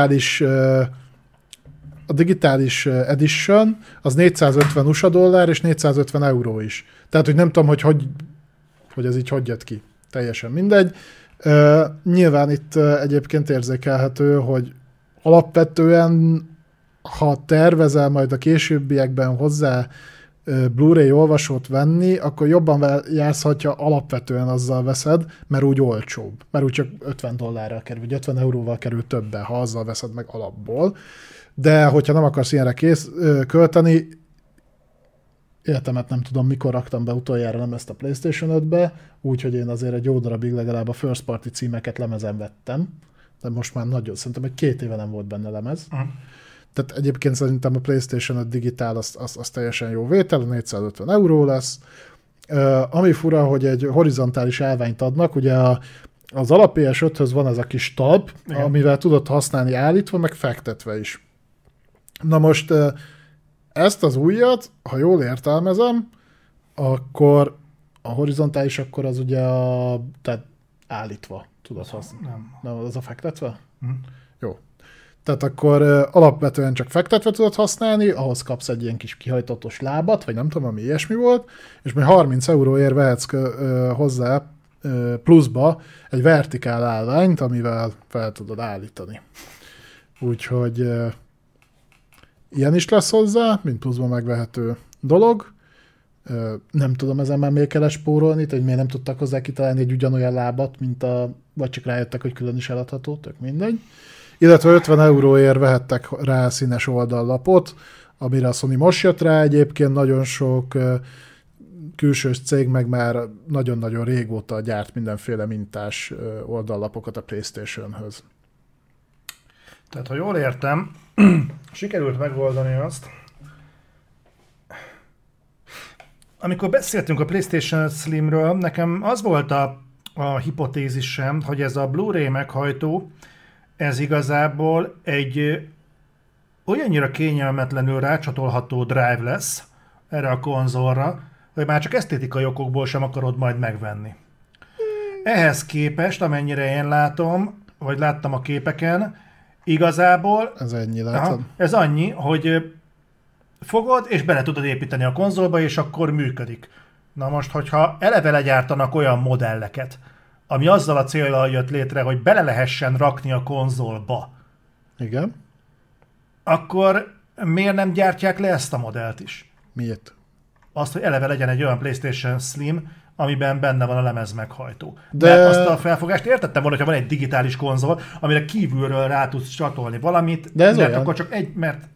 S2: digitális edition az 450 USA dollár és 450 euró is. Tehát, hogy nem tudom, hogy ez így hogy jött ki. Teljesen mindegy. Nyilván itt egyébként érzékelhető, hogy alapvetően ha tervezel majd a későbbiekben hozzá Blu-ray olvasót venni, akkor jobban jársz, hogyha alapvetően azzal veszed, mert úgy olcsóbb. Mert úgy csak $50 kerül, vagy 50 euróval kerül többen, ha azzal veszed meg alapból. De hogyha nem akarsz ilyenre költeni, életemet nem tudom, mikor raktam be utoljára nem ezt a PlayStation 5-be, úgyhogy én azért egy jó darabig legalább a first party címeket lemezen vettem, de most már nagyon, szerintem egy 2 éve nem volt benne lemez. Tehát egyébként szerintem a PlayStation 5 digitál az teljesen jó vétel, 450 euró lesz. Ami fura, hogy egy horizontális állványt adnak, ugye az alap PS5-höz van ez a kis tab, amivel tudod használni állítva, meg fektetve is. Na most ezt az újat, ha jól értelmezem, akkor a horizontális, akkor az ugye tehát állítva tudod használni. Nem, az a fektetve? Jó. Tehát akkor alapvetően csak fektetve tudod használni, ahhoz kapsz egy ilyen kis kihajtatos lábat, vagy nem tudom, ami ilyesmi volt, és majd 30 euróért vehetsz hozzá pluszba egy vertikál állványt, amivel fel tudod állítani. Úgyhogy ilyen is lesz hozzá, mint pluszban megvehető dolog. Nem tudom ezen már még kell spórolni, hogy miért nem tudtak hozzá kitalálni egy ugyanolyan lábat, mint vagy csak rájöttek, hogy külön is eladható, tök mindegy. Illetve 50 euróért vehettek rá színes oldallapot, amire a Sony most jött rá egyébként, nagyon sok külsős cég meg már nagyon-nagyon régóta gyárt mindenféle mintás oldallapokat a PlayStation-höz.
S1: Tehát, ha jól értem, sikerült megoldani azt. Amikor beszéltünk a PlayStation Slimről, nekem az volt a hipotézisem, hogy ez a Blu-ray meghajtó, ez igazából egy olyannyira kényelmetlenül rácsatolható drive lesz erre a konzolra, hogy már csak esztétikai okokból sem akarod majd megvenni. Ehhez képest, amennyire én látom, vagy láttam a képeken, igazából...
S2: Ez ennyi, látod?
S1: Ez annyi, hogy fogod, és bele tudod építeni a konzolba, és akkor működik. Na most, hogyha eleve legyártanak olyan modelleket, ami azzal a céllal jött létre, hogy bele lehessen rakni a konzolba.
S2: Igen.
S1: Akkor miért nem gyártják le ezt a modellt is?
S2: Miért?
S1: Azt, hogy eleve legyen egy olyan PlayStation Slim, amiben benne van a lemez meghajtó. De azt a felfogást értettem volna, hogyha van egy digitális konzol, amire kívülről rá tudsz csatolni valamit,
S2: de ez
S1: mert
S2: olyan.
S1: akkor csak mert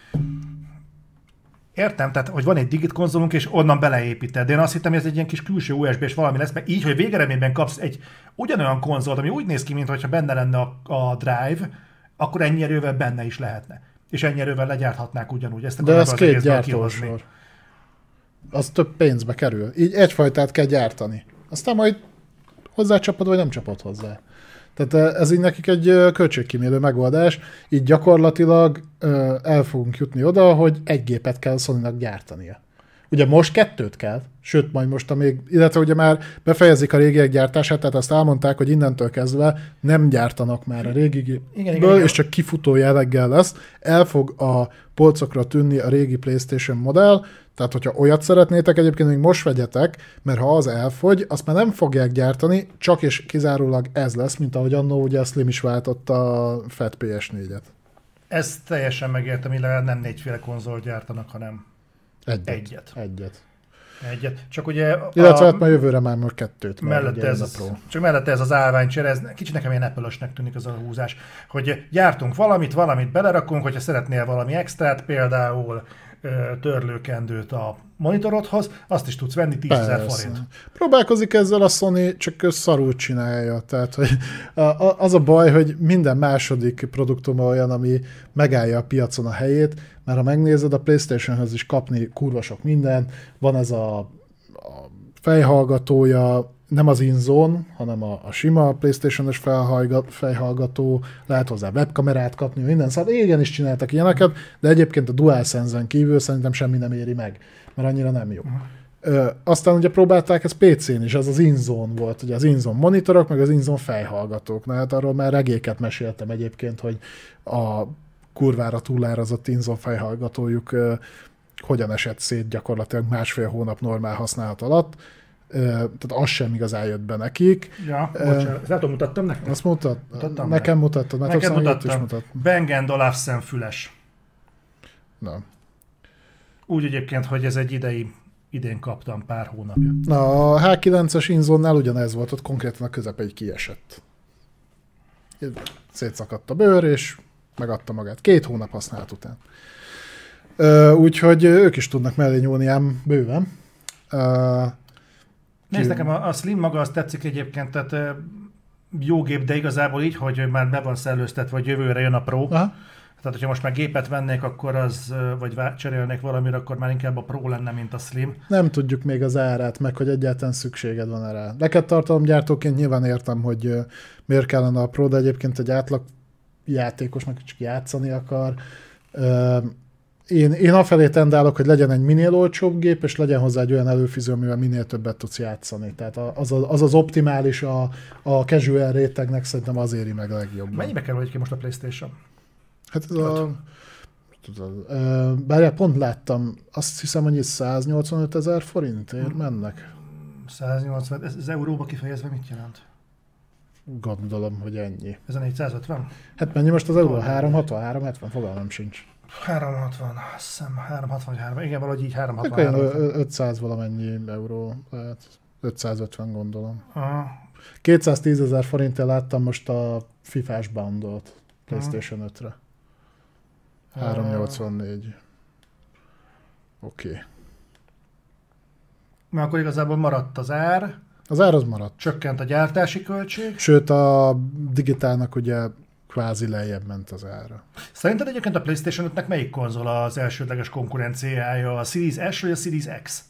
S1: értem, tehát, hogy van egy digit konzolunk, és onnan beleépíted. De én azt hittem, hogy ez egy ilyen kis külső USB-s valami lesz, mert így, hogy végeredményben kapsz egy ugyanolyan konzolt, ami úgy néz ki, mintha benne lenne a Drive, akkor ennyi erővel benne is lehetne. És ennyi erővel legyárthatnák ugyanúgy. Ezt
S2: de ez két gyártósor. az több pénzbe kerül. Így egyfajtát kell gyártani. Aztán majd hozzácsapod, vagy nem csapod hozzá. Tehát ez így nekik egy költségkímélő megoldás, így gyakorlatilag el fogunk jutni oda, hogy egy gépet kell Sony-nak gyártania. Ugye most 2 kell, sőt majd most illetve ugye már befejezik a régiek gyártását, tehát azt elmondták, hogy innentől kezdve nem gyártanak már a régi gépből, és csak kifutó jelleggel lesz. El fog a polcokra tűnni a régi PlayStation modell, tehát hogyha olyat szeretnétek, egyébként még most vegyetek, mert ha az elfogy, azt már nem fogják gyártani, csak és kizárólag ez lesz, mint ahogy annó ugye a Slim is váltotta a Fat PS4-et.
S1: Ezt teljesen megértem, illetve nem 4 konzol gyártanak, hanem egyet. Csak ugye...
S2: Illetve hát már jövőre már 2-t.
S1: Csak mellette ez az állványcsere, ez kicsit nekem ilyen Apple-ösnek tűnik az a húzás, hogy gyártunk valamit belerakunk, hogyha szeretnél valami extrát, például törlőkendőt a monitorodhoz, azt is tudsz venni 10 000 forint.
S2: Próbálkozik ezzel a Sony, csak szarul csinálja. Tehát, hogy az a baj, hogy minden második produktum olyan, ami megállja a piacon a helyét, mert ha megnézed, a PlayStation-höz is kapni kurva sok minden. Van ez a fejhallgatója, nem az InZone, hanem a sima PlayStation-es fejhallgató, lehet hozzá webkamerát kapni, minden. Szóval igen is csináltak ilyeneket, de egyébként a DualSense-en kívül szerintem semmi nem éri meg, mert annyira nem jó. Aztán ugye próbálták ezt PC-n is, ez az InZone volt, ugye az InZone monitorok, meg az InZone fejhallgatók. Na hát arról már regéket meséltem egyébként, hogy a kurvára túlárazott InZone fejhallgatójuk hogyan esett szét gyakorlatilag 1,5 hónap normál használat alatt. Tehát az sem igazán jött be nekik.
S1: Ja, bocsánat, ezt nem tudom, mutattam neked?
S2: Azt mutattam. Nekem mutattad, mert
S1: neked mutattam. Bang & Olufsen füles.
S2: Na.
S1: Úgy egyébként, hogy ez egy idén kaptam pár hónapja.
S2: Na, a H9-es InZone-nál ugyanez volt, ott konkrétan a közepe így kiesett. Szétszakadt a bőr, és megadta magát. 2 hónap használat után. Úgyhogy ők is tudnak mellé nyúlni ám bőven.
S1: Nézd, nekem a Slim maga azt tetszik egyébként, tehát jó gép, de igazából így, hogy már be van szellőztetve, hogy jövőre jön a Pro.
S2: Aha.
S1: Tehát, hogyha most már gépet vennék, akkor az, vagy cserélnék valamire, akkor már inkább a Pro lenne, mint a Slim.
S2: Nem tudjuk még az árát, meg hogy egyáltalán szükséged van erre. Neked tartalomgyártóként nyilván értem, hogy miért kellene a Pro, de egyébként egy átlag játékos meg csak játszani akar. Én afelé tendálok, hogy legyen egy minél olcsóbb gép, és legyen hozzá egy olyan előfizető, amivel minél többet tudsz játszani. Tehát az optimális a casual rétegnek szerintem az éri meg a legjobban.
S1: Mennyibe kerül egyébként most a PlayStation? Hát
S2: ez bárjál, pont láttam, azt hiszem, hogy 185 000 forintért mennek.
S1: 180, ez euróba kifejezve mit jelent?
S2: Gondolom, hogy ennyi.
S1: Ez a 450?
S2: Hát mennyi most az euró? 360, 370, fogalmam sincs.
S1: 360, azt hiszem 363, igen, valahogy így 360.
S2: 500 valamennyi euró lehet. 550 gondolom.
S1: Aha.
S2: 210 000 forintért láttam most a FIFA-s bundle-t PlayStation 5-re. 384. Oké.
S1: Mert akkor igazából maradt az ár.
S2: Az ár az maradt.
S1: Csökkent a gyártási költség.
S2: Sőt, a digitálnak ugye kvázi lejjebb ment az ára.
S1: Szerinted egyébként a PlayStation 5-nek melyik konzol az elsődleges konkurenciája? A Series S vagy a Series X?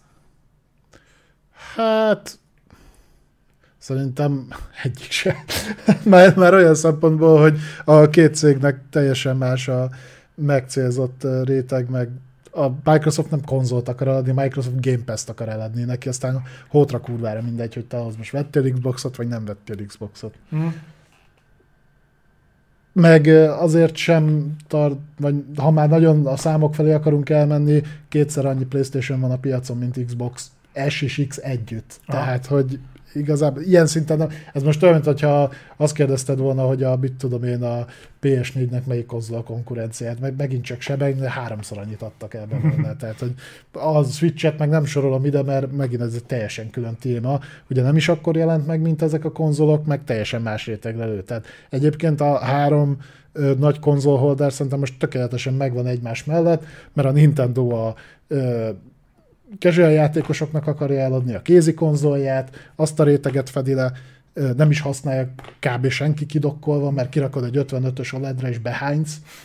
S2: Hát... Szerintem egyik sem. már olyan szempontból, hogy a két cégnek teljesen más a megcélzott réteg, meg a Microsoft nem konzolt akar eladni, Microsoft Game Pass-t akar eladni neki, aztán hótra kurvára mindegy, hogy te ahhoz most vettél Xboxot, vagy nem vettél Xboxot. Meg azért sem vagy ha már nagyon a számok felé akarunk elmenni, 2-szer annyi PlayStation van a piacon, mint Xbox S és X együtt. Tehát, hogy igazából ilyen szinten nem. Ez most olyan, mintha azt kérdezted volna, hogy a PS4-nek melyik konzol a konkurenciát, meg megint csak sebegni, 3-szor annyit adtak el belőle. Tehát, hogy a Switch-et meg nem sorolom ide, mert megint ez egy teljesen külön téma. Ugye nem is akkor jelent meg, mint ezek a konzolok, meg teljesen más rétegre lő. Tehát egyébként a 3 nagy konzolholder szerintem most tökéletesen megvan egymás mellett, mert a Nintendo a casual játékosoknak akarja eladni a kézi konzolját, azt a réteget fedi le, nem is használja kb. Senki kidokkolva, mert kirakod egy 55-ös OLED-re és behánysz.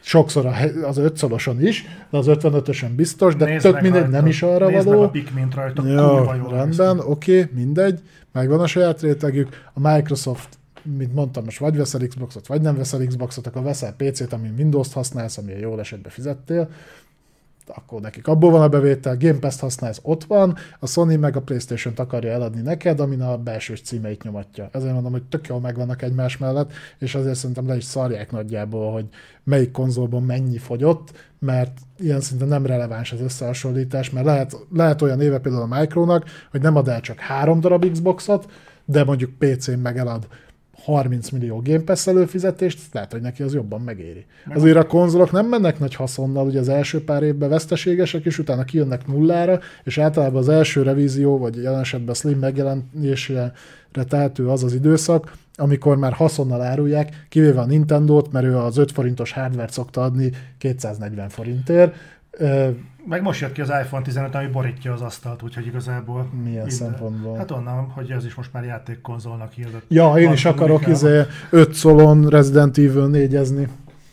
S2: sokszor az 5-szoroson is, de az 55-ösen biztos, de
S1: Nézd
S2: tök
S1: meg
S2: mindegy,
S1: rajta.
S2: nem is arra
S1: Nézd
S2: való.
S1: meg a Pikmint rajta,
S2: Jó,
S1: kurva jól
S2: rendben,
S1: néz ki.
S2: oké, mindegy, megvan a saját rétegük. A Microsoft, mint mondtam, most vagy veszel Xboxot, vagy nem veszel Xboxot, akkor veszel PC-t, amin Windows-t használsz, amilyen jól esetben fizettél, akkor nekik abból van a bevétel, Game Pass-t használsz, ott van, a Sony meg a PlayStation-t akarja eladni neked, amin a belsős címeit nyomatja. Ezért mondom, hogy tök jól megvannak egymás mellett, és azért szerintem le is szarják nagyjából, hogy melyik konzolban mennyi fogyott, mert ilyen szinten nem releváns az összehasonlítás, mert lehet olyan éve például a Micronak, hogy nem ad el csak 3 darab Xboxot, de mondjuk PC-n meg elad 30 millió Game Pass előfizetést, lehet, hogy neki az jobban megéri. Azért a konzolok nem mennek nagy haszonnal, ugye az első pár évben veszteségesek, és utána kijönnek nullára, és általában az első revízió, vagy jelen esetben a Slim megjelenésére tehető az az időszak, amikor már haszonnal árulják, kivéve a Nintendót, mert ő az 5 forintos hardware-t szokta adni 240 forintért.
S1: Meg most jött ki az iPhone 15, ami borítja az asztalt, úgyhogy igazából...
S2: Milyen szempontból?
S1: Hát onnan, hogy ez is most már játékkonzolnak hirdett.
S2: Ja, én is akarok 5 szolon Resident Evil 4-ezni.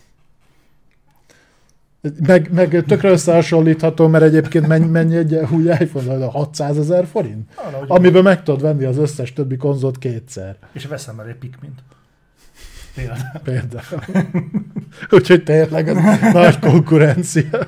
S2: Meg tökre összehasonlítható, mert egyébként mennyi egy új iPhone, 600 000 forint? Amiben meg tudod venni az összes többi konzolt kétszer.
S1: És veszem el egy Pikmint.
S2: Például. Úgyhogy tényleg az nagy konkurencia.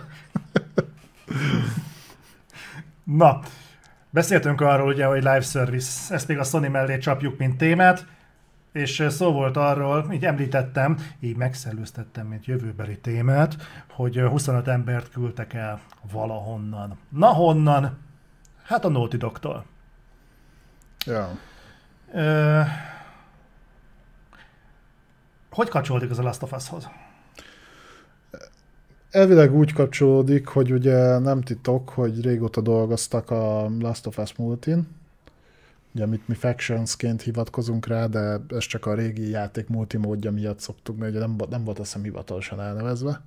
S1: Na, beszéltünk arról ugye, hogy live service, ezt még a Sony mellé csapjuk, mint témát, és szó volt arról, így említettem, így megszellőztettem, mint jövőbeli témát, hogy 25 embert küldtek el valahonnan. Na honnan? Hát a Naughty Dogtól.
S2: Ja.
S1: Hogy kapcsolódik ez a Last of Us-hoz?
S2: Elvileg úgy kapcsolódik, hogy ugye nem titok, hogy régóta dolgoztak a Last of Us multin, ugye amit mi Factionsként hivatkozunk rá, de ez csak a régi játék multimódja miatt szoktuk, mert ugye nem volt azt hiszem hivatalosan elnevezve.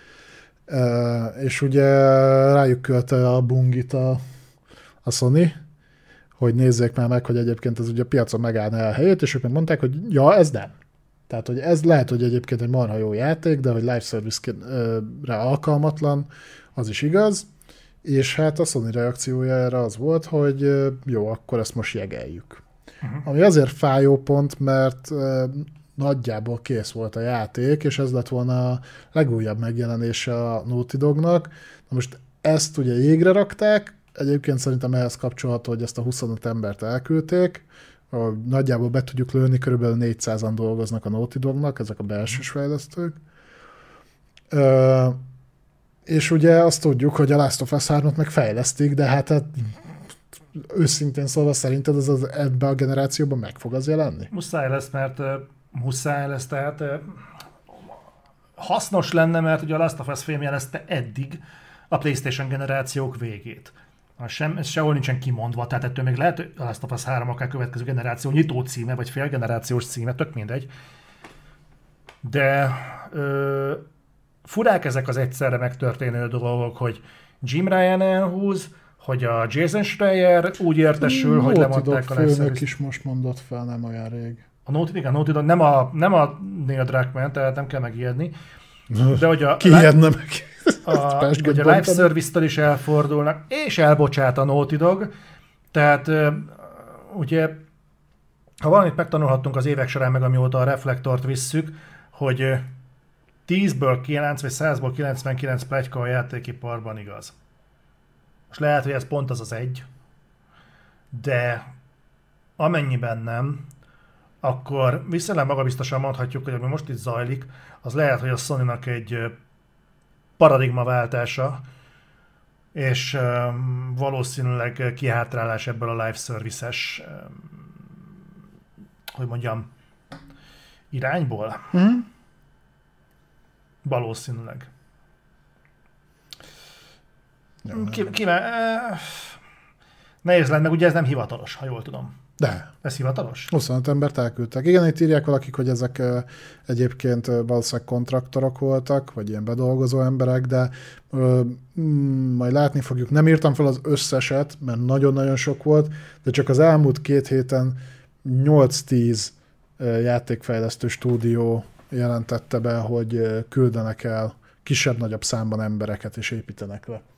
S2: És ugye rájuk küldte a bungit a Sony, hogy nézzék már meg, hogy egyébként ez ugye a piacon megállna el a helyét, és ők meg mondták, hogy ja, ez nem. Tehát, hogy ez lehet, hogy egyébként egy marha jó játék, de hogy live service-re alkalmatlan, az is igaz. És hát a Sony reakciója erre az volt, hogy jó, akkor ezt most jegeljük. Ami azért fájó pont, mert nagyjából kész volt a játék, és ez lett volna a legújabb megjelenése a Naughty Dognak. Na most ezt ugye jégre rakták, egyébként szerintem ehhez kapcsolható, hogy ezt a 25 embert elküldték, nagyjából be tudjuk lőni, körülbelül 400-an dolgoznak a Naughty Dognak, ezek a belsős fejlesztők. És ugye azt tudjuk, hogy a Last of Us 3-ot meg fejlesztik, de hát őszintén szólva szerinted ez ebbe a generációban meg fog az jelenni?
S1: Muszáj lesz, mert muszáj lesz, tehát hasznos lenne, mert ugye a Last of Us film jelezte eddig a PlayStation generációk végét. Ez sehol nincsen kimondva, tehát ettől még lehet, hogy a Last of Us 3 akár következő generáció nyitó címe, vagy félgenerációs címe, tök mindegy. De furák ezek az egyszerre megtörténő dolgok, hogy Jim Ryan elhúz, hogy a Jason Schreier úgy értesül, hogy lemondták a
S2: főnök is most mondott fel, nem olyan rég.
S1: A Naughty Dog, nem a Neil Druckmann, tehát nem kell megijedni. De hogy
S2: ki ijedne meg?
S1: Hogy a live service-től is elfordulnak, és elbocsát a Naughty Dog. Tehát ugye, ha valamit megtanulhattunk az évek során, meg amióta a reflektort visszük, hogy 10-ből 9 vagy 100-ból 99 pletyka a játékiparban igaz. Most lehet, hogy ez pont az egy, de amennyiben nem, akkor viszonylag magabiztosan mondhatjuk, hogy ami most itt zajlik, az lehet, hogy a Sony-nak egy paradigmaváltása, és valószínűleg kihátrálás ebből a live service-es, hogy mondjam, irányból. Valószínűleg. Nehéz lenne, meg ugye ez nem hivatalos, ha jól tudom.
S2: De.
S1: Ez hivatalos?
S2: 25 embert elküldtek. Igen, itt írják valakik, hogy ezek egyébként valószínűleg kontraktorok voltak, vagy ilyen bedolgozó emberek, de majd látni fogjuk. Nem írtam fel az összeset, mert nagyon-nagyon sok volt, de csak az elmúlt 2 héten 8-10 játékfejlesztő stúdió jelentette be, hogy küldenek el kisebb-nagyobb számban embereket is építenek le.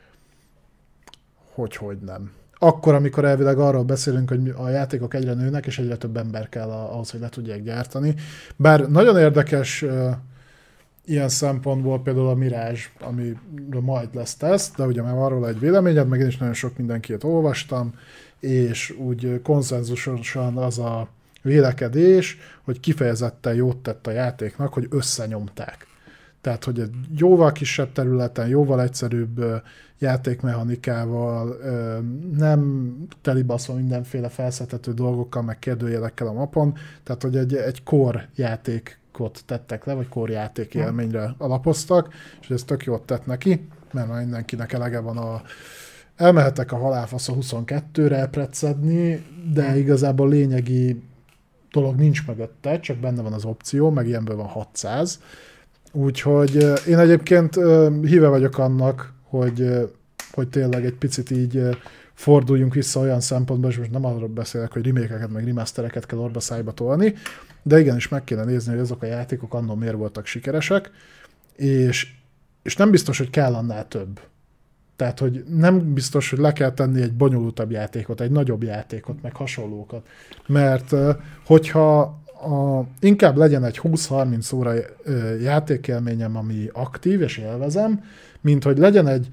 S2: Hogy nem. Akkor, amikor elvileg arról beszélünk, hogy a játékok egyre nőnek, és egyre több ember kell ahhoz, hogy le tudják gyártani. Bár nagyon érdekes ilyen szempontból például a Mirage, amiről majd lesz teszt, de ugye már van róla egy véleményed, meg én is nagyon sok mindenkit olvastam, és úgy konszenzusosan az a vélekedés, hogy kifejezetten jót tett a játéknak, hogy összenyomták. Tehát, hogy egy jóval kisebb területen, jóval egyszerűbb játékmechanikával, nem telibaszva mindenféle felszedhető dolgokkal, meg kérdőjelekkel a mapon, tehát, hogy egy core játékot tettek le, vagy core játék élményre alapoztak, és ez tök jót tett neki, mert már mindenkinek elege van elmehetek a halálfasz a 22-re elprecedni, de igazából lényegi dolog nincs mögötte, csak benne van az opció, meg ilyenből van 600. Úgyhogy én egyébként híve vagyok annak, hogy tényleg egy picit így forduljunk vissza olyan szempontból, és most nem arról beszélek, hogy remake-eket meg remastereket kell orba szájba tolni, de igenis meg kéne nézni, hogy azok a játékok annól miért voltak sikeresek, és nem biztos, hogy kell annál több. Tehát, hogy nem biztos, hogy le kell tenni egy bonyolultabb játékot, egy nagyobb játékot, meg hasonlókat. Mert hogyha inkább legyen egy 20-30 óra játékélményem, ami aktív, és élvezem, mint hogy legyen egy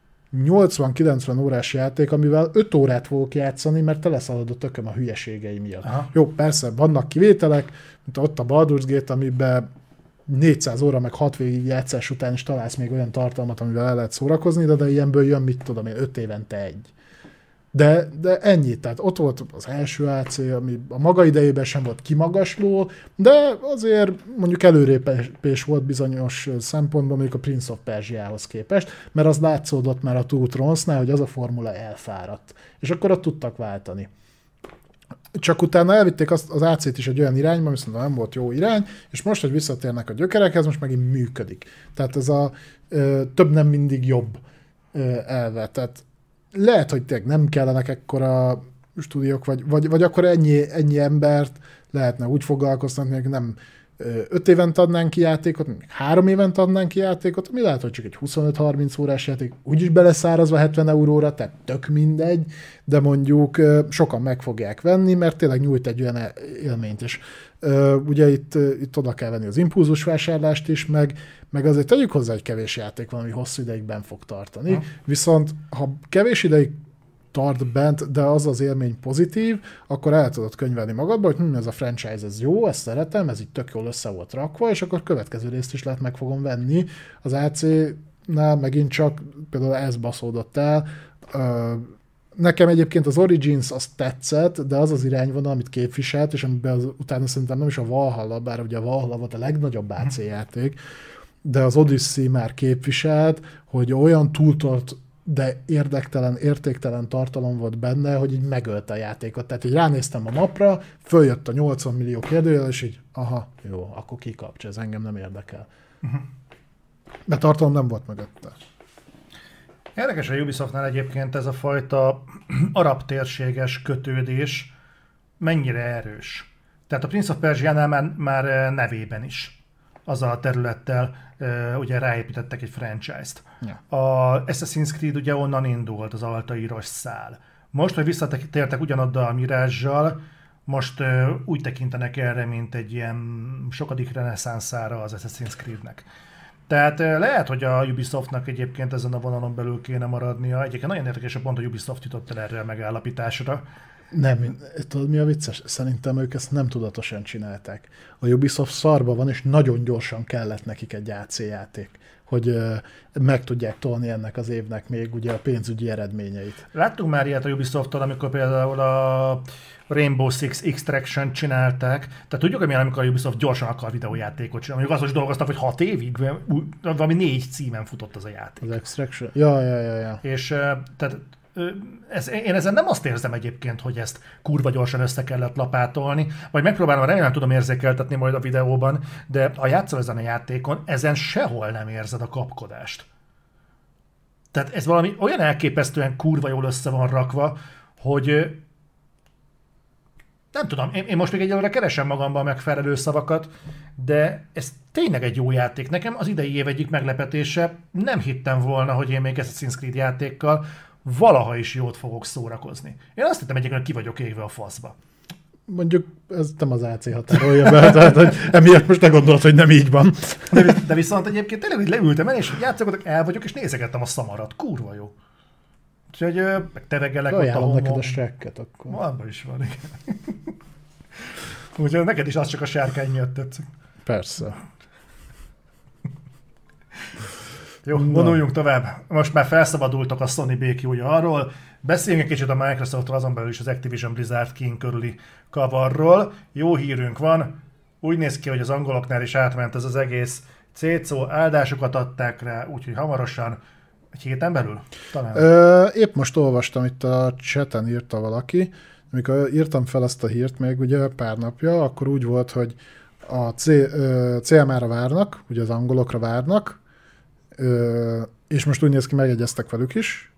S2: 80-90 órás játék, amivel 5 órát fogok játszani, mert teleszalad a tököm a hülyeségei miatt. Aha. Jó, persze, vannak kivételek, mint ott a Baldur's Gate, amiben 400 óra, meg 6 végig játszás után is találsz még olyan tartalmat, amivel el lehet szórakozni, de ilyenből jön, mit tudom én, 5 évente egy. De ennyi, tehát ott volt az első AC, ami a maga idejében sem volt kimagasló, de azért mondjuk előrépés volt bizonyos szempontból, mondjuk a Prince of Persia-hoz képest, mert az látszódott már a Two Thrones-nál, hogy az a formula elfáradt. És akkor ott tudtak váltani. Csak utána elvitték az AC-t is egy olyan irányba, viszont nem volt jó irány, és most, hogy visszatérnek a gyökerekhez, most megint működik. Tehát ez a több nem mindig jobb elve. Tehát lehet, hogy tényleg nem kellenek ekkora stúdiók, vagy akkor ennyi embert lehetne úgy foglalkoztatni, hogy nem 5 évente adnánk ki játékot, 3 évente adnánk ki játékot, ami lehet, hogy csak egy 25-30 órás játék, úgyis beleszárazva 70 euróra, tehát tök mindegy, de mondjuk sokan meg fogják venni, mert tényleg nyújt egy olyan élményt is. Ugye itt oda kell venni az impulzus vásárlást is, meg azért tegyük hozzá, hogy kevés játék van, ami hosszú ideig bent fog tartani. Viszont ha kevés tart bent, de az élmény pozitív, akkor el tudod könyvelni magadba, hogy ez a franchise, ez jó, ezt szeretem, ez így tök jól össze volt rakva, és akkor következő részt is lehet meg fogom venni. Az AC-nál megint csak például ez baszódott el. Nekem egyébként az Origins az tetszett, de az irányvonal, amit képviselt, és amiben utána szerintem nem is a Valhalla, bár ugye a Valhalla volt a legnagyobb AC játék, de az Odyssey már képviselt, hogy olyan túltolt, de értéktelen tartalom volt benne, hogy így megölte a játékot. Tehát így ránéztem a mapra, följött a 80 millió kérdőjel, és így, aha, jó, akkor kikapcs, ez engem nem érdekel. Mert tartalom nem volt mögötte.
S1: Érdekes a Ubisoftnál egyébként ez a fajta arab térséges kötődés mennyire erős. Tehát a Prince of Persia-nál már nevében is azzal a területtel ugye ráépítettek egy franchise-t. Ja. A Assassin's Creed ugye onnan indult, az Altairos szál. Most, hogy visszatértek ugyanoda a Mirage-zsal, most úgy tekintenek erre, mint egy ilyen sokadik reneszánszára az Assassin's Creed-nek. Tehát lehet, hogy a Ubisoftnak egyébként ezen a vonalon belül kéne maradnia. Egyébként nagyon érdekes a pont, hogy Ubisoft jutott el erre a megállapításra.
S2: Nem, tudod mi a vicces? Szerintem ők ezt nem tudatosan csinálták. A Ubisoft szarba van, és nagyon gyorsan kellett nekik egy AC játék, hogy meg tudják tolni ennek az évnek még ugye a pénzügyi eredményeit.
S1: Láttunk már ilyet a Ubisofttól, amikor például a Rainbow Six Extraction csinálták. Tehát tudjuk, hogy amikor a Ubisoft gyorsan akar videójátékot csinálni. Mondjuk azon is dolgoztak, hogy 6 évig, valami 4 címen futott az a játék.
S2: Az Extraction? Ja.
S1: És tehát én ezen nem azt érzem egyébként, hogy ezt kurva gyorsan össze kellett lapátolni, vagy megpróbálom, remélem tudom érzékeltetni majd a videóban, de ha játszol ezen a játékon, ezen sehol nem érzed a kapkodást. Tehát ez valami olyan elképesztően kurva jól össze van rakva, hogy Nem tudom, én most még egyelőre keresem magamban megfelelő szavakat, de ez tényleg egy jó játék. Nekem az idei év egyik meglepetése, nem hittem volna, hogy én még Assassin's Creed játékkal valaha is jót fogok szórakozni. Én azt hittem egyébként, hogy ki vagyok égve a faszba.
S2: Mondjuk ez nem az AC határolja be, tehát hogy emiatt most ne gondolod, hogy nem így van.
S1: De viszont egyébként tényleg, hogy leültem el, és játszogatok, el vagyok, és nézegettem a szamarat. Kurva jó. Úgyhogy meg tevegelek ott a
S2: Ajánlom
S1: homon.
S2: neked a Shrek-et akkor.
S1: Abban is van, igen. Úgyhogy neked is az csak a sárkány miatt tetszik.
S2: Persze.
S1: Jó, vonuljunk tovább. Most már felszabadultak a Sony békjója arról. Beszéljünk egy kicsit a Microsoftról, azon belül is az Activision Blizzard King körüli kavarról. Jó hírünk van. Úgy néz ki, hogy az angoloknál is átment ez az egész cécó, áldásokat adták rá, úgyhogy hamarosan, egy héten belül? Talán.
S2: Épp most olvastam, itt a chaten írta valaki, amikor írtam fel ezt a hírt még ugye pár napja, akkor úgy volt, hogy a CMA-ra várnak, ugye az angolokra várnak, és most úgy néz ki, megegyeztek velük is,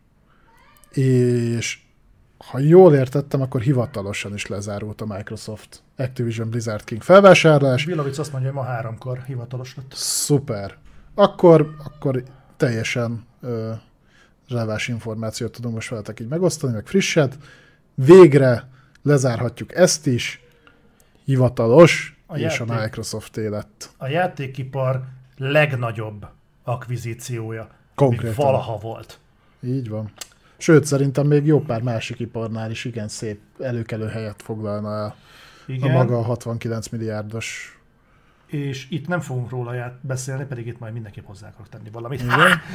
S2: és ha jól értettem, akkor hivatalosan is lezárult a Microsoft Activision Blizzard King felvásárlás.
S1: Vilovic azt mondja, hogy ma 3-kor hivatalos lett.
S2: Szuper. Akkor teljesen releváns információt tudunk most veletek így megosztani, meg frisset. Végre lezárhatjuk ezt is. Hivatalos, és a Microsoft lett.
S1: A játékipar legnagyobb akvizíciója,
S2: Konkrétan.
S1: ami valaha volt.
S2: Így van. Sőt, szerintem még jó pár másik iparnál is igen szép előkelő helyet foglalna el a maga 69 milliárdos.
S1: És itt nem fogunk róla beszélni, pedig itt majd mindenképp hozzá akarok tenni valamit.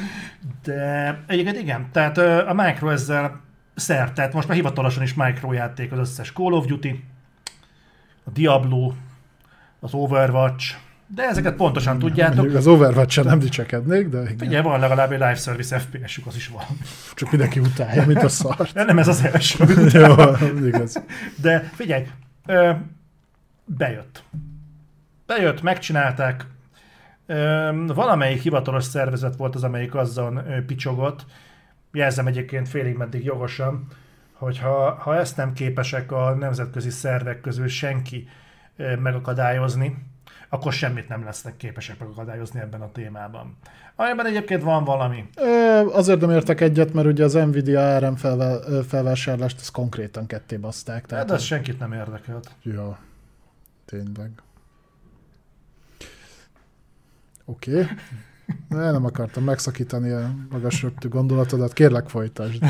S1: De egyébként igen, tehát a Micro ezzel szert, tehát most már hivatalosan is Micro játék az összes Call of Duty, a Diablo, az Overwatch, de ezeket pontosan tudjátok.
S2: Mondjuk az Overwatch-en nem dicsekednék, de igen.
S1: Figyelj, van legalább egy live service FPS-ük, az is van.
S2: Csak mindenki utálja, mint a szart.
S1: De nem ez az első.
S2: Jó, igaz.
S1: De figyelj, bejött. Bejött, megcsinálták. Valamelyik hivatalos szervezet volt az, amelyik azzal picsogott. Jelzem egyébként félig meddig jogosan, hogy ha ezt nem képesek a nemzetközi szervek közül senki megakadályozni, akkor semmit nem lesznek képesek megakadályozni ebben a témában. Amelyben egyébként van valami.
S2: Azért nem értek egyet, mert ugye az Nvidia ARM felvásárlást ezt konkrétan ketté baszták.
S1: Tehát de ez senkit nem érdekelt.
S2: Ja, tényleg. Oké. Nem akartam megszakítani a magas röptű gondolatodat. Kérlek, folytasd.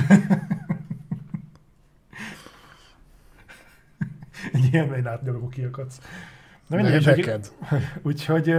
S1: Egy élmény átnyalogó kiakadsz.
S2: Neked.
S1: Úgyhogy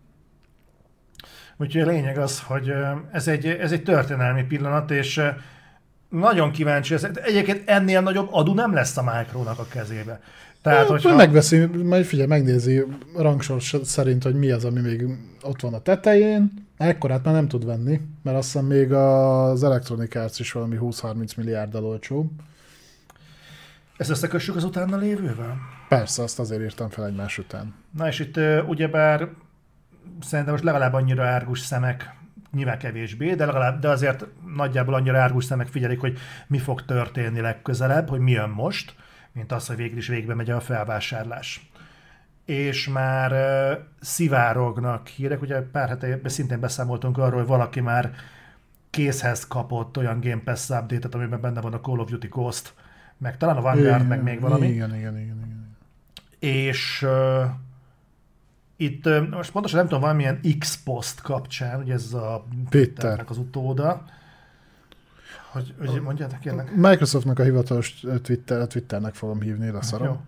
S1: a lényeg az, hogy ez egy történelmi pillanat, és nagyon kíváncsi. Egyébként ennél nagyobb adu nem lesz a Micronak a kezébe. Tehát, hogyha...
S2: Megveszi, majd figyelj, megnézi rangsor szerint, hogy mi az, ami még ott van a tetején. Ekkorát már nem tud venni, mert azt hiszem még az Electronic Arts is valami 20-30 milliárddal olcsóbb.
S1: Ezt összekössük az utána lévővel?
S2: Persze, azt azért írtam fel egymás után.
S1: Na és itt ugyebár szerintem most legalább annyira árgus szemek, nyilván kevésbé, de azért nagyjából annyira árgus szemek figyelik, hogy mi fog történni legközelebb, hogy mi jön most, mint az, hogy végül is végbe megy a felvásárlás. És már szivárognak hírek, ugye pár hete szintén beszámoltunk arról, hogy valaki már készhez kapott olyan Game Pass update-et, amiben benne van a Call of Duty Ghost, meg talán a Vanguard, meg még valami.
S2: Igen.
S1: És itt most pontosan nem tudom, valamilyen X-post kapcsán, ugye ez a Twitternek az utóda. Hogy mondjátok kérlek?
S2: Microsoftnak a hivatalos Twitternek fogom hívni, leszarom.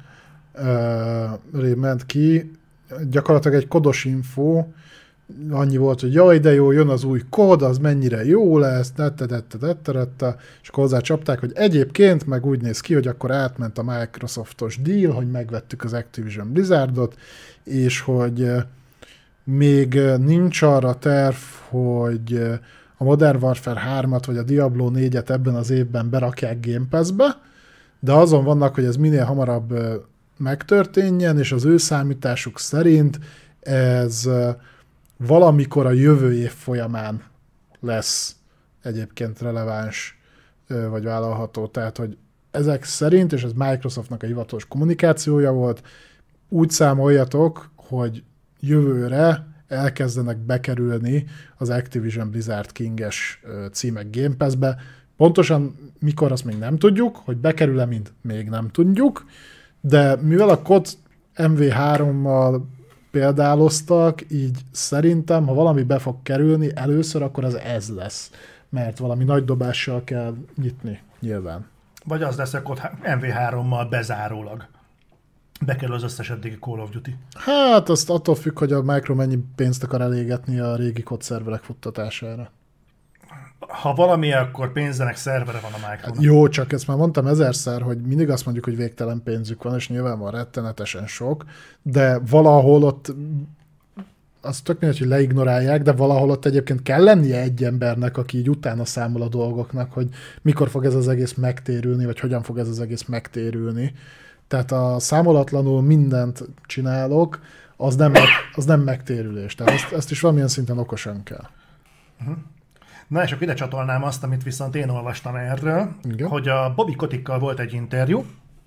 S2: Ment ki, gyakorlatilag egy kodos info, annyi volt, hogy jaj, de jó, jön az új kód, az mennyire jó lesz, és akkor hozzácsapták, hogy egyébként meg úgy néz ki, hogy akkor átment a Microsoftos deal, hogy megvettük az Activision Blizzardot, és hogy még nincs arra terv, hogy a Modern Warfare 3-at vagy a Diablo 4-et ebben az évben berakják Game Pass-be, de azon vannak, hogy ez minél hamarabb megtörténjen, és az ő számításuk szerint ez valamikor a jövő év folyamán lesz egyébként releváns vagy vállalható. Tehát, hogy ezek szerint, és ez Microsoftnak a hivatalos kommunikációja volt, úgy számoljatok, hogy jövőre elkezdenek bekerülni az Activision Blizzard King-es címek Game Pass-be. Pontosan mikor, azt még nem tudjuk, hogy bekerül-e, mint még nem tudjuk, de mivel a COD MV3-mal példáloztak, így szerintem, ha valami be fog kerülni először, akkor az ez lesz. Mert valami nagy dobással kell nyitni, nyilván.
S1: Vagy az lesz, hogy MV3-mal bezárólag bekerül az összes eddigi Call of Duty.
S2: Hát azt attól függ, hogy a Micro mennyi pénzt akar elégetni a régi COD szerverek futtatására.
S1: Ha valami, akkor pénzenek szervere van a Micronak.
S2: Jó, csak ezt már mondtam ezerszer, hogy mindig azt mondjuk, hogy végtelen pénzük van, és nyilván van rettenetesen sok, de valahol ott az tök mindegy, hogy leignorálják, de valahol ott egyébként kell lennie egy embernek, aki így utána számol a dolgoknak, hogy mikor fog ez az egész megtérülni, vagy hogyan fog ez az egész megtérülni. Tehát a számolatlanul mindent csinálok, az nem megtérülés. Tehát ezt is valamilyen szinten okosan kell.
S1: Uh-huh. Na és akkor ide csatolnám azt, amit viszont én olvastam erről, igen, hogy a Bobby Kotickkal volt egy interjú,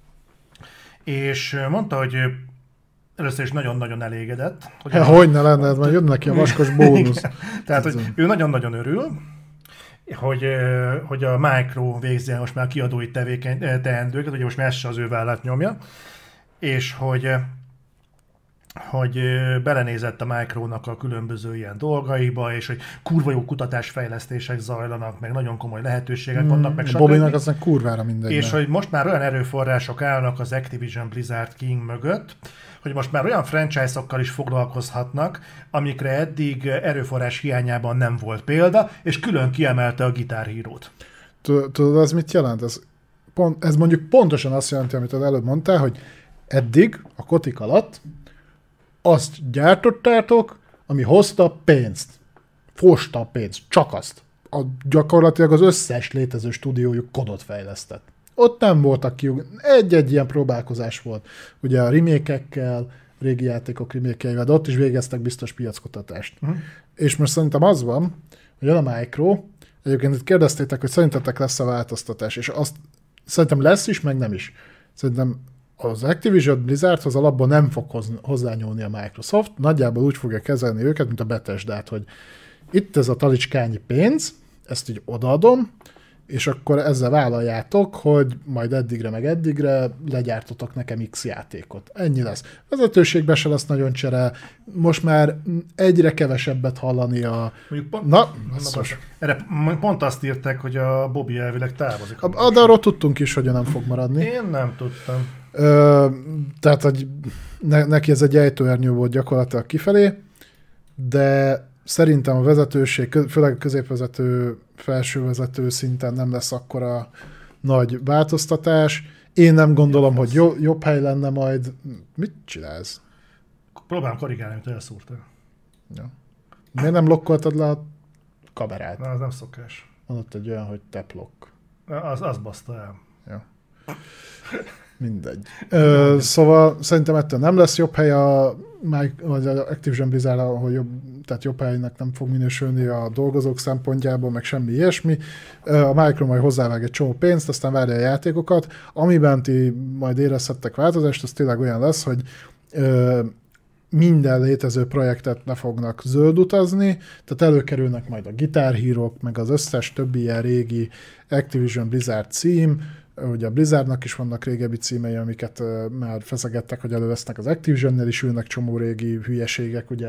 S1: és mondta, hogy először is nagyon-nagyon elégedett.
S2: Hogy ne lenne, mert jön neki a vaskos bónusz.
S1: Tehát, hogy ő nagyon-nagyon örül, hogy a Micro végzi most már kiadói teendőket, hogy most már ez se az ő vállát nyomja, és hogy belenézett a Micronak a különböző ilyen dolgaiba, és hogy kurva jó kutatásfejlesztések zajlanak, meg nagyon komoly lehetőségek vannak, meg
S2: Bobinak aztán kurvára mindegy.
S1: És hogy most már olyan erőforrások állnak az Activision Blizzard King mögött, hogy most már olyan franchise-okkal is foglalkozhatnak, amikre eddig erőforrás hiányában nem volt példa, és külön kiemelte a Guitar Hero-t.
S2: Tudod, az mit jelent? Ez mondjuk pontosan azt jelenti, amit az előbb mondtál, hogy eddig a Kotick alatt azt gyártottátok, ami hozta pénzt. Fosta a pénzt. Csak azt. Gyakorlatilag az összes létező stúdiójuk kodot fejlesztett. Ott nem voltak egy-egy ilyen próbálkozás volt. Ugye a remake-ekkel, régi játékok remake-eivel, de ott is végeztek biztos piackutatást. És most szerintem az van, hogy jön a Micro, egyébként itt kérdeztétek, hogy szerintetek lesz a változtatás, és azt szerintem lesz is, meg nem is. Szerintem az Activision Blizzardhoz alapból nem fog hozzányúlni a Microsoft, nagyjából úgy fogja kezelni őket, mint a Bethesdát, hogy itt ez a talicskányi pénz, ezt így odaadom, és akkor ezzel vállaljátok, hogy majd eddigre meg eddigre legyártotok nekem X játékot. Ennyi lesz. Vezetőségben se lesz nagyon csere, most már egyre kevesebbet hallani a...
S1: Erre pont azt írták, hogy a Bobby elvileg távozik.
S2: De arról tudtunk is, hogy nem fog maradni.
S1: Én nem tudtam.
S2: Tehát, hogy neki ez egy ejtőernyő volt gyakorlatilag kifelé, de szerintem a vezetőség, főleg a középvezető, felsővezető szinten nem lesz akkora nagy változtatás. Én nem gondolom, hogy jobb hely lenne majd. Mit csinálsz?
S1: Próbálom korrigálni, amit elszúrtál.
S2: Ja. Miért nem lokkoltad le a kamerát?
S1: Na, az nem szokás.
S2: Mondott egy olyan, hogy teplok.
S1: Az baszta el.
S2: Ja. Mindegy. Szóval szerintem ettől nem lesz jobb hely vagy az Activision Blizzard, ahol tehát jobb helynek nem fog minősülni a dolgozók szempontjából, meg semmi ilyesmi. A Micro majd hozzávág egy csomó pénzt, aztán várja a játékokat. Amiben ti majd érezhettek változást, az tényleg olyan lesz, hogy minden létező projektet le fognak zöldutazni, tehát előkerülnek majd a Guitar Hero-k, meg az összes többi ilyen régi Activision Blizzard cím. Ugye a Blizzardnak is vannak régebbi címei, amiket már feszegettek, hogy elővesznek, az Activision-nél is ülnek csomó régi hülyeségek, ugye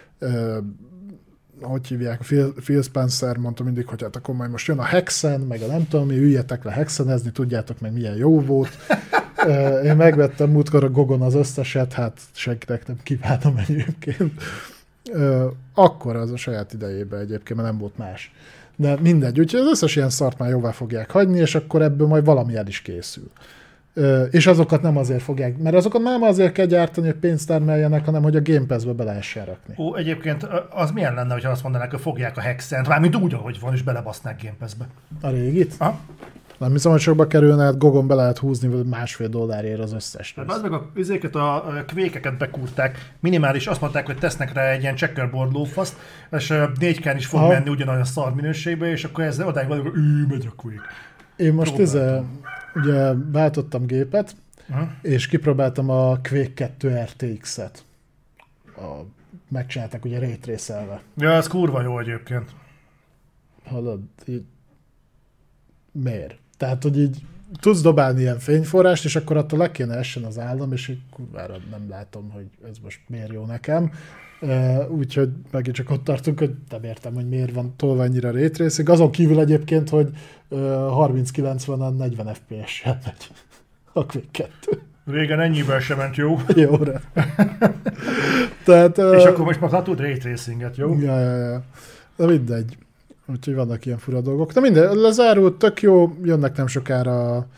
S2: hogy hívják, Phil Spencer mondta mindig, hogy hát akkor majd most jön a Hexen, meg a nem tudom mi, üljetek le hexenezni, tudjátok meg milyen jó volt. Én megvettem múltkor a Gogon az összeset, hát senkinek nem kívánom egyébként. Akkor az a saját idejében egyébként, mert nem volt más. De mindegy, úgyhogy az összes ilyen szart már jóvá fogják hagyni, és akkor ebből majd valami el is készül. És azokat nem azért fogják, mert azokat nem azért kell gyártani, hogy pénzt termeljenek, hanem hogy a Game Pass-be be lehessen rakni.
S1: Egyébként az milyen lenne, ha azt mondanák, hogy fogják a Hexent, mármint úgy, ahogy van, és belebasznák Game Pass-be.
S2: A régit? Ha? Nem hiszem, hogy sokba kerülne, hát Gogon be lehet húzni $1,5 az összes.
S1: Az meg a kvékeket bekúrták, minimális, azt mondták, hogy tesznek rá egy ilyen checkerboard lófaszt, és 4K-n is fog menni ugyanolyan szar minőségbe, és akkor ezzel odáig vagyok, hogy megy a Quake.
S2: Én most ugye váltottam gépet, és kipróbáltam a Quake 2 RTX-et. Megcsinálták ugye Ray Trace-elve.
S1: Ja, ez kurva jó egyébként.
S2: Hallod, így... Miért? Tehát, hogy így tudsz dobálni ilyen fényforrást, és akkor attól le kéne essen az állam, és így kurvára nem látom, hogy ez most miért jó nekem. Úgyhogy megint csak ott tartunk, hogy nem értem, hogy miért van tolva annyira Ray Tracing. Azon kívül egyébként, hogy 3090-en 40 FPS-sel megy a Quake 2.
S1: Régen ennyivel sem ment jó.
S2: Jóra. Tehát,
S1: és akkor most már tud Ray Tracinget, jó?
S2: Ja. De mindegy. Úgyhogy vannak ilyen fura dolgok. De mindegy, lezárult, tök jó, jönnek nem sokára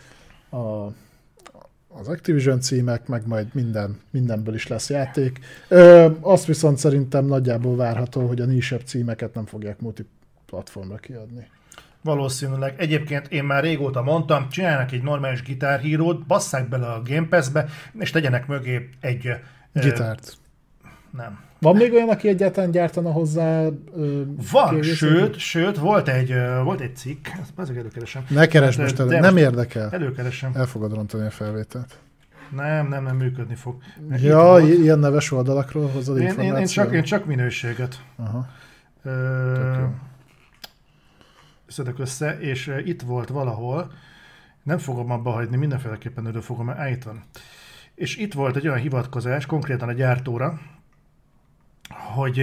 S2: az Activision címek, meg majd mindenből is lesz játék. Azt viszont szerintem nagyjából várható, hogy a niche-ebb címeket nem fogják multiplatformra kiadni.
S1: Valószínűleg. Egyébként én már régóta mondtam, csinálnak egy normális gitárhírót, basszák bele a Game Pass-be, és tegyenek mögé egy...
S2: Gitárt.
S1: Nem.
S2: Van még olyan, aki egyáltalán gyártana hozzá?
S1: Van, sőt, volt egy cikk, ezt azért előkeresem.
S2: Ne keresd most elő, nem érdekel.
S1: Előkeresem.
S2: El fogod rontani a felvételt.
S1: Nem működni fog.
S2: Ja, ilyen neves oldalakról hozod információt?
S1: Én csak minőséget.
S2: Aha.
S1: Szedek össze, és itt volt valahol, nem fogom abba hagyni, mindenféleképpen elő fogom állítani. És itt volt egy olyan hivatkozás, konkrétan a gyártóra, hogy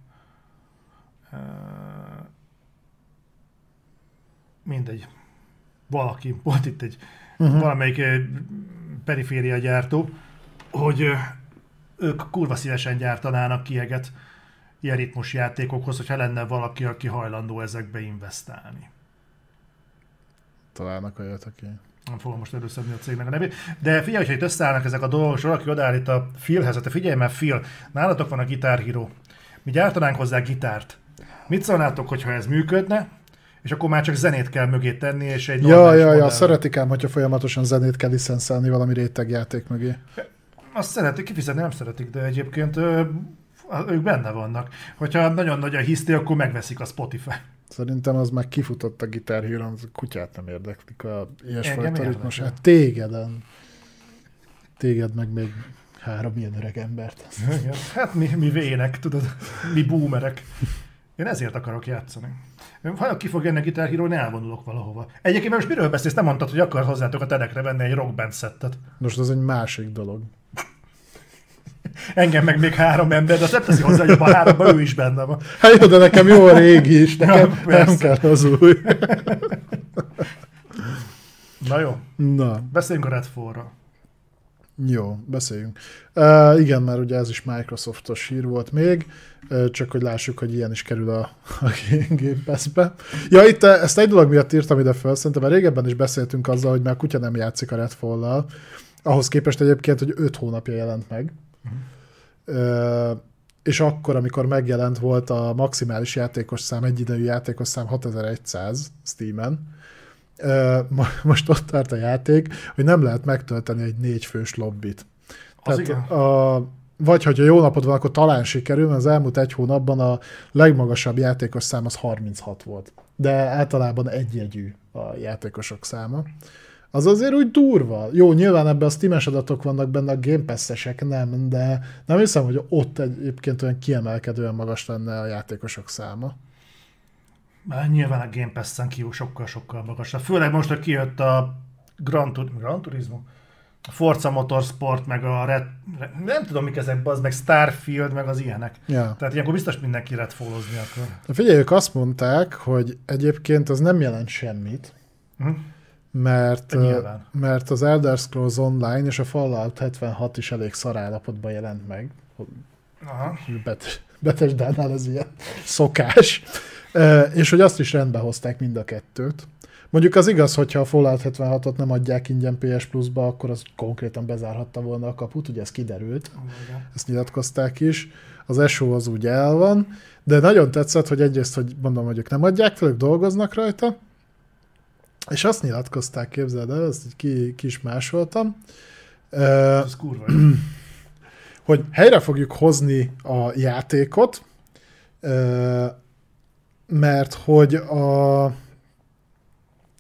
S1: mindegy, valaki, volt itt egy valamelyik periféria gyártó, hogy ők kurva szívesen gyártanának kieget ilyen ritmus játékokhoz, hogyha lenne valaki, aki hajlandó ezekbe investálni.
S2: Találnak olyat, aki...
S1: Nem fogom most előszedni a cégnek a nevét. De figyelj, hogy itt összeállnak ezek a dolgok, és valaki odaáll itt a Philhez, hát figyelj már Phil, nálatok van a Guitar Hero. Mi gyártanánk hozzá gitárt. Mit szólnátok, hogyha ez működne, és akkor már csak zenét kell mögé tenni, és egy
S2: Ja, szeretik ám, hogyha folyamatosan zenét kell licenszelni valami rétegjáték mögé.
S1: Azt szeretik, kifizetni nem szeretik, de egyébként ők benne vannak. Hogyha nagyon nagy a hiszti, akkor megveszik a Spotify.
S2: Szerintem az már kifutott a Guitar Hero, az kutyát nem érdeklik a ilyesfajta ritmus. Hát téged meg még 3 ilyen öreg embert.
S1: Igen. Hát mi vének, tudod, mi boomerek. Én ezért akarok játszani. Ha ki fog jönni a Guitar Hero, ne elvonulok valahova. Egyébként most miről beszélsz? Nem mondtad, hogy akar hozzátok a telekre venni egy rockband szettet.
S2: Most az egy másik dolog.
S1: Engem meg még 3 ember, de azt nem teszi hozzá, hogy abban a 3-ban ő is benne van.
S2: Hát jó, de nekem jó a régi is, nekem nem kell az új.
S1: Na jó,
S2: Na.
S1: beszéljünk a Redfall-ra.
S2: Jó, beszéljünk. Igen, mert ugye ez is Microsoftos hír volt még, csak hogy lássuk, hogy ilyen is kerül a Game Pass-be. Ja, itt ezt egy dolog miatt írtam ide föl, szerintem már régebben is beszéltünk azzal, hogy már kutya nem játszik a Redfall-lal. Ahhoz képest egyébként, hogy 5 hónapja jelent meg. És akkor, amikor megjelent, volt a maximális játékos szám, egyidejű játékos szám 6100 Steamen. Most ott tart a játék, hogy nem lehet megtölteni egy 4 fős lobbit. Tehát vagy hogyha jó napod van, akkor talán sikerül, mert az elmúlt 1 hónapban a legmagasabb játékos szám az 36 volt. De általában egyjegyű a játékosok száma. Az azért úgy durva. Jó, nyilván ebben a Steam-es adatok vannak benne, a Game Pass-esek nem, de nem hiszem, hogy ott egyébként olyan kiemelkedően magas lenne a játékosok száma.
S1: Nyilván a Game Pass-en kívül sokkal magasabb. Főleg most, hogy kijött a Gran Turismo, a Forza Motorsport, meg a nem tudom mik ezek, az meg Starfield, meg az ilyenek. Ja. Tehát ilyenkor biztos mindenki Redfall-ozni akar.
S2: Figyelj, ők azt mondták, hogy egyébként az nem jelent semmit, mert az Elder Scrolls Online és a Fallout 76 is elég szarállapotban jelent meg. Bethesdánál ez ilyen szokás. És hogy azt is rendbe hozták mind a kettőt. Mondjuk az igaz, hogyha a Fallout 76-ot nem adják ingyen PS Plus-ba, akkor az konkrétan bezárhatta volna a kaput, ugye ez kiderült. Ezt nyilatkozták is. Az SO az úgy el van, de nagyon tetszett, hogy egyrészt, hogy mondom, hogy ők nem adják fel, ők dolgoznak rajta, és azt nyilatkozták, képzeld el, ezt ki is másoltam,
S1: ez kurva.
S2: hogy helyre fogjuk hozni a játékot, mert hogy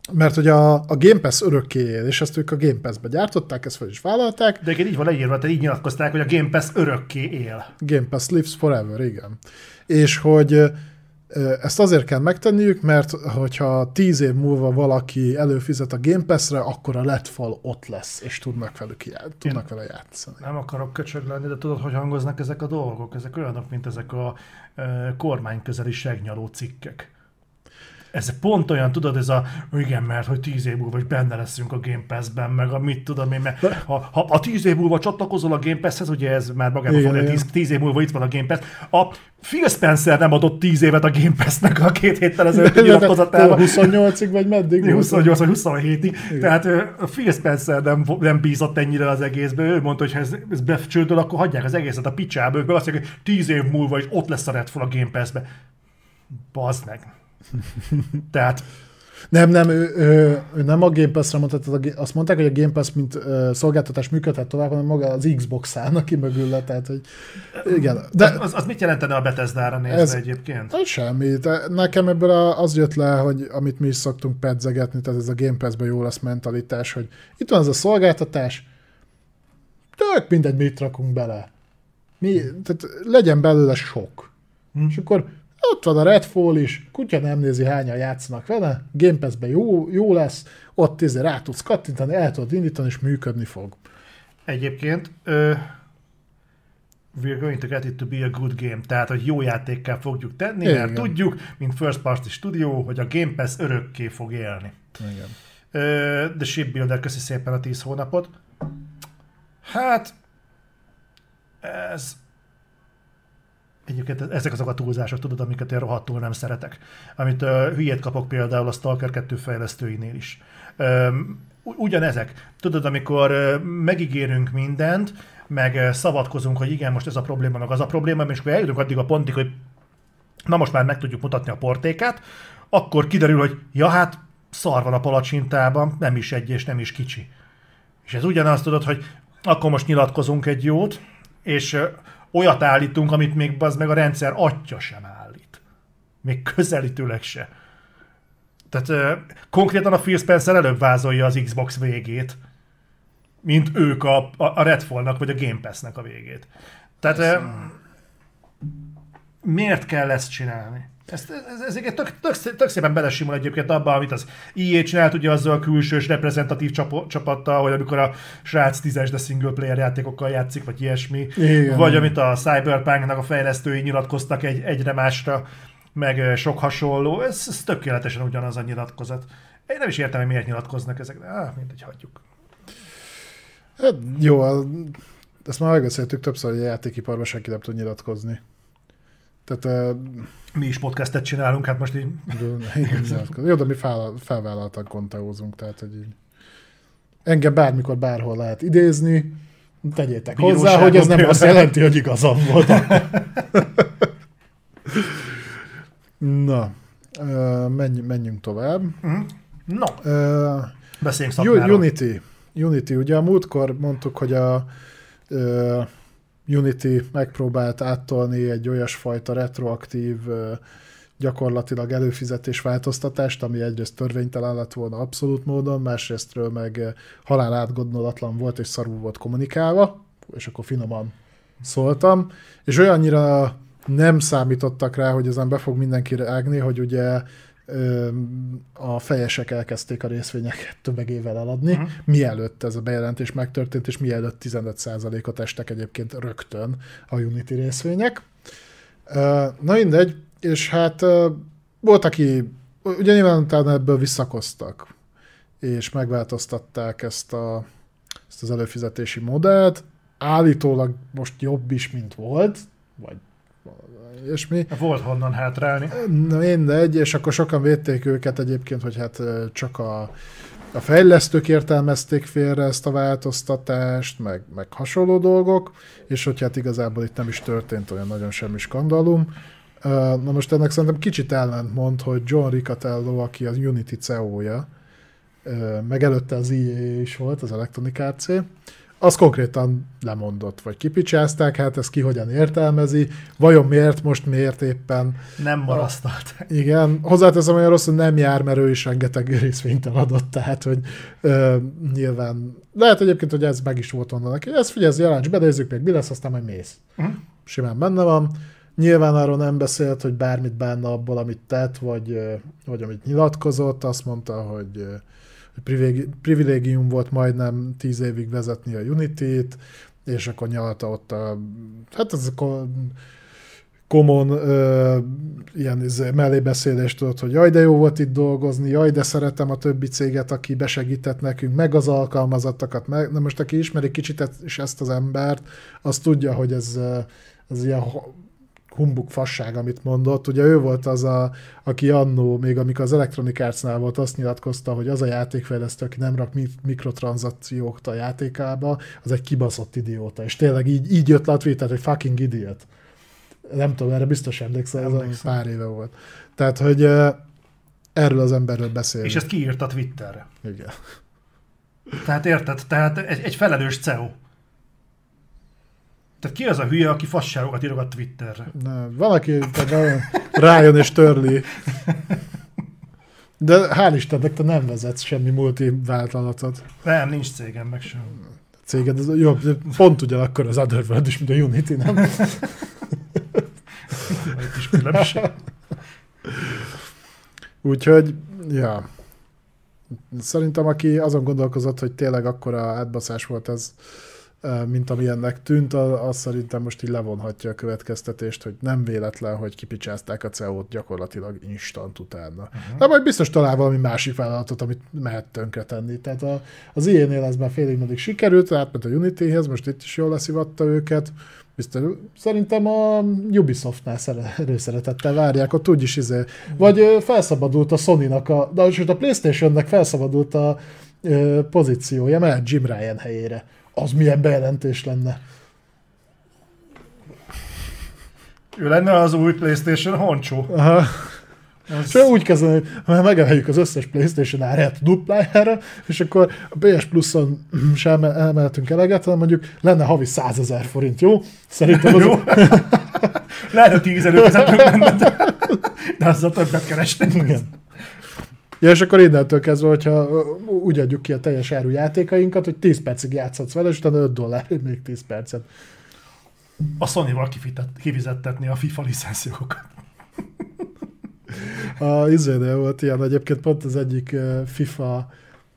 S2: Mert hogy a Game Pass örökké él, és ezt ők a Game Pass-be gyártották, ezt fel is vállalták.
S1: De így van leírva, tehát így nyilatkozták, hogy a Game Pass örökké él.
S2: Game Pass lives forever, igen. És hogy ezt azért kell megtenniük, mert hogyha 10 év múlva valaki előfizet a Game Pass-re, akkor a Redfall ott lesz, és tudnak vele játszani.
S1: Nem akarok köcsög lenni, de tudod, hogy hangoznak ezek a dolgok? Ezek olyanok, mint ezek a kormányközeli segnyaló cikkek. Ez pont olyan, tudod, ez a, igen, mert hogy 10 év múlva is benne leszünk a Game Pass-ben, meg a mit tudom én, mert ha a 10 év múlva csatlakozol a Game Pass-hez, ugye ez már magában fogja, 10 év múlva itt van a Game Pass. A Phil Spencer nem adott 10 évet a Game Pass-nek a 2 héttel ezelőtti nyilatkozatában.
S2: 28-ig vagy meddig?
S1: 28 vagy 27-ig. Tehát a Phil Spencer nem bízott ennyire az egészbe. Ő mondta, hogy ha ez becsődöl, akkor hagyják az egészet a picsába. Ők meg azt mondják, hogy 10 év múlva is ott lesz a Redfall a Game Pass-be. Bazd meg. Tehát...
S2: Nem, ő nem a Game Pass-ra mondta, azt mondták, hogy a Game Pass mint szolgáltatás működhet tovább, hanem maga az Xbox-ának ki mögül le, tehát hogy igen.
S1: De az mit jelentene a Bethesda-ra nézve egyébként?
S2: Ez semmi. Nekem ebből az jött le, hogy amit mi is szoktunk pedzegetni, tehát ez a Game Pass-ben jó lesz mentalitás, hogy itt van ez a szolgáltatás, tök mindegy, mit rakunk bele. Tehát legyen belőle sok. És akkor ott van a Redfall is, kutya nem nézi, hányan játszanak vele, Game Pass-ben jó lesz, ott rá tudsz kattintani, el tudod indítani, és működni fog.
S1: Egyébként, we're going to get it to be a good game, tehát, hogy jó játékkel fogjuk tenni, igen. Mert tudjuk, mint First Party Studio, hogy a Game Pass örökké fog élni.
S2: Igen.
S1: The Shipbuilder, köszi szépen a 10 hónapot. Hát, ez... Egyébként ezek azok a túlzások, tudod, amiket én rohadtul nem szeretek. Amit hülyét kapok például a Stalker 2 fejlesztőinél is. Ugyanezek. Tudod, amikor megígérünk mindent, meg szavatkozunk, hogy igen, most ez a probléma, meg az a probléma, és akkor eljutunk addig a pontig, hogy na most már meg tudjuk mutatni a portékát, akkor kiderül, hogy ja hát szar van a palacsintában, nem is egy és nem is kicsi. És ez ugyanaz, tudod, hogy akkor most nyilatkozunk egy jót, és olyat állítunk, amit még az meg a rendszer atya sem állít. Még közelítőleg se. Tehát konkrétan a Phil Spencer előbb vázolja az Xbox végét, mint ők a Redfallnak vagy a Game Pass-nek a végét. Tehát miért kell ezt csinálni? Ez tök szépen belesimul egyébként abban, amit az EA csinált, ugye azzal a külsős reprezentatív csapattal, hogy amikor a srác 10-es, de single player játékokkal játszik, vagy ilyesmi. Igen. Vagy amit a Cyberpunknak a fejlesztői nyilatkoztak egyre másra, meg sok hasonló. Ez tökéletesen ugyanaz a nyilatkozat. Én nem is értem, hogy miért nyilatkoznak ezek, de mindegy, hagyjuk.
S2: Hát, jó, ezt már megbeszéltük többször, hogy a játékiparban senki nem tud nyilatkozni. Tehát,
S1: mi is podcastet csinálunk, hát most így...
S2: Jó, de mi felvállaltan konteózunk, tehát hogy így... Engem bármikor, bárhol lehet idézni, tegyétek hozzá, hogy ez nem azt jelenti, hogy igazam volt. Na, menjünk tovább.
S1: No, beszéljünk szakmáról.
S2: Unity, ugye a múltkor mondtuk, hogy a Unity megpróbált áttolni egy olyasfajta retroaktív, gyakorlatilag előfizetés változtatást, ami egyrészt törvénytelen lett volna abszolút módon, másrésztről meg halál átgondolatlan volt és szarul volt kommunikálva, és akkor finoman szóltam, és olyannyira nem számítottak rá, hogy ezen be fog mindenki rágni, hogy ugye a fejesek elkezdték a részvényeket tömegével eladni, mielőtt ez a bejelentés megtörtént, és mielőtt 15%-ot estek egyébként rögtön a Unity részvények. Na mindegy, és hát volt, aki ugye nyilván utána ebből visszakoztak, és megváltoztatták ezt az előfizetési modellt. Állítólag most jobb is, mint volt, vagy ilyesmi.
S1: Volt honnan hátrálni.
S2: Mindegy, és akkor sokan védték őket egyébként, hogy hát csak a fejlesztők értelmezték félre ezt a változtatást, meg hasonló dolgok, és hogy hát igazából itt nem is történt olyan nagyon semmi skandalum. Na most ennek szerintem kicsit ellentmond, hogy John Riccatello, aki az Unity CEO-ja, meg előtte az EA is volt, az Electronic Arts, az konkrétan lemondott, vagy kipicsázták, hát ezt ki hogyan értelmezi, vajon miért éppen.
S1: Nem marasztalt.
S2: Igen, hozzáteszem, olyan rossz, hogy nem jár, mert ő is rengeteg részvényt adott, tehát, hogy nyilván, lehet egyébként, hogy ez meg is volt onnan neki, ezt figyelj, jelents be, nézzük meg, mi lesz, aztán majd mész. Simán benne van. Nyilván arról nem beszélt, hogy bármit bánna abból, amit tett, vagy amit nyilatkozott, azt mondta, hogy privilégium volt majdnem 10 évig vezetni a Unity-t, és akkor nyalta ott hát ez a common ilyen mellébeszélést tudott, hogy jaj, de jó volt itt dolgozni, jaj, de szeretem a többi céget, aki besegített nekünk, meg az alkalmazottakat, meg, na most aki ismeri kicsit is ezt az embert, az tudja, hogy ez ilyen humbug fasság, amit mondott. Ugye ő volt az, aki annó, még amikor az Electronic Arts-nál volt, azt nyilatkozta, hogy az a játékfejlesztő, aki nem rak mikrotranszakciókat a játékába, az egy kibaszott idióta. És tényleg így jött le a tweetet, hogy fucking idiot. Nem tudom, erre biztos emlékszel, ez pár éve volt. Tehát, hogy erről az emberről beszél.
S1: És ezt kiírta Twitterre.
S2: Igen.
S1: Tehát érted? Tehát egy felelős CEO. Tehát ki az a hülye, aki fasságokat írogat Twitterre?
S2: Valaki rájön és törli. De hál' Istennek te nem vezetsz semmi multivállalatot.
S1: Nem, nincs cégem meg sem.
S2: Céged, jó, pont ugyanakkor az Otherworld is, mint a Unity, nem?
S1: Egy kis különbség.
S2: Úgyhogy, ja. Szerintem aki azon gondolkozott, hogy tényleg akkora átbaszás volt ez, mint amilyennek tűnt, az szerintem most így levonhatja a következtetést, hogy nem véletlen, hogy kipicsázták a CEO-t gyakorlatilag instant utána. De majd biztos talál valami másik vállalatot, amit mehet tönkretenni. Tehát az IE-nél ez már félig meddig sikerült, átment a Unityhez, most itt is jól leszivatta őket. Biztos, szerintem a Ubisoftnál előszeretettel várják, ott úgyis vagy felszabadult a Sony-nak, de sőt a PlayStation-nek felszabadult a pozíciója, mert Jim Ryan helyére. Az milyen bejelentés lenne.
S1: Ő lenne az új PlayStation honcsó.
S2: Aha. És úgy kezdeni, hogy megemeljük az összes PlayStation árát duplájára, és akkor a PS Plus-on sem emeltünk eleget, hanem mondjuk lenne havi 100 000 forint, jó? Szerintem az...
S1: Jó. Lehet, hogy 10 előfizetők lenne, de azzal többet keresnek.
S2: Igen. Ja, és akkor innentől kezdve, hogyha úgy adjuk ki a teljes áru játékainkat, hogy 10 percig játszhatsz vele, és utána $5 még 10 percet.
S1: A Sony-val kifizettetni a FIFA licenszjogokat.
S2: A izénél volt ilyen, egyébként pont az egyik FIFA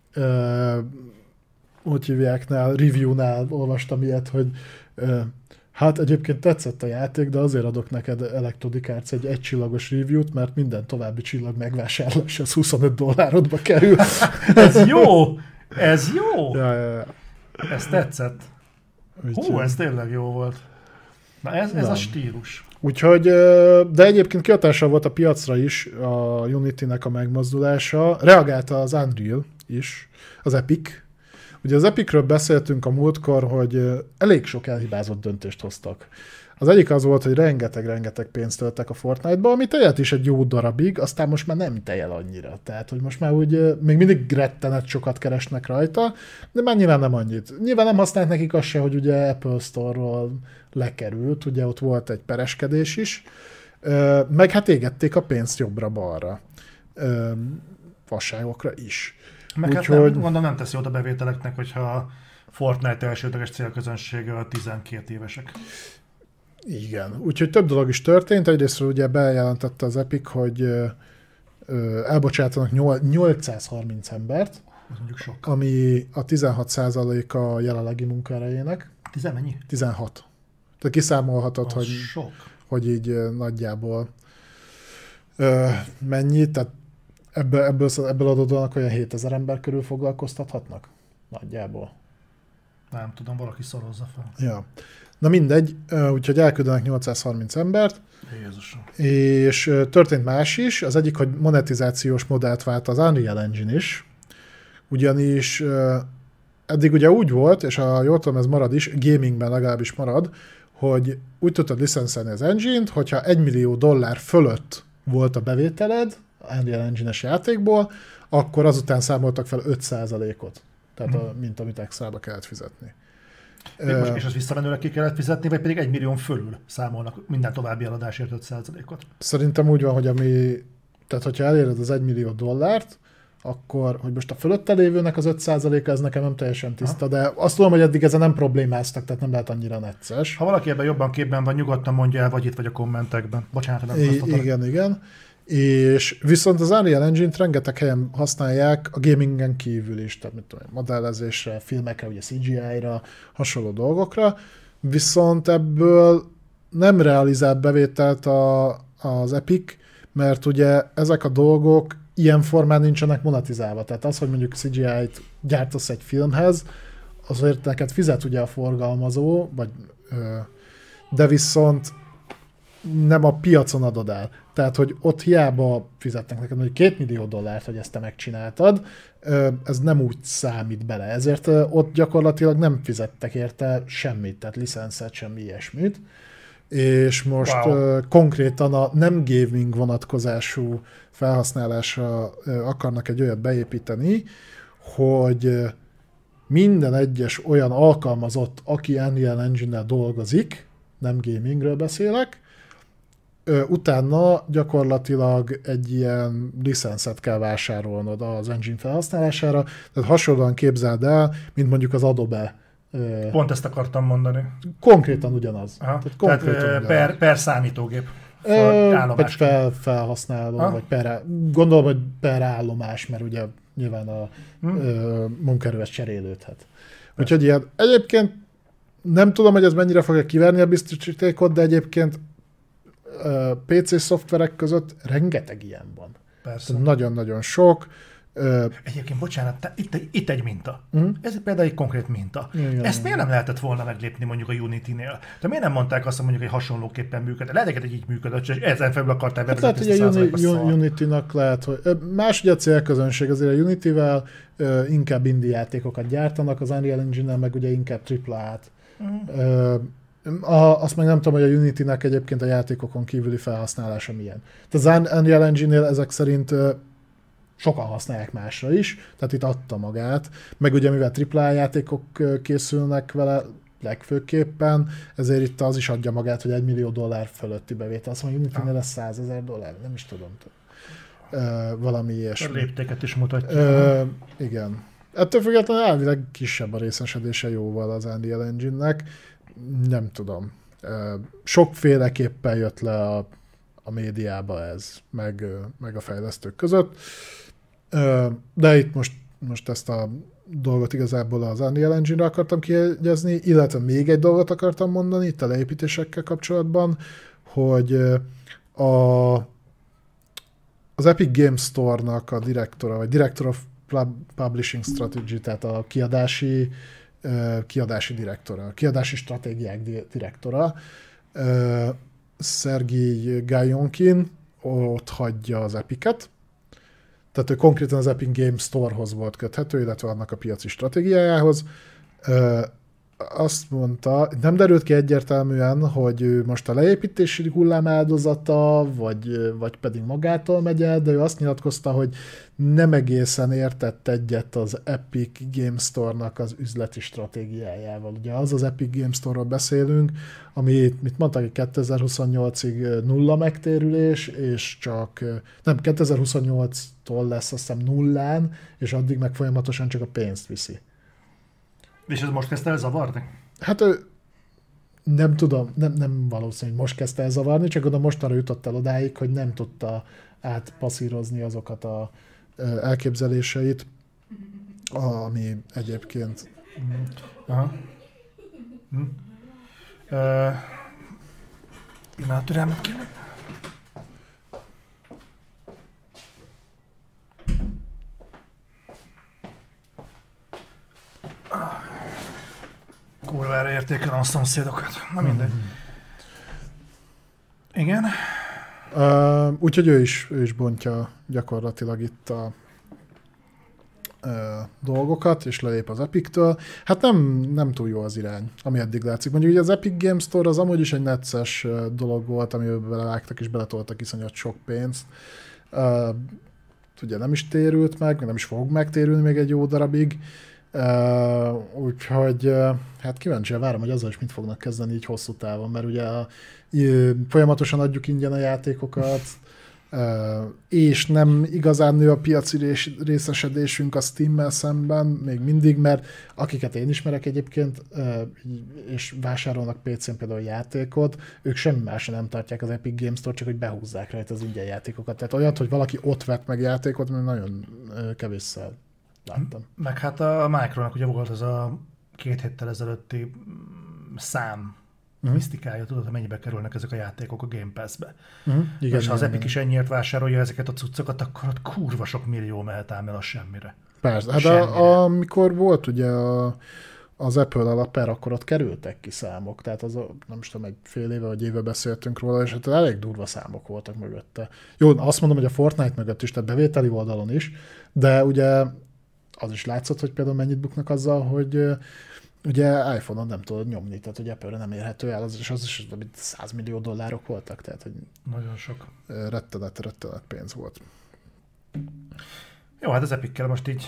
S2: hogy hívjáknál, review-nál olvastam ilyet, hogy hát egyébként tetszett a játék, de azért adok neked Electronic Arts egy egycsillagos review-t, mert minden további csillag megvásárlás az $25 kerül.
S1: Ez jó! Ez jó!
S2: Ja.
S1: Ez tetszett. Hú, ez tényleg jó volt. Na ez a stílus.
S2: Úgyhogy, de egyébként kihatással volt a piacra is a Unity-nek a megmozdulása. Reagálta az Unreal is, az Epic. Ugye az Epicről beszéltünk a múltkor, hogy elég sok elhibázott döntést hoztak. Az egyik az volt, hogy rengeteg pénzt töltek a Fortnite-ba, ami tejet is egy jó darabig, aztán most már nem tejel annyira. Tehát, hogy most már úgy még mindig rettenet sokat keresnek rajta, de már nyilván nem annyit. Nyilván nem használt nekik az se, hogy ugye Apple Store-ról lekerült, ugye ott volt egy pereskedés is, meg hát égették a pénzt jobbra-balra. Fasságokra is.
S1: Meg hát gondolom nem teszi oda bevételeknek, hogyha a Fortnite elsődleges célközönsége a 12 évesek.
S2: Igen, úgyhogy több dolog is történt. Egyrészt ugye bejelentette az Epic, hogy elbocsátanak 830 embert,
S1: az mondjuk sok.
S2: ami a 16%-a jelenlegi munkaerejének.
S1: 10 mennyi?
S2: 16. Tehát kiszámolhatod, hogy így nagyjából mennyi, tehát ebből adódóan olyan 7000 ember körül foglalkoztathatnak? Nagyjából.
S1: Nem tudom, valaki szorozza fel.
S2: Ja. Na mindegy, úgyhogy elküldenek 830 embert.
S1: Jézusom.
S2: És történt más is, az egyik, hogy monetizációs modellt vált az Unreal Engine is, ugyanis eddig ugye úgy volt, és ha jól tudom, ez marad is, gamingben legalábbis marad, hogy úgy tudtad licenszelni az engine-t, hogyha $1 millió fölött volt a bevételed, Unreal Engine-es játékból, akkor azután számoltak fel 5%-ot, tehát mint amit extra-ba kellett fizetni.
S1: És azt visszamenőleg ki kellett fizetni, vagy pedig 1 millió fölül számolnak minden további eladásért 5%-ot?
S2: Szerintem úgy van, hogy tehát hogyha eléred az 1 millió dollárt, akkor, hogy most a fölötte lévőnek az 5%-a, ez nekem nem teljesen tiszta, de azt tudom, hogy eddig ezen nem problémáztak, tehát nem lehet annyira necces.
S1: Ha valaki ebben jobban képben van, nyugodtan mondja el, vagy itt, vagy a kommentekben. Bocsánat, nem
S2: Igen. És viszont az Unreal Engine-t rengeteg helyen használják a gamingen kívül is, tehát mit tudom, modellezésre, filmekre, ugye CGI-ra, hasonló dolgokra, viszont ebből nem realizál bevételt az Epic, mert ugye ezek a dolgok ilyen formán nincsenek monetizálva. Tehát az, hogy mondjuk CGI-t gyártasz egy filmhez, azért neked fizet ugye a forgalmazó, de viszont nem a piacon adod el. Tehát, hogy ott hiába fizetnek neked, hogy $2 millió, hogy ezt te megcsináltad, ez nem úgy számít bele. Ezért ott gyakorlatilag nem fizettek érte semmit, tehát licenszet, semmi ilyesmit. És most konkrétan a nem gaming vonatkozású felhasználásra akarnak egy olyat beépíteni, hogy minden egyes olyan alkalmazott, aki Unreal Engine-nel dolgozik, nem gamingről beszélek, utána gyakorlatilag egy ilyen licenszet kell vásárolnod az engine felhasználására, tehát hasonlóan képzeld el, mint mondjuk az Adobe.
S1: Pont ezt akartam mondani.
S2: Konkrétan ugyanaz.
S1: Tehát per számítógép.
S2: Vagy felhasználó, vagy gondolom, hogy per állomás, mert ugye nyilván a munkaerő ezt cserélődhet. Úgyhogy ilyen, egyébként nem tudom, hogy ez mennyire fogja kiverni a biztosítékot, de egyébként PC szoftverek között rengeteg ilyen van.
S1: Persze.
S2: Nagyon-nagyon sok.
S1: Egyébként, bocsánat, itt egy minta. Ez például egy konkrét minta. Ezt miért nem lehetett volna meglépni mondjuk a Unity-nél? De miért nem mondták azt, hogy mondjuk egy hasonlóképpen működött? Lehet, hogy így működött, és ezen felül akartál bevezetni.
S2: Hát lehet, hogy a Unity-nak lehet, hogy más ugye a célközönség, azért a Unity-vel inkább indie játékokat gyártanak, az Unreal Engine-nel meg ugye inkább AAA-t. Azt meg nem tudom, hogy a Unity-nek egyébként a játékokon kívüli felhasználása milyen. Tehát az Unreal Engine-nél ezek szerint sokan használják másra is, tehát itt adta magát, meg ugye mivel AAA játékok készülnek vele legfőképpen, ezért itt az is adja magát, hogy $1 millió fölötti bevétel. Azt mondja, Unity-nél lesz $100,000, nem is tudom. Valami ilyesmi.
S1: A léptéket is mutatja.
S2: Igen. Ettől függetlenül elvileg kisebb a részesedése jóval az Unreal Engine-nek. Nem tudom. Sokféleképpen jött le a médiába ez, meg a fejlesztők között. De itt most ezt a dolgot igazából az Unreal Engine-re akartam kiegyezni, illetve még egy dolgot akartam mondani itt a leépítésekkel kapcsolatban, hogy az Epic Games Store-nak a direktora, vagy Director of Publishing Strategy, tehát a kiadási direktora, a kiadási stratégiák direktora, Szergij Gajonkin ott hagyja az Epicet, tehát ő konkrétan az Epic Games Store-hoz volt köthető, illetve annak a piaci stratégiájához. Azt mondta, nem derült ki egyértelműen, hogy ő most a leépítési hullám áldozata, vagy pedig magától megy el, de ő azt nyilatkozta, hogy nem egészen értett egyet az Epic Games Store-nak az üzleti stratégiájával. Ugye az Epic Games Store-ról beszélünk, ami, mit mondtak, hogy 2028-ig nulla megtérülés, és csak, nem, 2028-tól lesz azt hiszem nullán, és addig meg folyamatosan csak a pénzt viszi.
S1: És ez most kezdte el zavarni?
S2: Hát nem tudom, nem valószínű, hogy most kezdte el zavarni, csak oda mostanra jutott el odáig, hogy nem tudta átpasszírozni azokat a elképzeléseit, ami egyébként...
S1: Aha. Pillanat, türelmet kérlek. Kurvára értékelem a szomszédokat. Na mindegy. Igen?
S2: Úgyhogy ő is bontja gyakorlatilag itt a dolgokat, és lelép az Epic-től. Hát nem túl jó az irány, ami eddig látszik. Mondjuk ugye az Epic Games Store az amúgy is egy necces dolog volt, amiben belevágtak és beletoltak iszonyat sok pénzt. Ugye nem is térült meg nem is fog megtérülni még egy jó darabig. Úgyhogy hát kíváncsian várom, hogy azzal is mit fognak kezdeni így hosszú távon, mert ugye folyamatosan adjuk ingyen a játékokat, és nem igazán nő a piaci részesedésünk a Steam-mel szemben, még mindig, mert akiket én ismerek egyébként, és vásárolnak PC-n például játékot, ők semmi másra nem tartják az Epic Games Store, csak hogy behúzzák rajta az ingyen játékokat. Tehát olyat, hogy valaki ott vett meg játékot, mert nagyon kevésszer láttam.
S1: Meg hát a Micronak ugye volt az a 2 héttel ezelőtti szám misztikája, tudod, hogy mennyibe kerülnek ezek a játékok a Game Pass-be.
S2: Igen,
S1: és ha az
S2: igen,
S1: Epic is ennyiért vásárolja ezeket a cuccokat, akkor ott kurva sok millió mehet ám el a semmire.
S2: Persze, hát amikor volt ugye az Apple-el a per, akkor ott kerültek ki számok, tehát az nem is tudom, egy fél éve vagy éve beszéltünk róla, és hát elég durva számok voltak mögötte. Jó, azt mondom, hogy a Fortnite mögött is, tehát bevételi oldalon is, de ugye az is látszott, hogy például mennyit buknak azzal, hogy ugye iPhone-on nem tudod nyomni, tehát hogy Apple-re nem érhető el, és az is 100 millió dollárok voltak, tehát hogy
S1: nagyon sok.
S2: Rettenet pénz volt.
S1: Jó, hát az Epic-kel most így...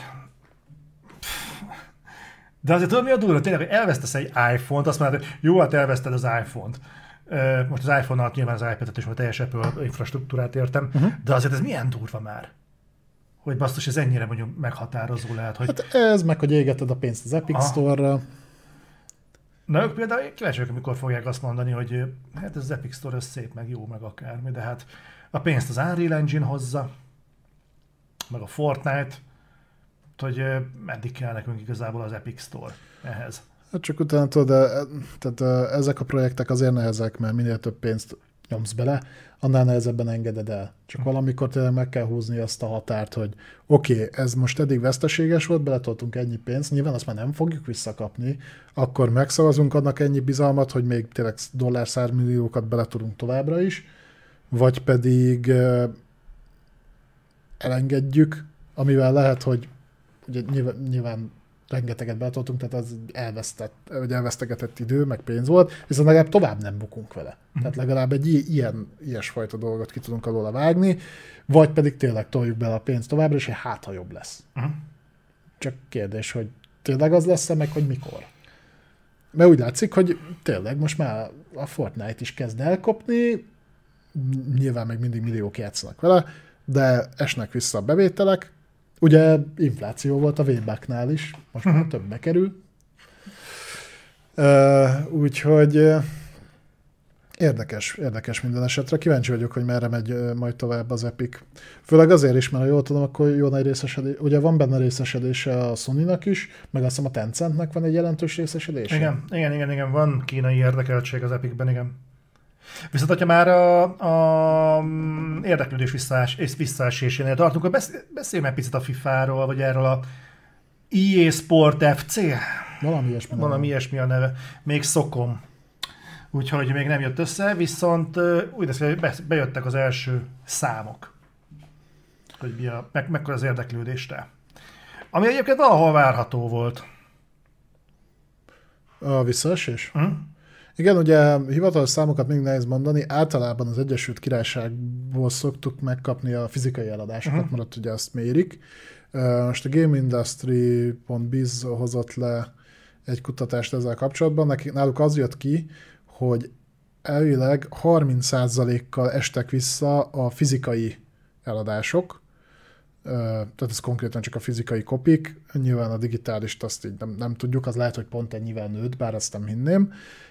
S1: De azért tudod, mi a durva? Tényleg, hogy elvesztesz egy iPhone-t, azt mondod, hogy jó, hát elveszted az iPhone-t. Most az iPhone alatt nyilván az iPad-et és a teljes Apple infrastruktúrát értem, de azért ez milyen durva már? Hogy basszus, ez ennyire mondjuk meghatározó lehet, hogy...
S2: Hát ez meg, hogy égeted a pénzt az Epic Store-ra.
S1: Na ők például kíváncsi vagyok, amikor fogják azt mondani, hogy hát ez az Epic Store ez szép, meg jó, meg akármi, de hát a pénzt az Unreal Engine hozza, meg a Fortnite, hogy meddig kell nekünk igazából az Epic Store ehhez.
S2: Hát csak utána tudod, tehát ezek a projektek azért nehezek, mert minél több pénzt nyomsz bele, annál nehezebben engeded el. Csak valamikor tényleg meg kell húzni azt a határt, hogy oké, ez most eddig veszteséges volt, beletoltunk ennyi pénzt, nyilván azt már nem fogjuk visszakapni, akkor megszavazunk annak ennyi bizalmat, hogy még tényleg $100 milliókat bele tudunk továbbra is, vagy pedig elengedjük, amivel lehet, hogy ugye nyilván rengeteget beletoltunk, tehát az elvesztegetett idő, meg pénz volt, viszont legalább tovább nem bukunk vele. Tehát legalább egy ilyesfajta dolgot ki tudunk alóla vágni, vagy pedig tényleg toljuk bele a pénzt továbbra, és hát, ha jobb lesz. Csak kérdés, hogy tényleg az lesz-e, meg hogy mikor. Mert úgy látszik, hogy tényleg most már a Fortnite is kezd elkopni, nyilván még mindig milliók játszanak vele, de esnek vissza a bevételek. Ugye infláció volt a V-Bucknál is, most már többbe kerül. Úgyhogy érdekes minden esetre. Kíváncsi vagyok, hogy merre megy majd tovább az Epic. Főleg azért is, mert ha jól tudom, akkor jó nagy részesedés. Ugye van benne részesedése a Sony-nak is, meg azt hiszem a Tencentnek van egy jelentős részesedése.
S1: Igen, van kínai érdekeltség az Epicben, igen. Viszont, hogyha már a érdeklődés visszaesésénél tartunk, akkor beszéljünk egy picit a FIFA-ról, vagy erről a EA Sport FC. Valami ilyesmi a neve. Még szokom. Úgyhogy még nem jött össze, viszont úgy lesz, hogy bejöttek az első számok. Hogy mekkora az érdeklődésre. Ami egyébként valahol várható volt.
S2: A visszaesés? Igen, ugye hivatalos számokat még nehéz mondani, általában az Egyesült Királyságból szoktuk megkapni a fizikai eladásokat, mert ott ugye azt mérik. Most a GameIndustry.biz hozott le egy kutatást ezzel kapcsolatban, náluk az jött ki, hogy elvileg 30%-kal estek vissza a fizikai eladások, tehát ez konkrétan csak a fizikai kopik, nyilván a digitálist azt így nem tudjuk, az lehet, hogy pont ennyivel nőtt, bár azt nem hinném.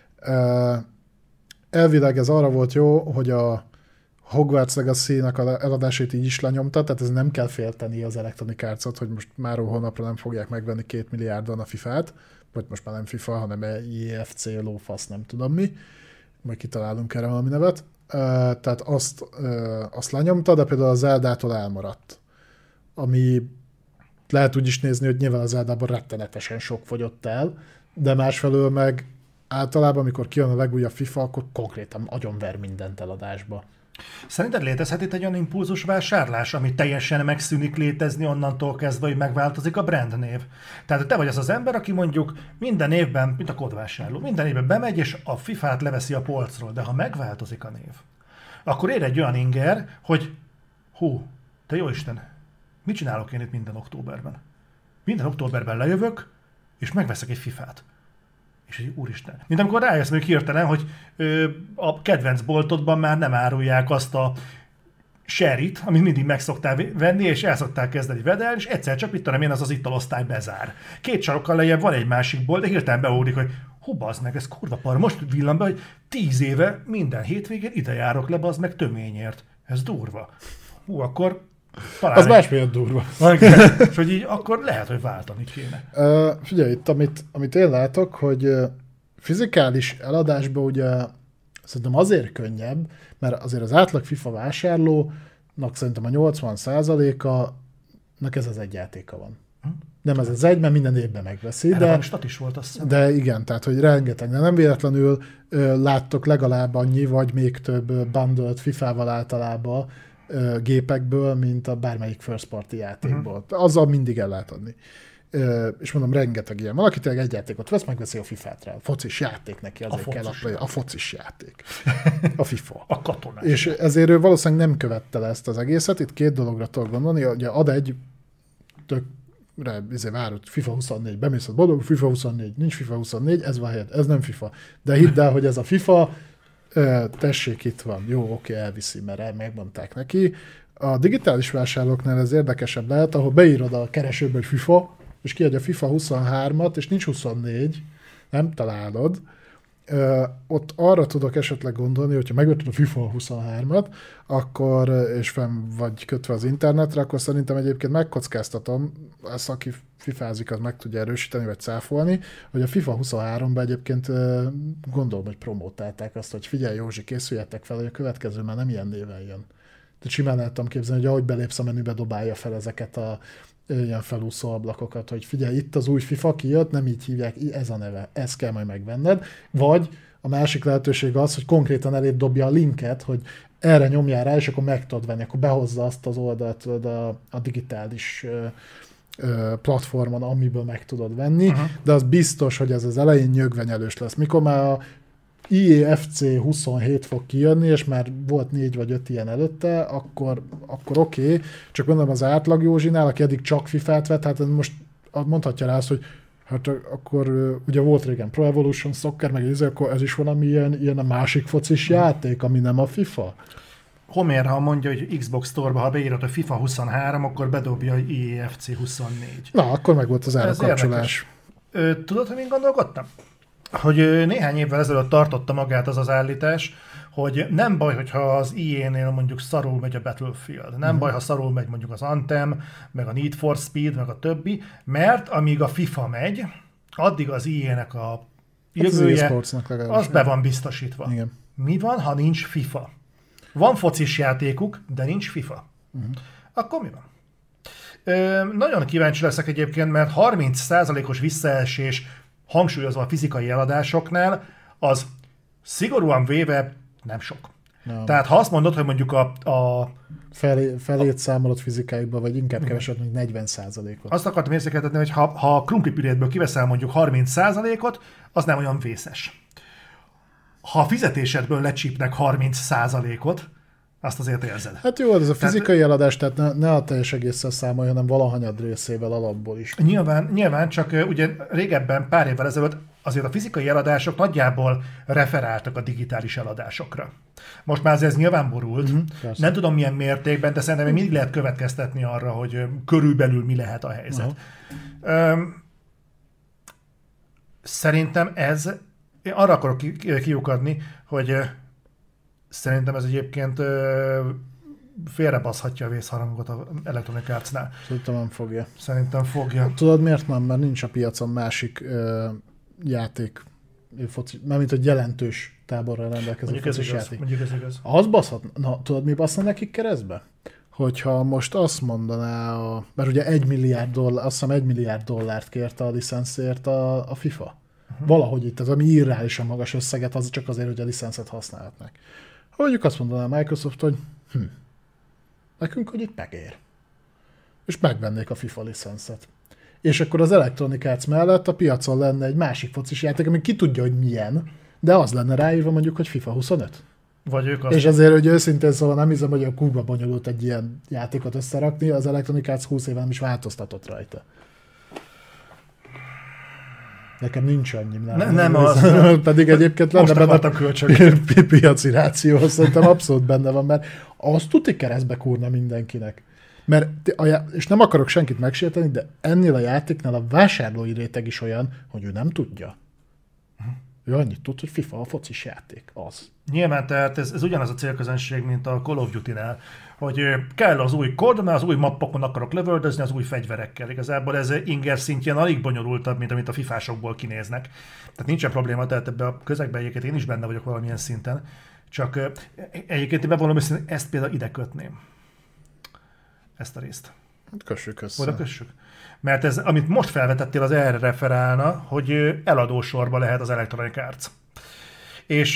S2: Elvileg ez arra volt jó, hogy a Hogwarts Legacy-nak a eladásait így is lenyomta, tehát ez nem kell félteni az Electronic Arts-ot, hogy most már holnapra nem fogják megvenni 2 milliárdon a FIFA-t, vagy most már nem FIFA, hanem EFC, lófasz, nem tudom mi, majd kitalálunk erre valami nevet. Tehát azt lenyomta, de például a Zeldától elmaradt, ami lehet úgy is nézni, hogy nyilván a Zeldában rettenetesen sok fogyott el, de másfelől meg általában, amikor kijön a legújabb FIFA, akkor konkrétan agyonver mindent eladásba.
S1: Szerinted létezhet itt egy olyan impulzus vásárlás, ami teljesen megszűnik létezni onnantól kezdve, hogy megváltozik a brandnév? Tehát te vagy az az ember, aki mondjuk minden évben, mint a kódvásárló, minden évben bemegy, és a FIFA-t leveszi a polcról, de ha megváltozik a név, akkor ér egy olyan inger, hogy te jó Isten, mit csinálok én itt minden októberben? Minden októberben lejövök, és megveszek egy fifát. És egy úristen. Mint amikor rájössz még hirtelen, hogy a kedvenc boltodban már nem árulják azt a sherryt, amit mindig meg szoktál venni, és el szoktál kezdeni vedelni, és egyszer csak mit tudom én, az italosztály bezár. 2 sarokkal lejjebb van egy másik bolt, de hirtelen beugrik, hogy hú, bazd meg, ez kurva par. Most villan be, hogy 10 éve minden hétvégén ide járok le, bazd meg töményért. Ez durva. Hú, akkor talán...
S2: Az másmiért durva.
S1: És hogy így akkor lehet, hogy váltani kéne.
S2: Figyelj, itt amit én látok, hogy fizikális eladásban ugye szerintem azért könnyebb, mert azért az átlag FIFA vásárlónak szerintem a 80%-a ez az egy játéka van. Nem ez az egy, mert minden évben megveszi.
S1: De stat is volt, azt hiszem.
S2: De igen, tehát hogy rengeteg. De nem véletlenül láttok legalább annyi, vagy még több bundled FIFA-val általában gépekből, mint a bármelyik first party játékból. Azzal mindig el lehet adni. És mondom, rengeteg ilyen. Valaki tényleg egy játékot vesz, megveszi a FIFA-t rá. A focis játék neki, azért kell a focis játék. A FIFA.
S1: A katonás.
S2: És ezért ő valószínűleg nem követte le ezt az egészet. Itt 2 dologra tudok gondolni, hogy ad egy várod, FIFA 24, bemész a boldog, FIFA 24, nincs FIFA 24, ez van helyett, ez nem FIFA. De hidd el, hogy ez a FIFA, tessék, itt van. Jó, oké, elviszi, mert megmondták neki. A digitális vásárlóknál ez érdekesebb lehet, ahol beírod a keresőbe, hogy FIFA, és kiadja a FIFA 23-at, és nincs 24, nem találod. Ott arra tudok esetleg gondolni, hogyha megvetted a FIFA 23-at, akkor, és fenn vagy kötve az internetre, akkor szerintem egyébként megkockáztatom, ezt aki fifázik, az meg tudja erősíteni, vagy cáfolni, hogy a FIFA 23-ban egyébként gondolom, hogy promótálták azt, hogy figyelj Józsi, készüljetek fel, hogy a következő már nem ilyen néven jön. Tehát simán el tudom képzelni, hogy ahogy belépsz a menübe, dobálja fel ezeket a ilyen felúszó ablakokat, hogy figyelj, itt az új FIFA kijött, nem így hívják, ez a neve, ezt kell majd megvenned. Vagy a másik lehetőség az, hogy konkrétan eléd dobja a linket, hogy erre nyomjál rá, és akkor meg tudod venni, akkor behozza azt az oldalt a digitális platformon, amiből meg tudod venni, de az biztos, hogy ez az elején nyögvenyelős lesz. Mikor már a IEFC 27 fog kijönni, és már volt 4 vagy 5 ilyen előtte, akkor oké. Csak mondom, az átlag Józsinál, aki eddig csak FIFA-t vett, hát most mondhatja rá azt, hogy hát akkor ugye volt régen Pro Evolution Soccer, meg akkor ez is valami ilyen a másik focis játék, ami nem a FIFA.
S1: Homer, ha mondja, hogy Xbox Store-ba, ha beírod, hogy FIFA 23, akkor bedobja, hogy IEFC 24.
S2: Na, akkor meg volt az árakapcsolás.
S1: Tudod, hogy én gondolkodtam? Hogy néhány évvel ezelőtt tartotta magát az állítás, hogy nem baj, hogyha az EA-nél mondjuk szarul megy a Battlefield, nem baj, ha szarul megy mondjuk az Anthem, meg a Need for Speed, meg a többi, mert amíg a FIFA megy, addig az EA-nek a jövője, az be van biztosítva.
S2: Igen.
S1: Mi van, ha nincs FIFA? Van focis játékuk, de nincs FIFA. Akkor mi van? Nagyon kíváncsi leszek egyébként, mert 30%-os visszaesés hangsúlyozva a fizikai eladásoknál, az szigorúan véve nem sok. No. Tehát ha azt mondod, hogy mondjuk a
S2: felét számolod fizikáikba, vagy inkább kevesebb, mint 40%-ot.
S1: Azt akartam érzékeltetni, hogy ha a krumplipürétből kiveszel mondjuk 30%-ot, az nem olyan vészes. Ha a fizetésedből lecsípnek 30%-ot, azt azért érzed.
S2: Hát jó, ez a fizikai eladás, tehát ne a teljes egésszel számolj, hanem valahanyad részével alapból is.
S1: Nyilván, csak ugye régebben, pár évvel ezelőtt azért a fizikai eladások nagyjából referáltak a digitális eladásokra. Most már ez nyilván borult. Nem tudom milyen mértékben, de szerintem még mindig lehet következtetni arra, hogy körülbelül mi lehet a helyzet. Szerintem én arra akarok kiukadni, hogy szerintem ez egyébként félrebaszhatja a vészharangot az Electronic Arts-nál.
S2: Szerintem nem fogja.
S1: Szerintem fogja.
S2: Tudod miért nem? Mert nincs a piacon másik játék, mármint hogy jelentős táborral rendelkező focis játék.
S1: Mondjuk ez igaz.
S2: Az baszhat, na tudod mi baszna nekik keresztbe? Hogyha most azt mondaná, mert ugye $1 milliárd, azt hiszem $1 milliárd kérte a licenszért a FIFA. Valahogy itt, az ami irreálisan magas összeget, az csak azért, hogy a licenszet használhatnak. Ha mondjuk azt mondaná a Microsoft, hogy nekünk, hogy itt megér. És megvennék a FIFA licenszet. És akkor az Electronic Arts mellett a piacon lenne egy másik focis játék, ami ki tudja, hogy milyen, de az lenne ráírva mondjuk, hogy FIFA 25.
S1: Vagy ők azt...
S2: És azért, hogy őszintén szóval nem hiszem, hogy a kurva bonyolult egy ilyen játékot összerakni, az Electronic Arts 20 éve nem is változtatott rajta. Nekem nincs annyi.
S1: Nem az.
S2: Pedig egyébként lenne
S1: benne
S2: piaci ráció, szerintem abszolút benne van, mert azt tuti keresztbe kúrna mindenkinek. Mert, és nem akarok senkit megsérteni, de ennél a játéknál a vásárlói réteg is olyan, hogy ő nem tudja. Ő annyit tud, hogy FIFA a focis játék. Az.
S1: Nyilván, tehát ez ugyanaz a célközönség, mint a Call of Duty-nál, hogy kell az új kód, mert az új mappokon akarok lövöldözni az új fegyverekkel. Igazából ez inger szintjén alig bonyolultabb, mint amit a fifásokból kinéznek. Tehát nincsen probléma, tehát ebbe a közegben egyébként én is benne vagyok valamilyen szinten. Csak egyébként én bevallom őszintén, ezt például ide kötném. Ezt a részt.
S2: Kössük össze.
S1: Oda kössük. Mert ez, amit most felvetettél, az erre referálna, hogy eladó sorba lehet az Electronic Arts. És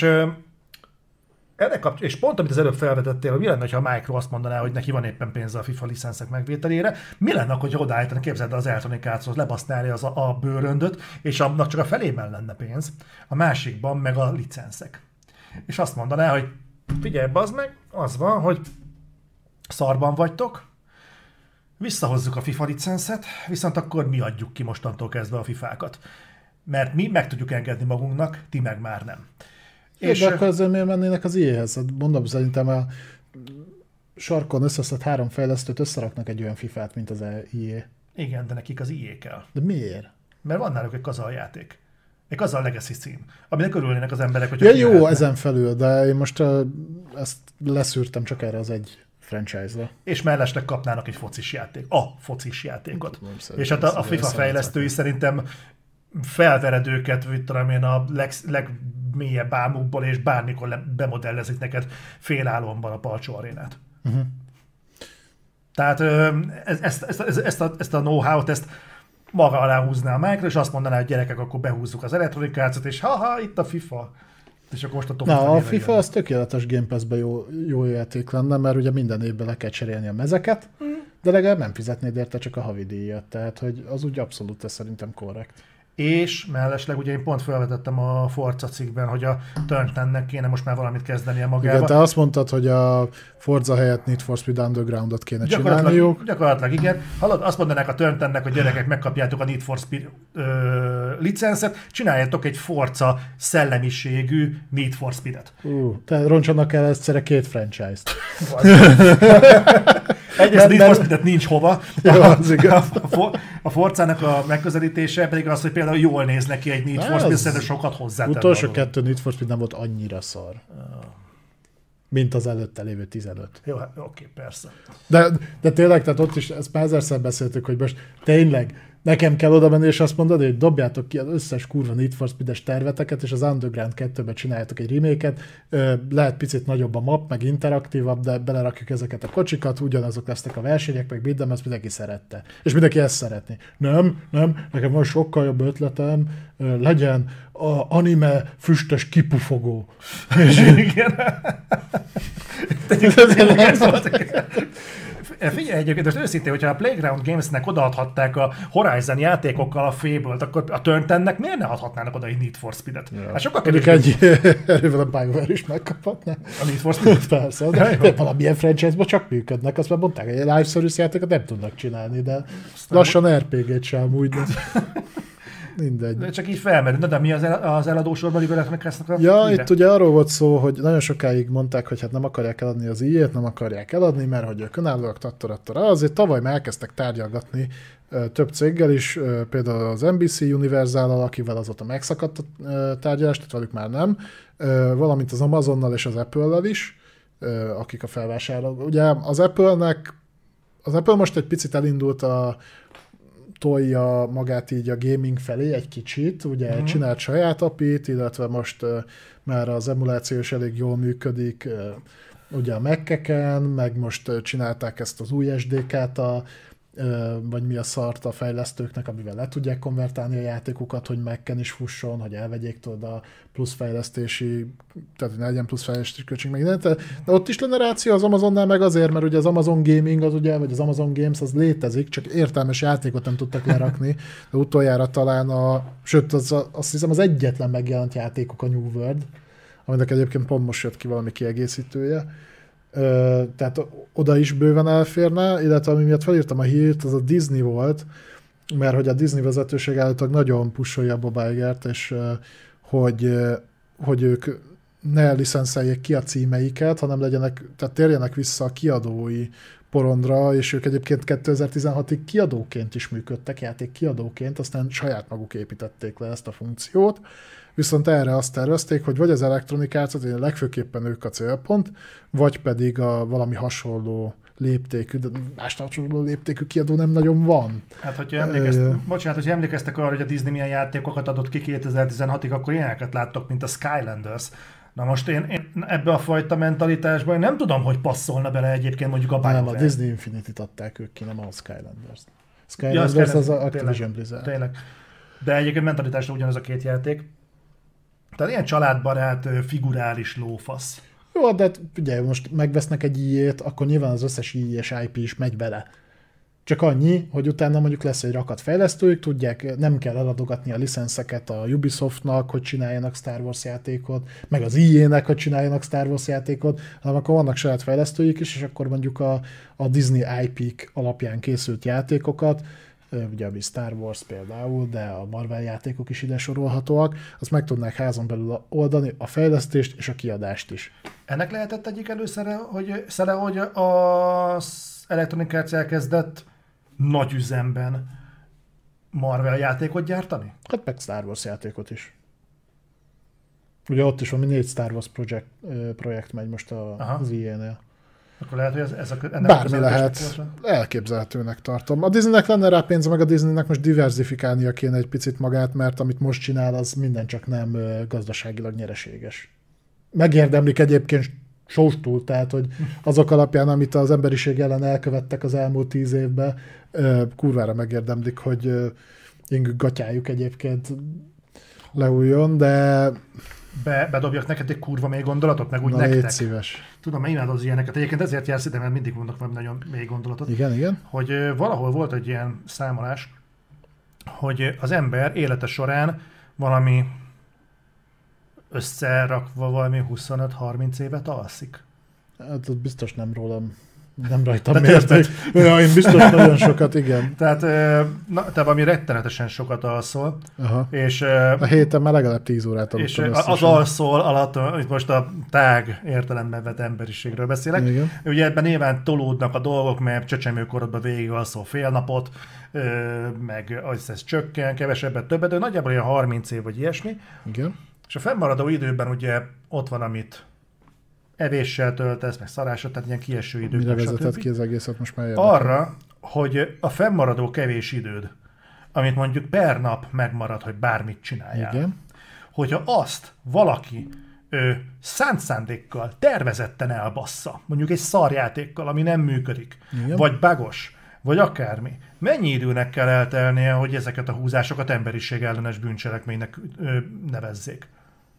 S1: és pont amit az előbb felvetettél, hogy mi lenne, ha a Micro azt mondaná, hogy neki van éppen pénze a FIFA licenszek megvételére, mi lenne, hogyha odaállítani, képzeld, az Electronic Artshoz lebasználni a bőröndöt, és annak csak a felében lenne pénz, a másikban meg a licenszek. És azt mondaná, hogy figyelj, bazd meg, az van, hogy szarban vagytok, visszahozzuk a FIFA licenszet, viszont akkor mi adjuk ki mostantól kezdve a fifákat. Mert mi meg tudjuk engedni magunknak, ti meg már nem.
S2: És de akkor azért miért mennének az EA-hez? Hát mondom, szerintem a sarkon összeszedett 3 fejlesztőt összeraknak egy olyan fifát, mint az EA.
S1: Igen, de nekik az EA kell.
S2: De miért?
S1: Mert van náluk egy kazaljáték. Egy kazal legacy cím, aminek örülnének az emberek, hogy...
S2: Ja, jó, ezen felül, de én most ezt leszűrtem csak erre az egy franchise-ra.
S1: És mellesleg kapnának egy focis játék. A focis játékot. És hát a FIFA fejlesztői szerintem felvered őket, tudom én, a legmélyebb álmukból, és bármikor bemodellezik neked félállomban a Palcsó arénát. Uh-huh. Tehát ezt a know-how-t, ezt maga alá húzná a Micro, és azt mondaná, hogy gyerekek, akkor behúzzuk az Electronic Arts-ot, és haha, itt a FIFA. És akkor most
S2: a FIFA az tökéletes Game Pass-ben jó játék lenne, mert ugye minden évben le kell cserélni a mezeket, de legalább nem fizetnéd érte csak a havidíjat, tehát hogy az úgy abszolút szerintem korrekt.
S1: És mellesleg ugye én pont felvetettem a Forza cikkben, hogy a Turn-10-nek kéne most már valamit kezdenie magába.
S2: Igen, te azt mondtad, hogy a Forza helyett Need for Speed Underground-ot kéne csinálniuk.
S1: Gyakorlatilag igen. Hallod, azt mondanák a Turn-10-nek, hogy gyerekek, megkapjátok a Need for Speed licenszet, csináljátok egy Forza szellemiségű Need for Speed-et.
S2: Te roncsanak el egyszerre 2 franchise-t.
S1: Egyrészt a Need for Speed-et nincs hova. A Forzának a megközelítése pedig az, hogy például jól néz neki egy Need for Speed, de sokat hozzátenni.
S2: Utolsó 2 Need for Speed nem volt annyira szar. Mint az előtte lévő 15.
S1: Jó, hát, oké, persze.
S2: De tényleg, tehát ott is, ezt már ezerszer beszéltük, hogy most tényleg nekem kell oda menni, és azt mondod, hogy dobjátok ki az összes kurva Need for Speed-es terveteket, és az Underground 2-ben csináljátok egy remake-et. Lehet picit nagyobb a map, meg interaktívabb, de belerakjuk ezeket a kocsikat, ugyanazok lesznek a versenyek, meg minden, ezt mindenki szerette. És mindenki ezt szeretné. Nem, nekem van sokkal jobb ötletem, legyen a anime füstös kipufogó.
S1: Igen. Figyelj egyébként, most őszintén, hogyha a Playground Games-nek odaadhatták a Horizon játékokkal a Fable-t, akkor a Turn-10-nek miért ne adhatnának oda egy Need for Speed-et?
S2: Ja.
S1: Hát sokkal
S2: kevésbé. Erővel a BioWare is megkaphatná.
S1: A Need for Speed?
S2: Persze, de valamilyen franchise-ban csak működnek. Azt már mondták, hogy egy live service játékot nem tudnak csinálni, de lassan RPG-t sem amúgy. Mindegy.
S1: De csak így felmerül. De mi az eladósorban Electronic Arts-nak a
S2: Ja, itt ugye arról volt szó, hogy nagyon sokáig mondták, hogy hát nem akarják eladni az EA-t, nem akarják eladni, mert hogy ők önállóak, azért tavaly már elkezdtek tárgyalgatni több céggel is, például az NBC Universal-al, akivel azóta megszakadt a tárgyalás, tehát velük már nem, valamint az Amazonnal és az Apple-lel is, akik a felvásárlók. Ugye az Apple most egy picit elindult tolja magát így a gaming felé egy kicsit, ugye csinált saját API-t, illetve most már az emuláció is elég jól működik, ugye a Mac-eken, meg most csinálták ezt az új SDK-t, vagy mi a szart a fejlesztőknek, amivel le tudják konvertálni a játékokat, hogy Mac-en is fusson, hogy elvegyék tőle a pluszfejlesztési, tehát hogy ne legyen pluszfejlesztési költség, meg minden. De ott is lenne ráció az Amazonnál meg azért, mert ugye az Amazon Gaming, az ugye, vagy az Amazon Games az létezik, csak értelmes játékot nem tudtak lerakni, de utoljára talán sőt, azt hiszem az egyetlen megjelent játékok a New World, aminek egyébként pont most jött ki valami kiegészítője. Tehát oda is bőven elférne, illetve ami miatt felírtam a hírt, az a Disney volt, mert hogy a Disney vezetőség állítólag nagyon pusolja Bob Igert, és hogy ők ne licenszeljék ki a címeiket, hanem tehát térjenek vissza a kiadói porondra, és ők egyébként 2016-ig kiadóként is működtek, játékkiadóként, aztán saját maguk építették le ezt a funkciót, viszont erre azt tervezték, hogy vagy az Electronic Arts, legfőképpen ők a célpont, vagy pedig valami hasonló léptékű, de más hasonló léptékű kiadó nem nagyon van.
S1: Hát, hogyha emlékeztek arra, hogy a Disney milyen játékokat adott ki 2016-ig, akkor ilyeneket láttok, mint a Skylanders. Na most én ebbe a fajta mentalitásban én nem tudom, hogy passzolna bele egyébként mondjuk a BioWare.
S2: Nem, a Disney Infinity-t adták ők ki, nem a Skylanders. Skylanders az a Activision Blizzard.
S1: Tényleg. De egyébként mentalitásra ugyanaz a két játék. Tehát ilyen családbarát, figurális lófasz.
S2: Jó, de ugye most megvesznek egy IE-t, akkor nyilván az összes IE-s IP is megy bele. Csak annyi, hogy utána mondjuk lesz egy rakat fejlesztőjük, tudják, nem kell eladogatni a licenszeket a Ubisoftnak, hogy csináljanak Star Wars játékot, meg az EA-nek, hogy csináljanak Star Wars játékot, hanem akkor vannak saját fejlesztőjük is, és akkor mondjuk a Disney IP-k alapján készült játékokat, ugye a Star Wars például, de a Marvel játékok is ide sorolhatóak, azt meg tudnák házon belül oldani, a fejlesztést és a kiadást is.
S1: Ennek lehetett egyik előszere, hogy az Electronic Arts elkezdett nagy üzemben Marvel játékot gyártani?
S2: Hát meg Star Wars játékot is. Ugye ott is valami 4 Star Wars projekt megy most az EA-nél.
S1: Akkor lehet, hogy ez
S2: bármi lehet. Elképzelhetőnek tartom. A Disneynek lenne rá pénze, meg a Disneynek most diverzifikálnia kéne egy picit magát, mert amit most csinál, az minden csak nem gazdaságilag nyereséges. Megérdemlik egyébként sóstul, tehát hogy azok alapján, amit az emberiség ellen elkövettek az elmúlt 10 évben, kurvára megérdemlik, hogy gatyájuk egyébként leújjon, de...
S1: Bedobjak neked egy kurva mély gondolatot, meg úgy
S2: na,
S1: nektek.
S2: légy szíves.
S1: Tudom, mert imádod az ilyeneket. Egyébként ezért jársz ide, mert mindig mondok valami nagyon mély gondolatot.
S2: Igen.
S1: Hogy valahol volt egy ilyen számolás, hogy az ember élete során valami összerakva valami 25-30 évet alszik.
S2: Hát biztos nem rólam. Nem rajtam mérték. Ja, én biztos nagyon sokat, igen.
S1: Tehát te valami rettenetesen sokat alszol.
S2: Aha.
S1: És,
S2: a héten már legalább 10 órát aludtam
S1: összesen. Az alszol alatt, itt most a tág értelemben vett emberiségről beszélek.
S2: Igen.
S1: Ugye ebben nyilván tolódnak a dolgok, mert csecsemőkorodban végig alszol fél napot, meg ez csökken, kevesebbet, többet, de nagyjából olyan 30 év vagy ilyesmi.
S2: Igen.
S1: És a fennmaradó időben ugye ott van, amit evéssel töltesz, meg szarásra, tehát ilyen kieső idők.
S2: Mire vezetett ki az egészet most már
S1: érdekel? Arra, hogy a fennmaradó kevés időd, amit mondjuk per nap megmarad, hogy bármit csináljál.
S2: Igen.
S1: Hogyha azt valaki szánt szándékkal, tervezetten elbassza, mondjuk egy szarjátékkal, ami nem működik, igen, vagy bugos, vagy akármi, mennyi időnek kell eltelnie, hogy ezeket a húzásokat emberiség ellenes bűncselekménynek nevezzék?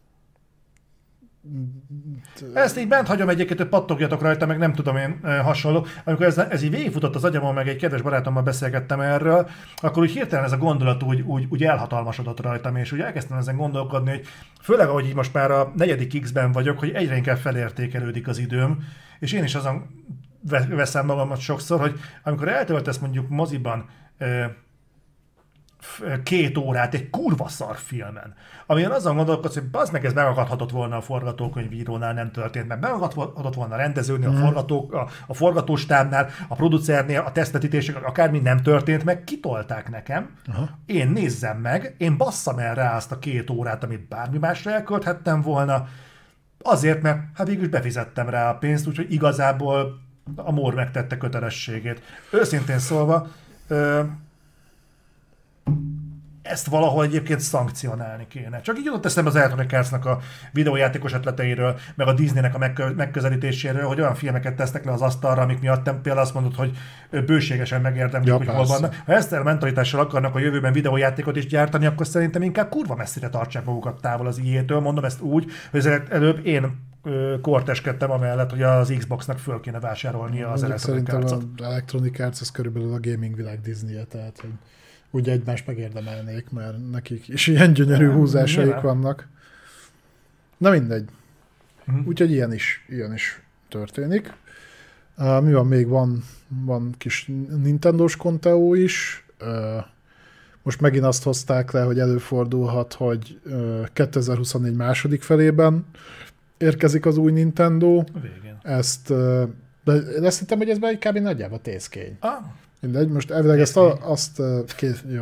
S1: Ezt így bent hagyom egyébként, hogy pattogjatok rajta, meg nem tudom én hasonló. Amikor ez így végigfutott az agyamon, meg egy kedves barátommal beszélgettem erről, akkor úgy hirtelen ez a gondolat úgy elhatalmasodott rajtam, és úgy elkezdtem ezen gondolkodni, hogy főleg ahogy így most már a 4. X-ben vagyok, hogy egyre inkább felértékelődik az időm, és én is azon veszem magamat sokszor, hogy amikor eltöltesz mondjuk moziban 2 órát egy kurva szar filmen, amilyen azon gondolkodsz, hogy bazd meg, ez megakadhatott volna a forgatókönyvírónál, nem történt, mert megakadhatott volna a rendezőnél, a forgatóstábnál, a producernél, a tesztetítések, akármi nem történt meg, kitolták nekem. Aha. Én nézzem meg, én basszam el rá azt a 2 órát, amit bármi másra elkölthettem volna, azért, mert hát végül is befizettem rá a pénzt, úgyhogy igazából a MOR megtette kötelességét. Őszintén szólva, ezt valahol egyébként szankcionálni kéne. Csak így jutott eszembe az Electronic Arts-nak a videójátékos ötleteiről, meg a Disneynek a megközelítéséről, hogy olyan filmeket tesznek le az asztalra, amik miatt te például azt mondod, hogy bőségesen megérdemlik, hogy hol vannak. Ha ezt a mentalitással akarnak a jövőben videójátékot is gyártani, akkor szerintem inkább kurva messzire tartsák magukat távol az EA-től. Mondom ezt úgy, hogy előbb én korteskedtem amellett, hogy az Xboxnak föl kéne vásárolnia az Electronic Arts-ot.
S2: Szerintem az Electronic Arts az körülbelül a gaming világ Disney-je, tehát hogy úgy egymást megérdemelnék, mert nekik is ilyen gyönyörű húzásaik vannak. Na mindegy. Úgyhogy ilyen is történik. Mi van még? Van kis Nintendo-s konteó is. Most megint azt hozták le, hogy előfordulhat, hogy 2024 második felében érkezik az új Nintendo.
S1: Végén.
S2: De én azt hittem, hogy ez már kb. Nagyjából tészkény. Mindegy, most elvileg azt jó.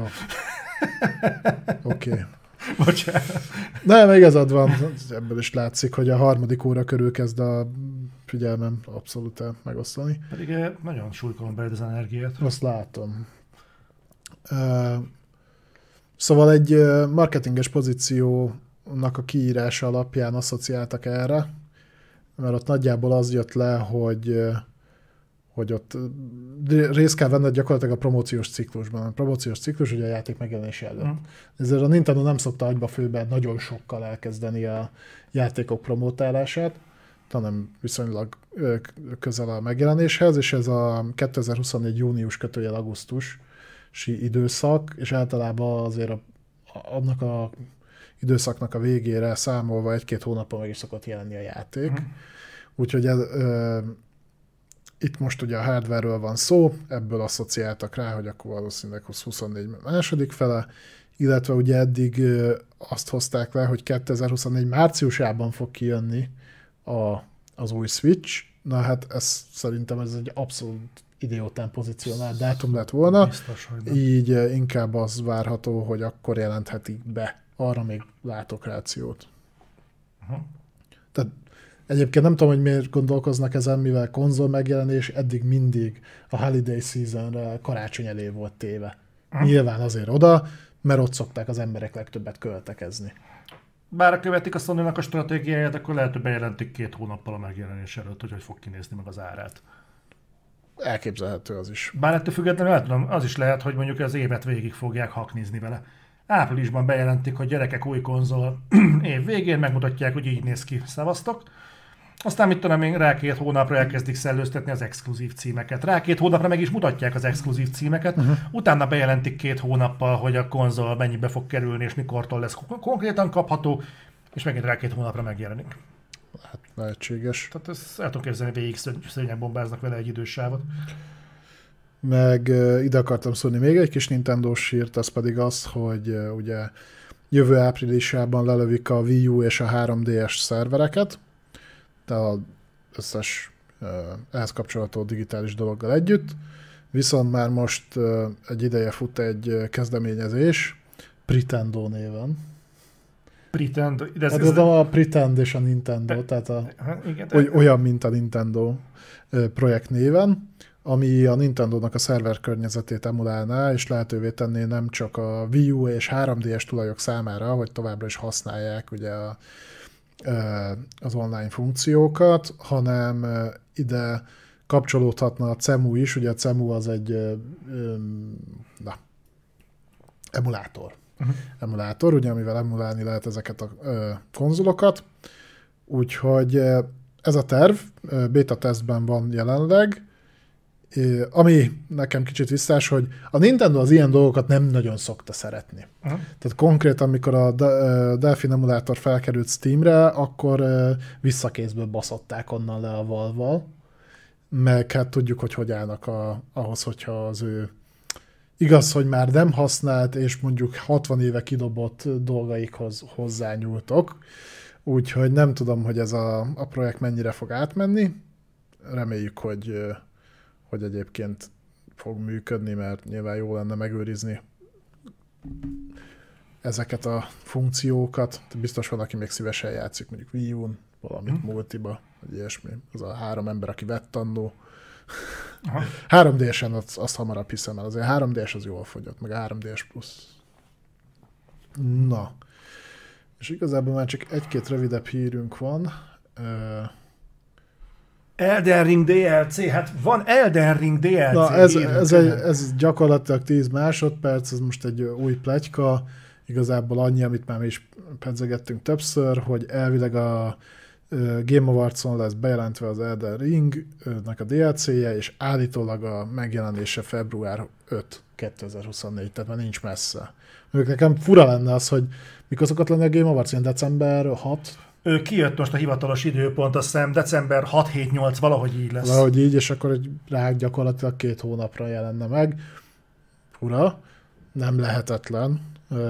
S2: Oké.
S1: Bocsánat.
S2: Nem, igazad van, ebből is látszik, hogy a harmadik óra körül kezd a figyelmem abszolút megosztani.
S1: Pedig nagyon súlykolom be az energiát.
S2: Azt látom. Szóval egy marketinges pozíciónak a kiírása alapján asszociáltak erre, mert ott nagyjából az jött le, hogy ott részt kell venned gyakorlatilag a promóciós ciklusban. A promóciós ciklus ugye a játék megjelenése előtt. Ezért a Nintendo nem szokta agyba főbe nagyon sokkal elkezdeni a játékok promótálását, hanem viszonylag közel a megjelenéshez, és ez a 2024 június / augusztusi időszak, és általában azért annak a időszaknak a végére számolva 1-2 hónappal meg is szokott jelenni a játék. Úgyhogy itt most ugye a hardware-ről van szó, ebből asszociáltak rá, hogy akkor valószínűleg 24 második fele, illetve ugye eddig azt hozták le, hogy 2024 márciusában fog kijönni az új Switch. Na hát szerintem ez egy abszolút idiótán pozícionált dátum lett volna.
S1: Biztos,
S2: így inkább az várható, hogy akkor jelenthetik be. Arra még látok rációt. Tehát egyébként nem tudom, hogy miért gondolkoznak ezen, mivel konzol megjelenés eddig mindig a Holiday Seasonre karácsony elé volt téve. Nyilván azért oda, mert ott szokták az emberek legtöbbet költekezni.
S1: Bár követik a Sony-nak a stratégiáját, akkor lehet, hogy bejelentik 2 hónappal a megjelenés előtt, hogy fog kinézni meg az árát.
S2: Elképzelhető az is.
S1: Bár ettől függetlenül el tudom, az is lehet, hogy mondjuk az évet végig fogják haknizni vele. Áprilisban bejelentik, hogy gyerekek, új konzol év végén, megmutatják, hogy így néz ki, szevasztok. Aztán mit tudom én, rá 2 hónapra elkezdik szellőztetni az exkluzív címeket. Rá 2 hónapra meg is mutatják az exkluzív címeket. Utána bejelentik 2 hónappal, hogy a konzol mennyibe fog kerülni, és mikortól lesz konkrétan kapható, és megint rá 2 hónapra megjelenik.
S2: Hát lehetséges.
S1: Tehát ezt el tudom képzelni, végig szörnyen bombáznak vele egy idősávot.
S2: Meg ide akartam szólni még egy kis Nintendo-s hírt, az pedig az, hogy ugye jövő áprilisában lelövik a Wii U és a 3DS szervereket, de az összes ehhez kapcsolatú digitális dologgal együtt. Viszont már most egy ideje fut egy kezdeményezés, Pretendo néven.
S1: Pretend,
S2: ez a Pretend és a Nintendo, tehát olyan, mint a Nintendo projekt néven, ami a Nintendo-nak a szerver környezetét emulálná, és lehetővé tenné nem csak a Wii U és 3DS tulajok számára, hogy továbbra is használják ugye az online funkciókat, hanem ide kapcsolódhatna a CEMU is, ugye a CEMU az egy emulátor. Emulátor, ugye, amivel emulálni lehet ezeket a konzolokat. Úgyhogy ez a terv beta tesztben van jelenleg, ami nekem kicsit visszás, hogy a Nintendo az ilyen dolgokat nem nagyon szokta szeretni. Tehát konkrétan, amikor a Delphin emulátor felkerült Steamre, akkor visszakézből baszották onnan le a Valve-val, meg hát tudjuk, hogy állnak ahhoz, hogyha az ő igaz, hogy már nem használt, és mondjuk 60 éve kidobott dolgaikhoz hozzányúltok. Úgyhogy nem tudom, hogy ez a projekt mennyire fog átmenni. Reméljük, hogy egyébként fog működni, mert nyilván jó lenne megőrizni ezeket a funkciókat. Biztos van, aki még szívesen játszik, mondjuk Wii U-n, valamit multiba, vagy ilyesmi. Az a 3 ember, aki vett annó. 3DS-en azt hamarabb hiszem el, azért 3DS az jól fogyott, meg a 3DS Plus. Na. És igazából már csak 1-2 rövidebb hírünk van.
S1: Elden Ring DLC, hát van Elden Ring DLC.
S2: Na, ez gyakorlatilag 10 másodperc, ez most egy új pletyka, igazából annyi, amit már mi is pedzegettünk többször, hogy elvileg a Game Awards-on lesz bejelentve az Elden Ring-nek a DLC-je, és állítólag a megjelenése február 5, 2024, tehát már nincs messze. Nekem fura lenne az, hogy mikor szokott lenni a Game Awards, ilyen december 6?
S1: Kijött most a hivatalos időpont, azt hiszem december 6-7-8, valahogy így lesz.
S2: Valahogy így, és akkor rá gyakorlatilag 2 hónapra jelenne meg. Fura. nem lehetetlen.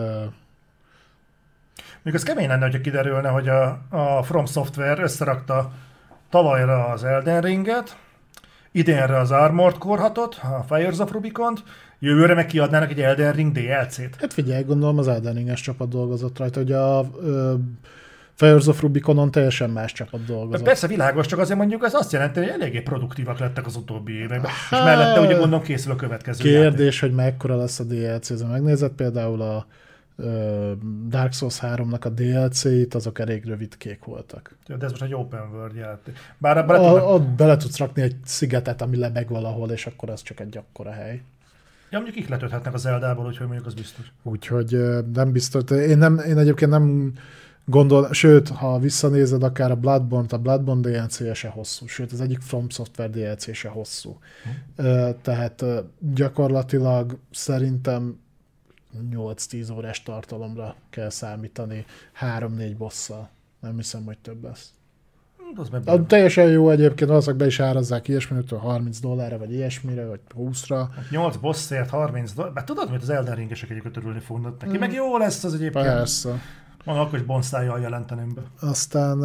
S1: Még az kemény lenne, hogyha kiderülne, hogy a From Software összerakta tavalyra az Elden Ringet, idénre az Armored Core 6-ot, a Fires of Rubicont, jövőre meg kiadnának egy Elden Ring DLC-t.
S2: Hát figyelj, gondolom az Elden Ringes csapat dolgozott rajta, hogy a Fires of Rubiconon teljesen más csapat dolgozott.
S1: Persze világos, csak azért mondjuk ez azt jelenti, hogy eléggé produktívak lettek az utóbbi években. És mellette ugye gondolom készül a következő
S2: kérdés,
S1: játék.
S2: hogy mekkora lesz a DLC. Ez megnézed például a Dark Souls 3-nak a DLC-it, azok elég rövidkék voltak.
S1: De ez most egy open world játék. Bár bele
S2: bele tudsz rakni egy szigetet, ami lebeg valahol, és akkor az csak egy akkora hely.
S1: Ja, mondjuk ihletődhetnek az Zeldából, úgyhogy mondjuk az biztos.
S2: Úgyhogy nem biztos. Én egyébként nem gondol, sőt, ha visszanézed akár a Bloodborne-t, a Bloodborne DLC-je se hosszú, sőt, az egyik From Software DLC se hosszú. Tehát gyakorlatilag szerintem 8-10 órás tartalomra kell számítani 3-4 bosszal. Nem hiszem, hogy több lesz. Teljesen jó egyébként, valószínűleg be is árazzák ilyesminőtől $30 vagy ilyesmire, vagy 20-ra.
S1: 8 bosszért $30. Bár tudod, hogy az Elden Ringesek egyébként örülni fognak neki. Meg jó lesz az egyébként.
S2: Persze.
S1: Van, akkor is bonszájjal jelenteném be.
S2: Aztán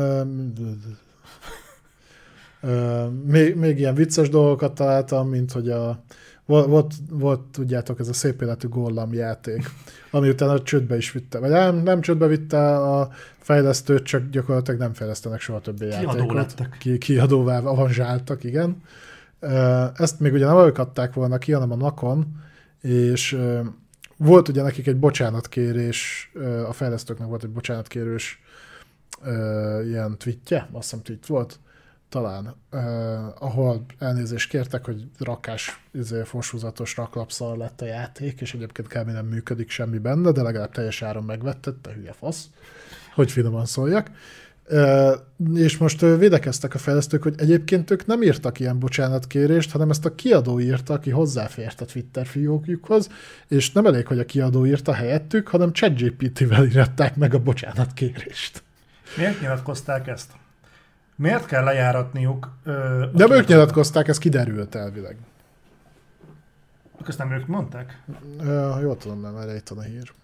S2: még ilyen vicces dolgokat találtam, mint hogy volt, tudjátok, ez a szép életű Gollam játék, ami utána csődbe is vitte. Vagy nem csődbe vitte a fejlesztőt, csak gyakorlatilag nem fejlesztenek soha többé játékot. Kiadóvá avanzsáltak, igen. Ezt még ugye nem ők adták volna ki, hanem a Nakon, és volt ugye nekik egy bocsánatkérés, a fejlesztőknek volt egy bocsánatkérős ilyen tweetje, azt hiszem tweet volt, talán, ahol elnézést kértek, hogy rakás, fosúzatos raklapszal lett a játék, és egyébként kb. Nem működik semmi benne, de legalább teljes áron megvetted, te hülye fasz, hogy finoman szóljak. És most védekeztek a fejlesztők, hogy egyébként ők nem írtak ilyen bocsánatkérést, hanem ezt a kiadó írta, aki hozzáfért a Twitter fiókjukhoz, és nem elég, hogy a kiadó írta helyettük, hanem ChatGPT-vel írták meg a bocsánatkérést.
S1: Miért nyilatkozták ezt? Miért kell lejáratniuk?
S2: De ők nyilatkozták, ez kiderült elvileg.
S1: Ezt nem ők mondták?
S2: Jól tudom, nem erre itt a hír.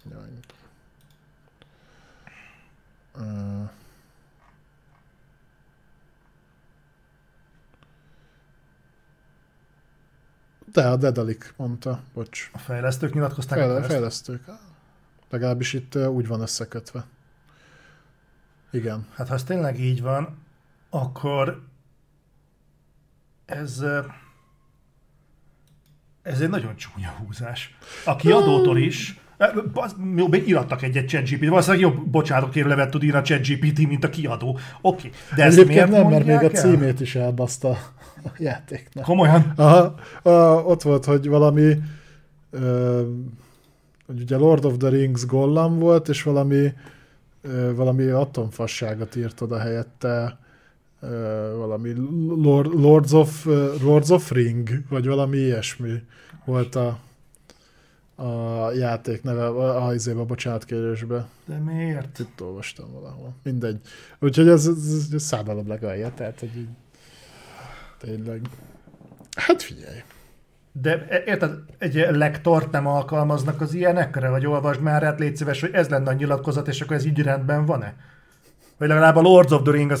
S2: De a Dedalik mondta, bocs.
S1: A fejlesztők nyilatkozták?
S2: Fejlesztők. Legalábbis itt úgy van összekötve. Igen.
S1: Hát ha ez tényleg így van, akkor ez egy nagyon csúnya húzás. A kiadótól is, írattak egy ChatGPT, valószínűleg jobb bocsánatkérő levet tud írni a ChatGPT, mint a kiadó. Oké, de ezt miért
S2: nem, mert még a
S1: el?
S2: címét is elbaszta a játéknak.
S1: Komolyan?
S2: Ott volt, hogy valami hogy ugye Lord of the Rings Gollam volt, és valami atomfasságot írt oda helyette, valami Lords of Ring, vagy valami ilyesmi volt a játék neve, a bocsánatkérésbe.
S1: De miért?
S2: Itt olvastam valahol. Mindegy. Úgyhogy ez szádalabb legalja, tehát hogy így tényleg. Hát figyelj.
S1: De érted, egy lektort nem alkalmaznak az ilyenekre, vagy olvasd már át, légy szíves, hogy ez lenne a nyilatkozat, és akkor ez így rendben van-e? Vagy legalább a Lord of the Ring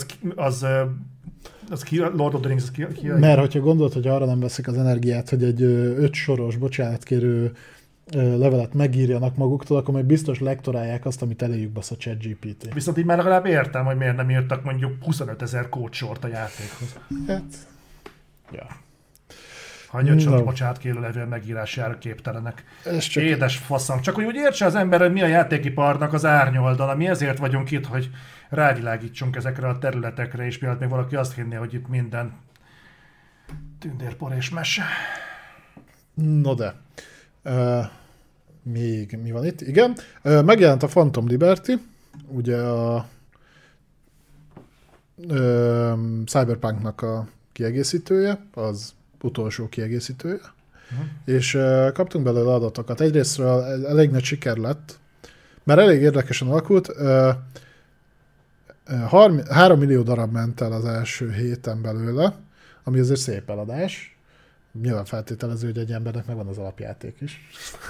S1: Lord of the Rings
S2: Mert hogyha gondolod, hogy arra nem veszik az energiát, hogy egy 5 soros bocsánatkérő levelet megírjanak maguktól, akkor majd biztos lektorálják azt, amit eléjük basz a ChatGPT.
S1: Viszont így már legalább értem, hogy miért nem írtak mondjuk 25 000 kódsort a játékhoz.
S2: Hát, ja.
S1: Ha egy soros bocsánatkérő levél megírására képtelenek. Édes faszom. Csak hogy úgy értse az ember, hogy mi a játékiparnak az árnyoldala. Mi ezért vagyunk itt, hogy rávilágítsunk ezekre a területekre, és miatt még valaki azt hinné, hogy itt minden tündérpor és mese.
S2: No de. Még mi van itt? Igen. Megjelent a Phantom Liberty, ugye a Cyberpunknak a kiegészítője, az utolsó kiegészítője, és kaptunk belőle adatokat. Egyrésztről elég nagy siker lett, mert elég érdekesen alakult. 3 millió darab ment el az első héten belőle, ami azért szép eladás. Nyilván feltételező, hogy egy embernek megvan az alapjáték is.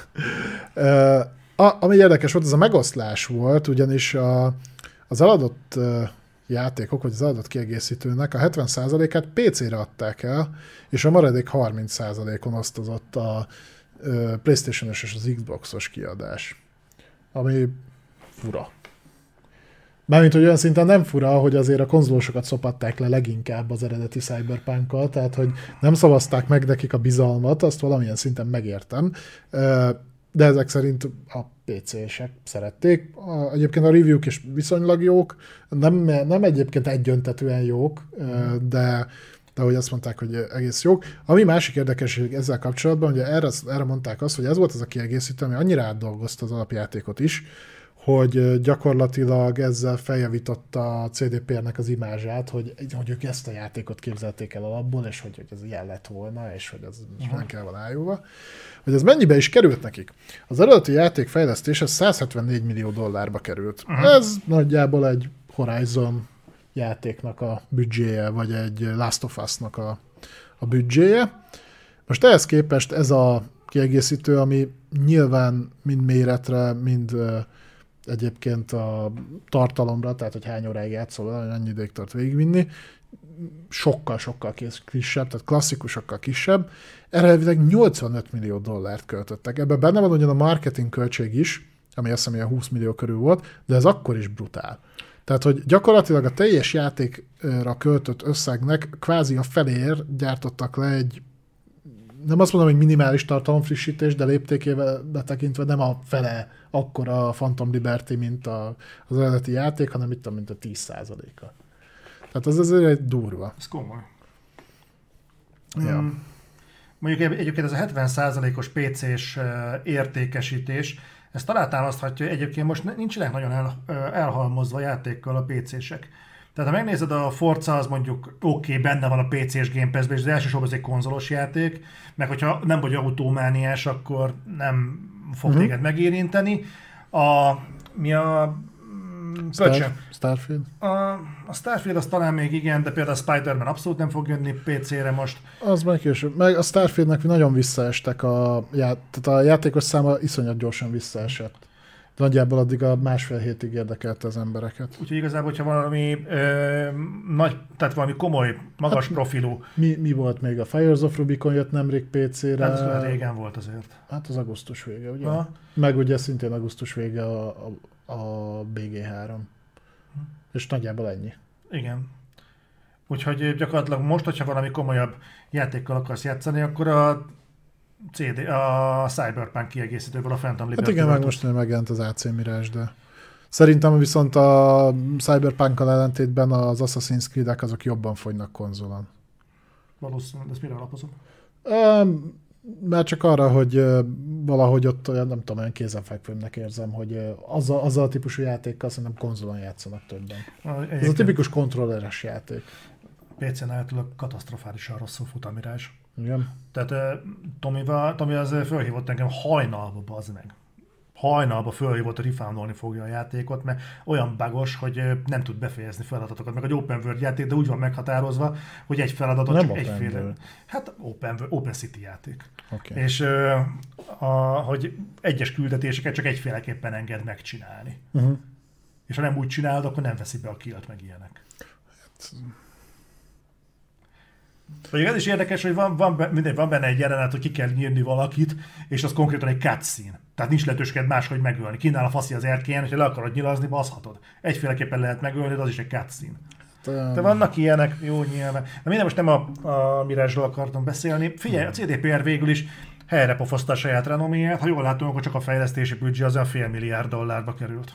S2: Ami érdekes volt, ez a megoszlás volt, ugyanis az eladott játékok, vagy az eladott kiegészítőnek a 70%-át PC-re adták el, és a maradék 30%-on osztozott a PlayStation-os és az Xbox-os kiadás. Ami fura. Mármint, hogy olyan szinten nem fura, hogy azért a konzolosokat szopatták le leginkább az eredeti Cyberpunk-kal, tehát hogy nem szavazták meg nekik a bizalmat, azt valamilyen szinten megértem, de ezek szerint a PC-sek szerették. Egyébként a review-k is viszonylag jók, nem egyébként egyöntetően jók, de hogy azt mondták, hogy egész jók. Ami másik érdekesség ezzel kapcsolatban, ugye erre mondták azt, hogy ez volt az a kiegészítő, ami annyira átdolgozta az alapjátékot is, hogy gyakorlatilag ezzel feljavította a CDPR-nek az imázsát, hogy ők ezt a játékot képzelték el alapból, és hogy ez ilyen lett volna, és hogy az nem kell van ájúva. Hogy ez mennyibe is került nekik? Az eredeti játék fejlesztése 174 millió dollárba került. Ez nagyjából egy Horizon játéknak a büdzséje, vagy egy Last of Us-nak a büdzséje. Most ehhez képest ez a kiegészítő, ami nyilván mind méretre, mind egyébként a tartalomra, tehát hogy hány óráig játszol, annyi ideig tart végigvinni, sokkal-sokkal kisebb, tehát klasszikusokkal kisebb. Erre elvileg 85 millió dollárt költöttek. Ebben benne van ugyan a marketing költség is, ami azt hiszem ilyen 20 millió körül volt, de ez akkor is brutál. Tehát, hogy gyakorlatilag a teljes játékra költött összegnek kvázi a felér gyártottak le egy, nem azt mondom, hogy minimális tartalomfrissítés, de léptékével betekintve nem a fele akkora a Phantom Liberty, mint az eredeti játék, hanem itt mint a 10%-a. Tehát az azért egy durva.
S1: Ez komoly.
S2: Ja.
S1: Mondjuk egyébként ez a 70%-os PC-s értékesítés, ez talán támaszthatja, hogy egyébként most nincsenek nagyon elhalmozva játékkal a PC-sek. Tehát ha megnézed, a Forza az mondjuk oké, benne van a PC-s Game Pass-ben, és az elsősorban ez egy konzolos játék, meg hogyha nem vagy autómániás, akkor nem fog téged megérinteni. Mi a...
S2: Starfield?
S1: A Starfield az talán még igen, de például a Spider-Man abszolút nem fog jönni PC-re most.
S2: Az meg később. Meg a Starfieldnek nagyon visszaestek tehát a játékos száma iszonyat gyorsan visszaesett. Nagyjából addig a másfél hétig érdekelte az embereket.
S1: Úgyhogy igazából, hogyha valami tehát valami komoly, magas profilú...
S2: Mi volt még? A Fires of Rubicon jött nemrég PC-re.
S1: Hát ez régen volt azért.
S2: Hát az augusztus vége, ugye? Meg ugye szintén augusztus vége a BG3. És nagyjából ennyi.
S1: Igen. Úgyhogy gyakorlatilag most, hogyha valami komolyabb játékkal akarsz játszani, akkor a Cyberpunk kiegészítőből a Phantom Liberty.
S2: Hát igen, meg most megjelent az AC Mirage, de szerintem viszont a Cyberpunkkal ellentétben az Assassin's Creed-ek azok jobban fogynak konzolon.
S1: Valószínűleg, ezt mire alapozom?
S2: Mert csak arra, hogy valahogy ott olyan, nem tudom, olyan kézenfekvőnek érzem, hogy azzal a típusú játékkal szerintem konzolon játszanak többen. Ez a tipikus kontrolleres játék.
S1: PC-n állítólag katasztrofálisan rosszul fut a Mirage.
S2: Igen.
S1: Tehát Tomi az fölhívott engem hajnalba, bazd meg. Hajnalba fölhívott, hogy refoundolni fogja a játékot, mert olyan bugos, hogy nem tud befejezni feladatokat. Meg egy open world játék, de úgy van meghatározva, hogy egy feladatot
S2: nem
S1: csak egyféle. Hát open city játék.
S2: Okay.
S1: És hogy egyes küldetéseket csak egyféleképpen enged megcsinálni. És ha nem úgy csinálod, akkor nem veszi be a killt, meg ilyenek. Vagy ez is érdekes, hogy van benne egy jelenet, hogy ki kell nyírni valakit, és az konkrétan egy cutscene. Tehát nincs lehetőséged máshogy megölni. Kínál a faszi az erkélyen, hogyha le akarod nyilazni, baszhatod. Egyféleképpen lehet megölni, de az is egy cutscene. De vannak ilyenek, jó nyilván. De minden most nem a Mirage-ról akartam beszélni. Figyelj, a CDPR végül is helyre pofozta a saját renoméját. Ha jól látom, akkor csak a fejlesztési büdzsé az olyan $500 millió került.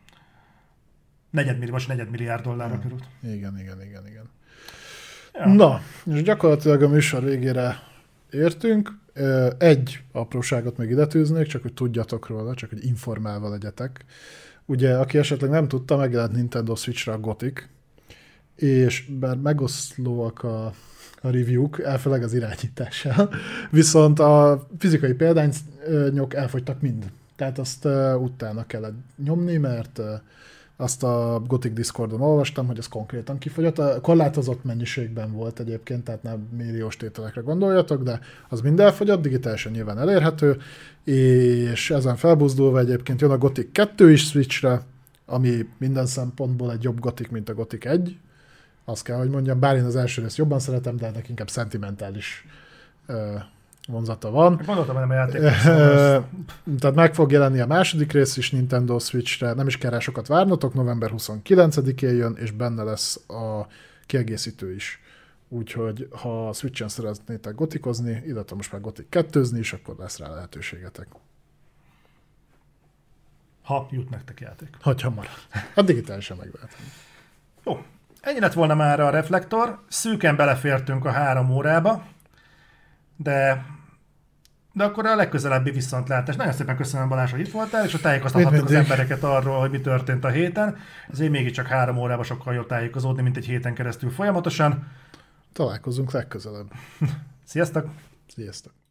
S1: 4 milliárd dollárba került.
S2: Igen.
S1: Ja.
S2: Na, és gyakorlatilag a műsor végére értünk. Egy apróságot még ide tűznék, csak hogy tudjatok róla, csak hogy informálva legyetek. Ugye, aki esetleg nem tudta, megjelent Nintendo Switchre a Gothic, és bár megoszlóak a review-k, elfőleg az irányítással, viszont a fizikai példányok elfogytak mind. Tehát azt utána kellett nyomni, mert azt a Gothic Discordon olvastam, hogy ez konkrétan kifogyott. Korlátozott mennyiségben volt egyébként, tehát nem milliós tételekre gondoljatok, de az mind elfogyott, digitálisan nyilván elérhető, és ezen felbuzdulva egyébként jön a Gothic 2 is Switchre, ami minden szempontból egy jobb Gothic, mint a Gothic 1. Azt kell, hogy mondjam, bár én az első részt jobban szeretem, de ennek inkább szentimentális vonzata van.
S1: Gondoltam, hogy nem a játék.
S2: Tehát meg fog jelenni a második rész is Nintendo Switchre, nem is kell rá sokat várnotok, november 29-én jön, és benne lesz a kiegészítő is. Úgyhogy ha Switchen szeretnétek gotikozni, illetve most már gotik 2-zni is, akkor lesz rá lehetőségetek.
S1: Ha jut nektek játék.
S2: Hogyha marad. A digitálisan megvehetem.
S1: Jó, ennyi lett volna már a Reflektor. Szűken belefértünk a 3 órába, de akkor a legközelebbi viszontlátás. Nagyon szépen köszönöm, Balázs, hogy itt voltál, és tájékoztathattuk az embereket arról, hogy mi történt a héten. Ezért mégiscsak 3 órában sokkal jobb tájékozódni, mint egy héten keresztül folyamatosan.
S2: Találkozunk legközelebb.
S1: Sziasztok!
S2: Sziasztok!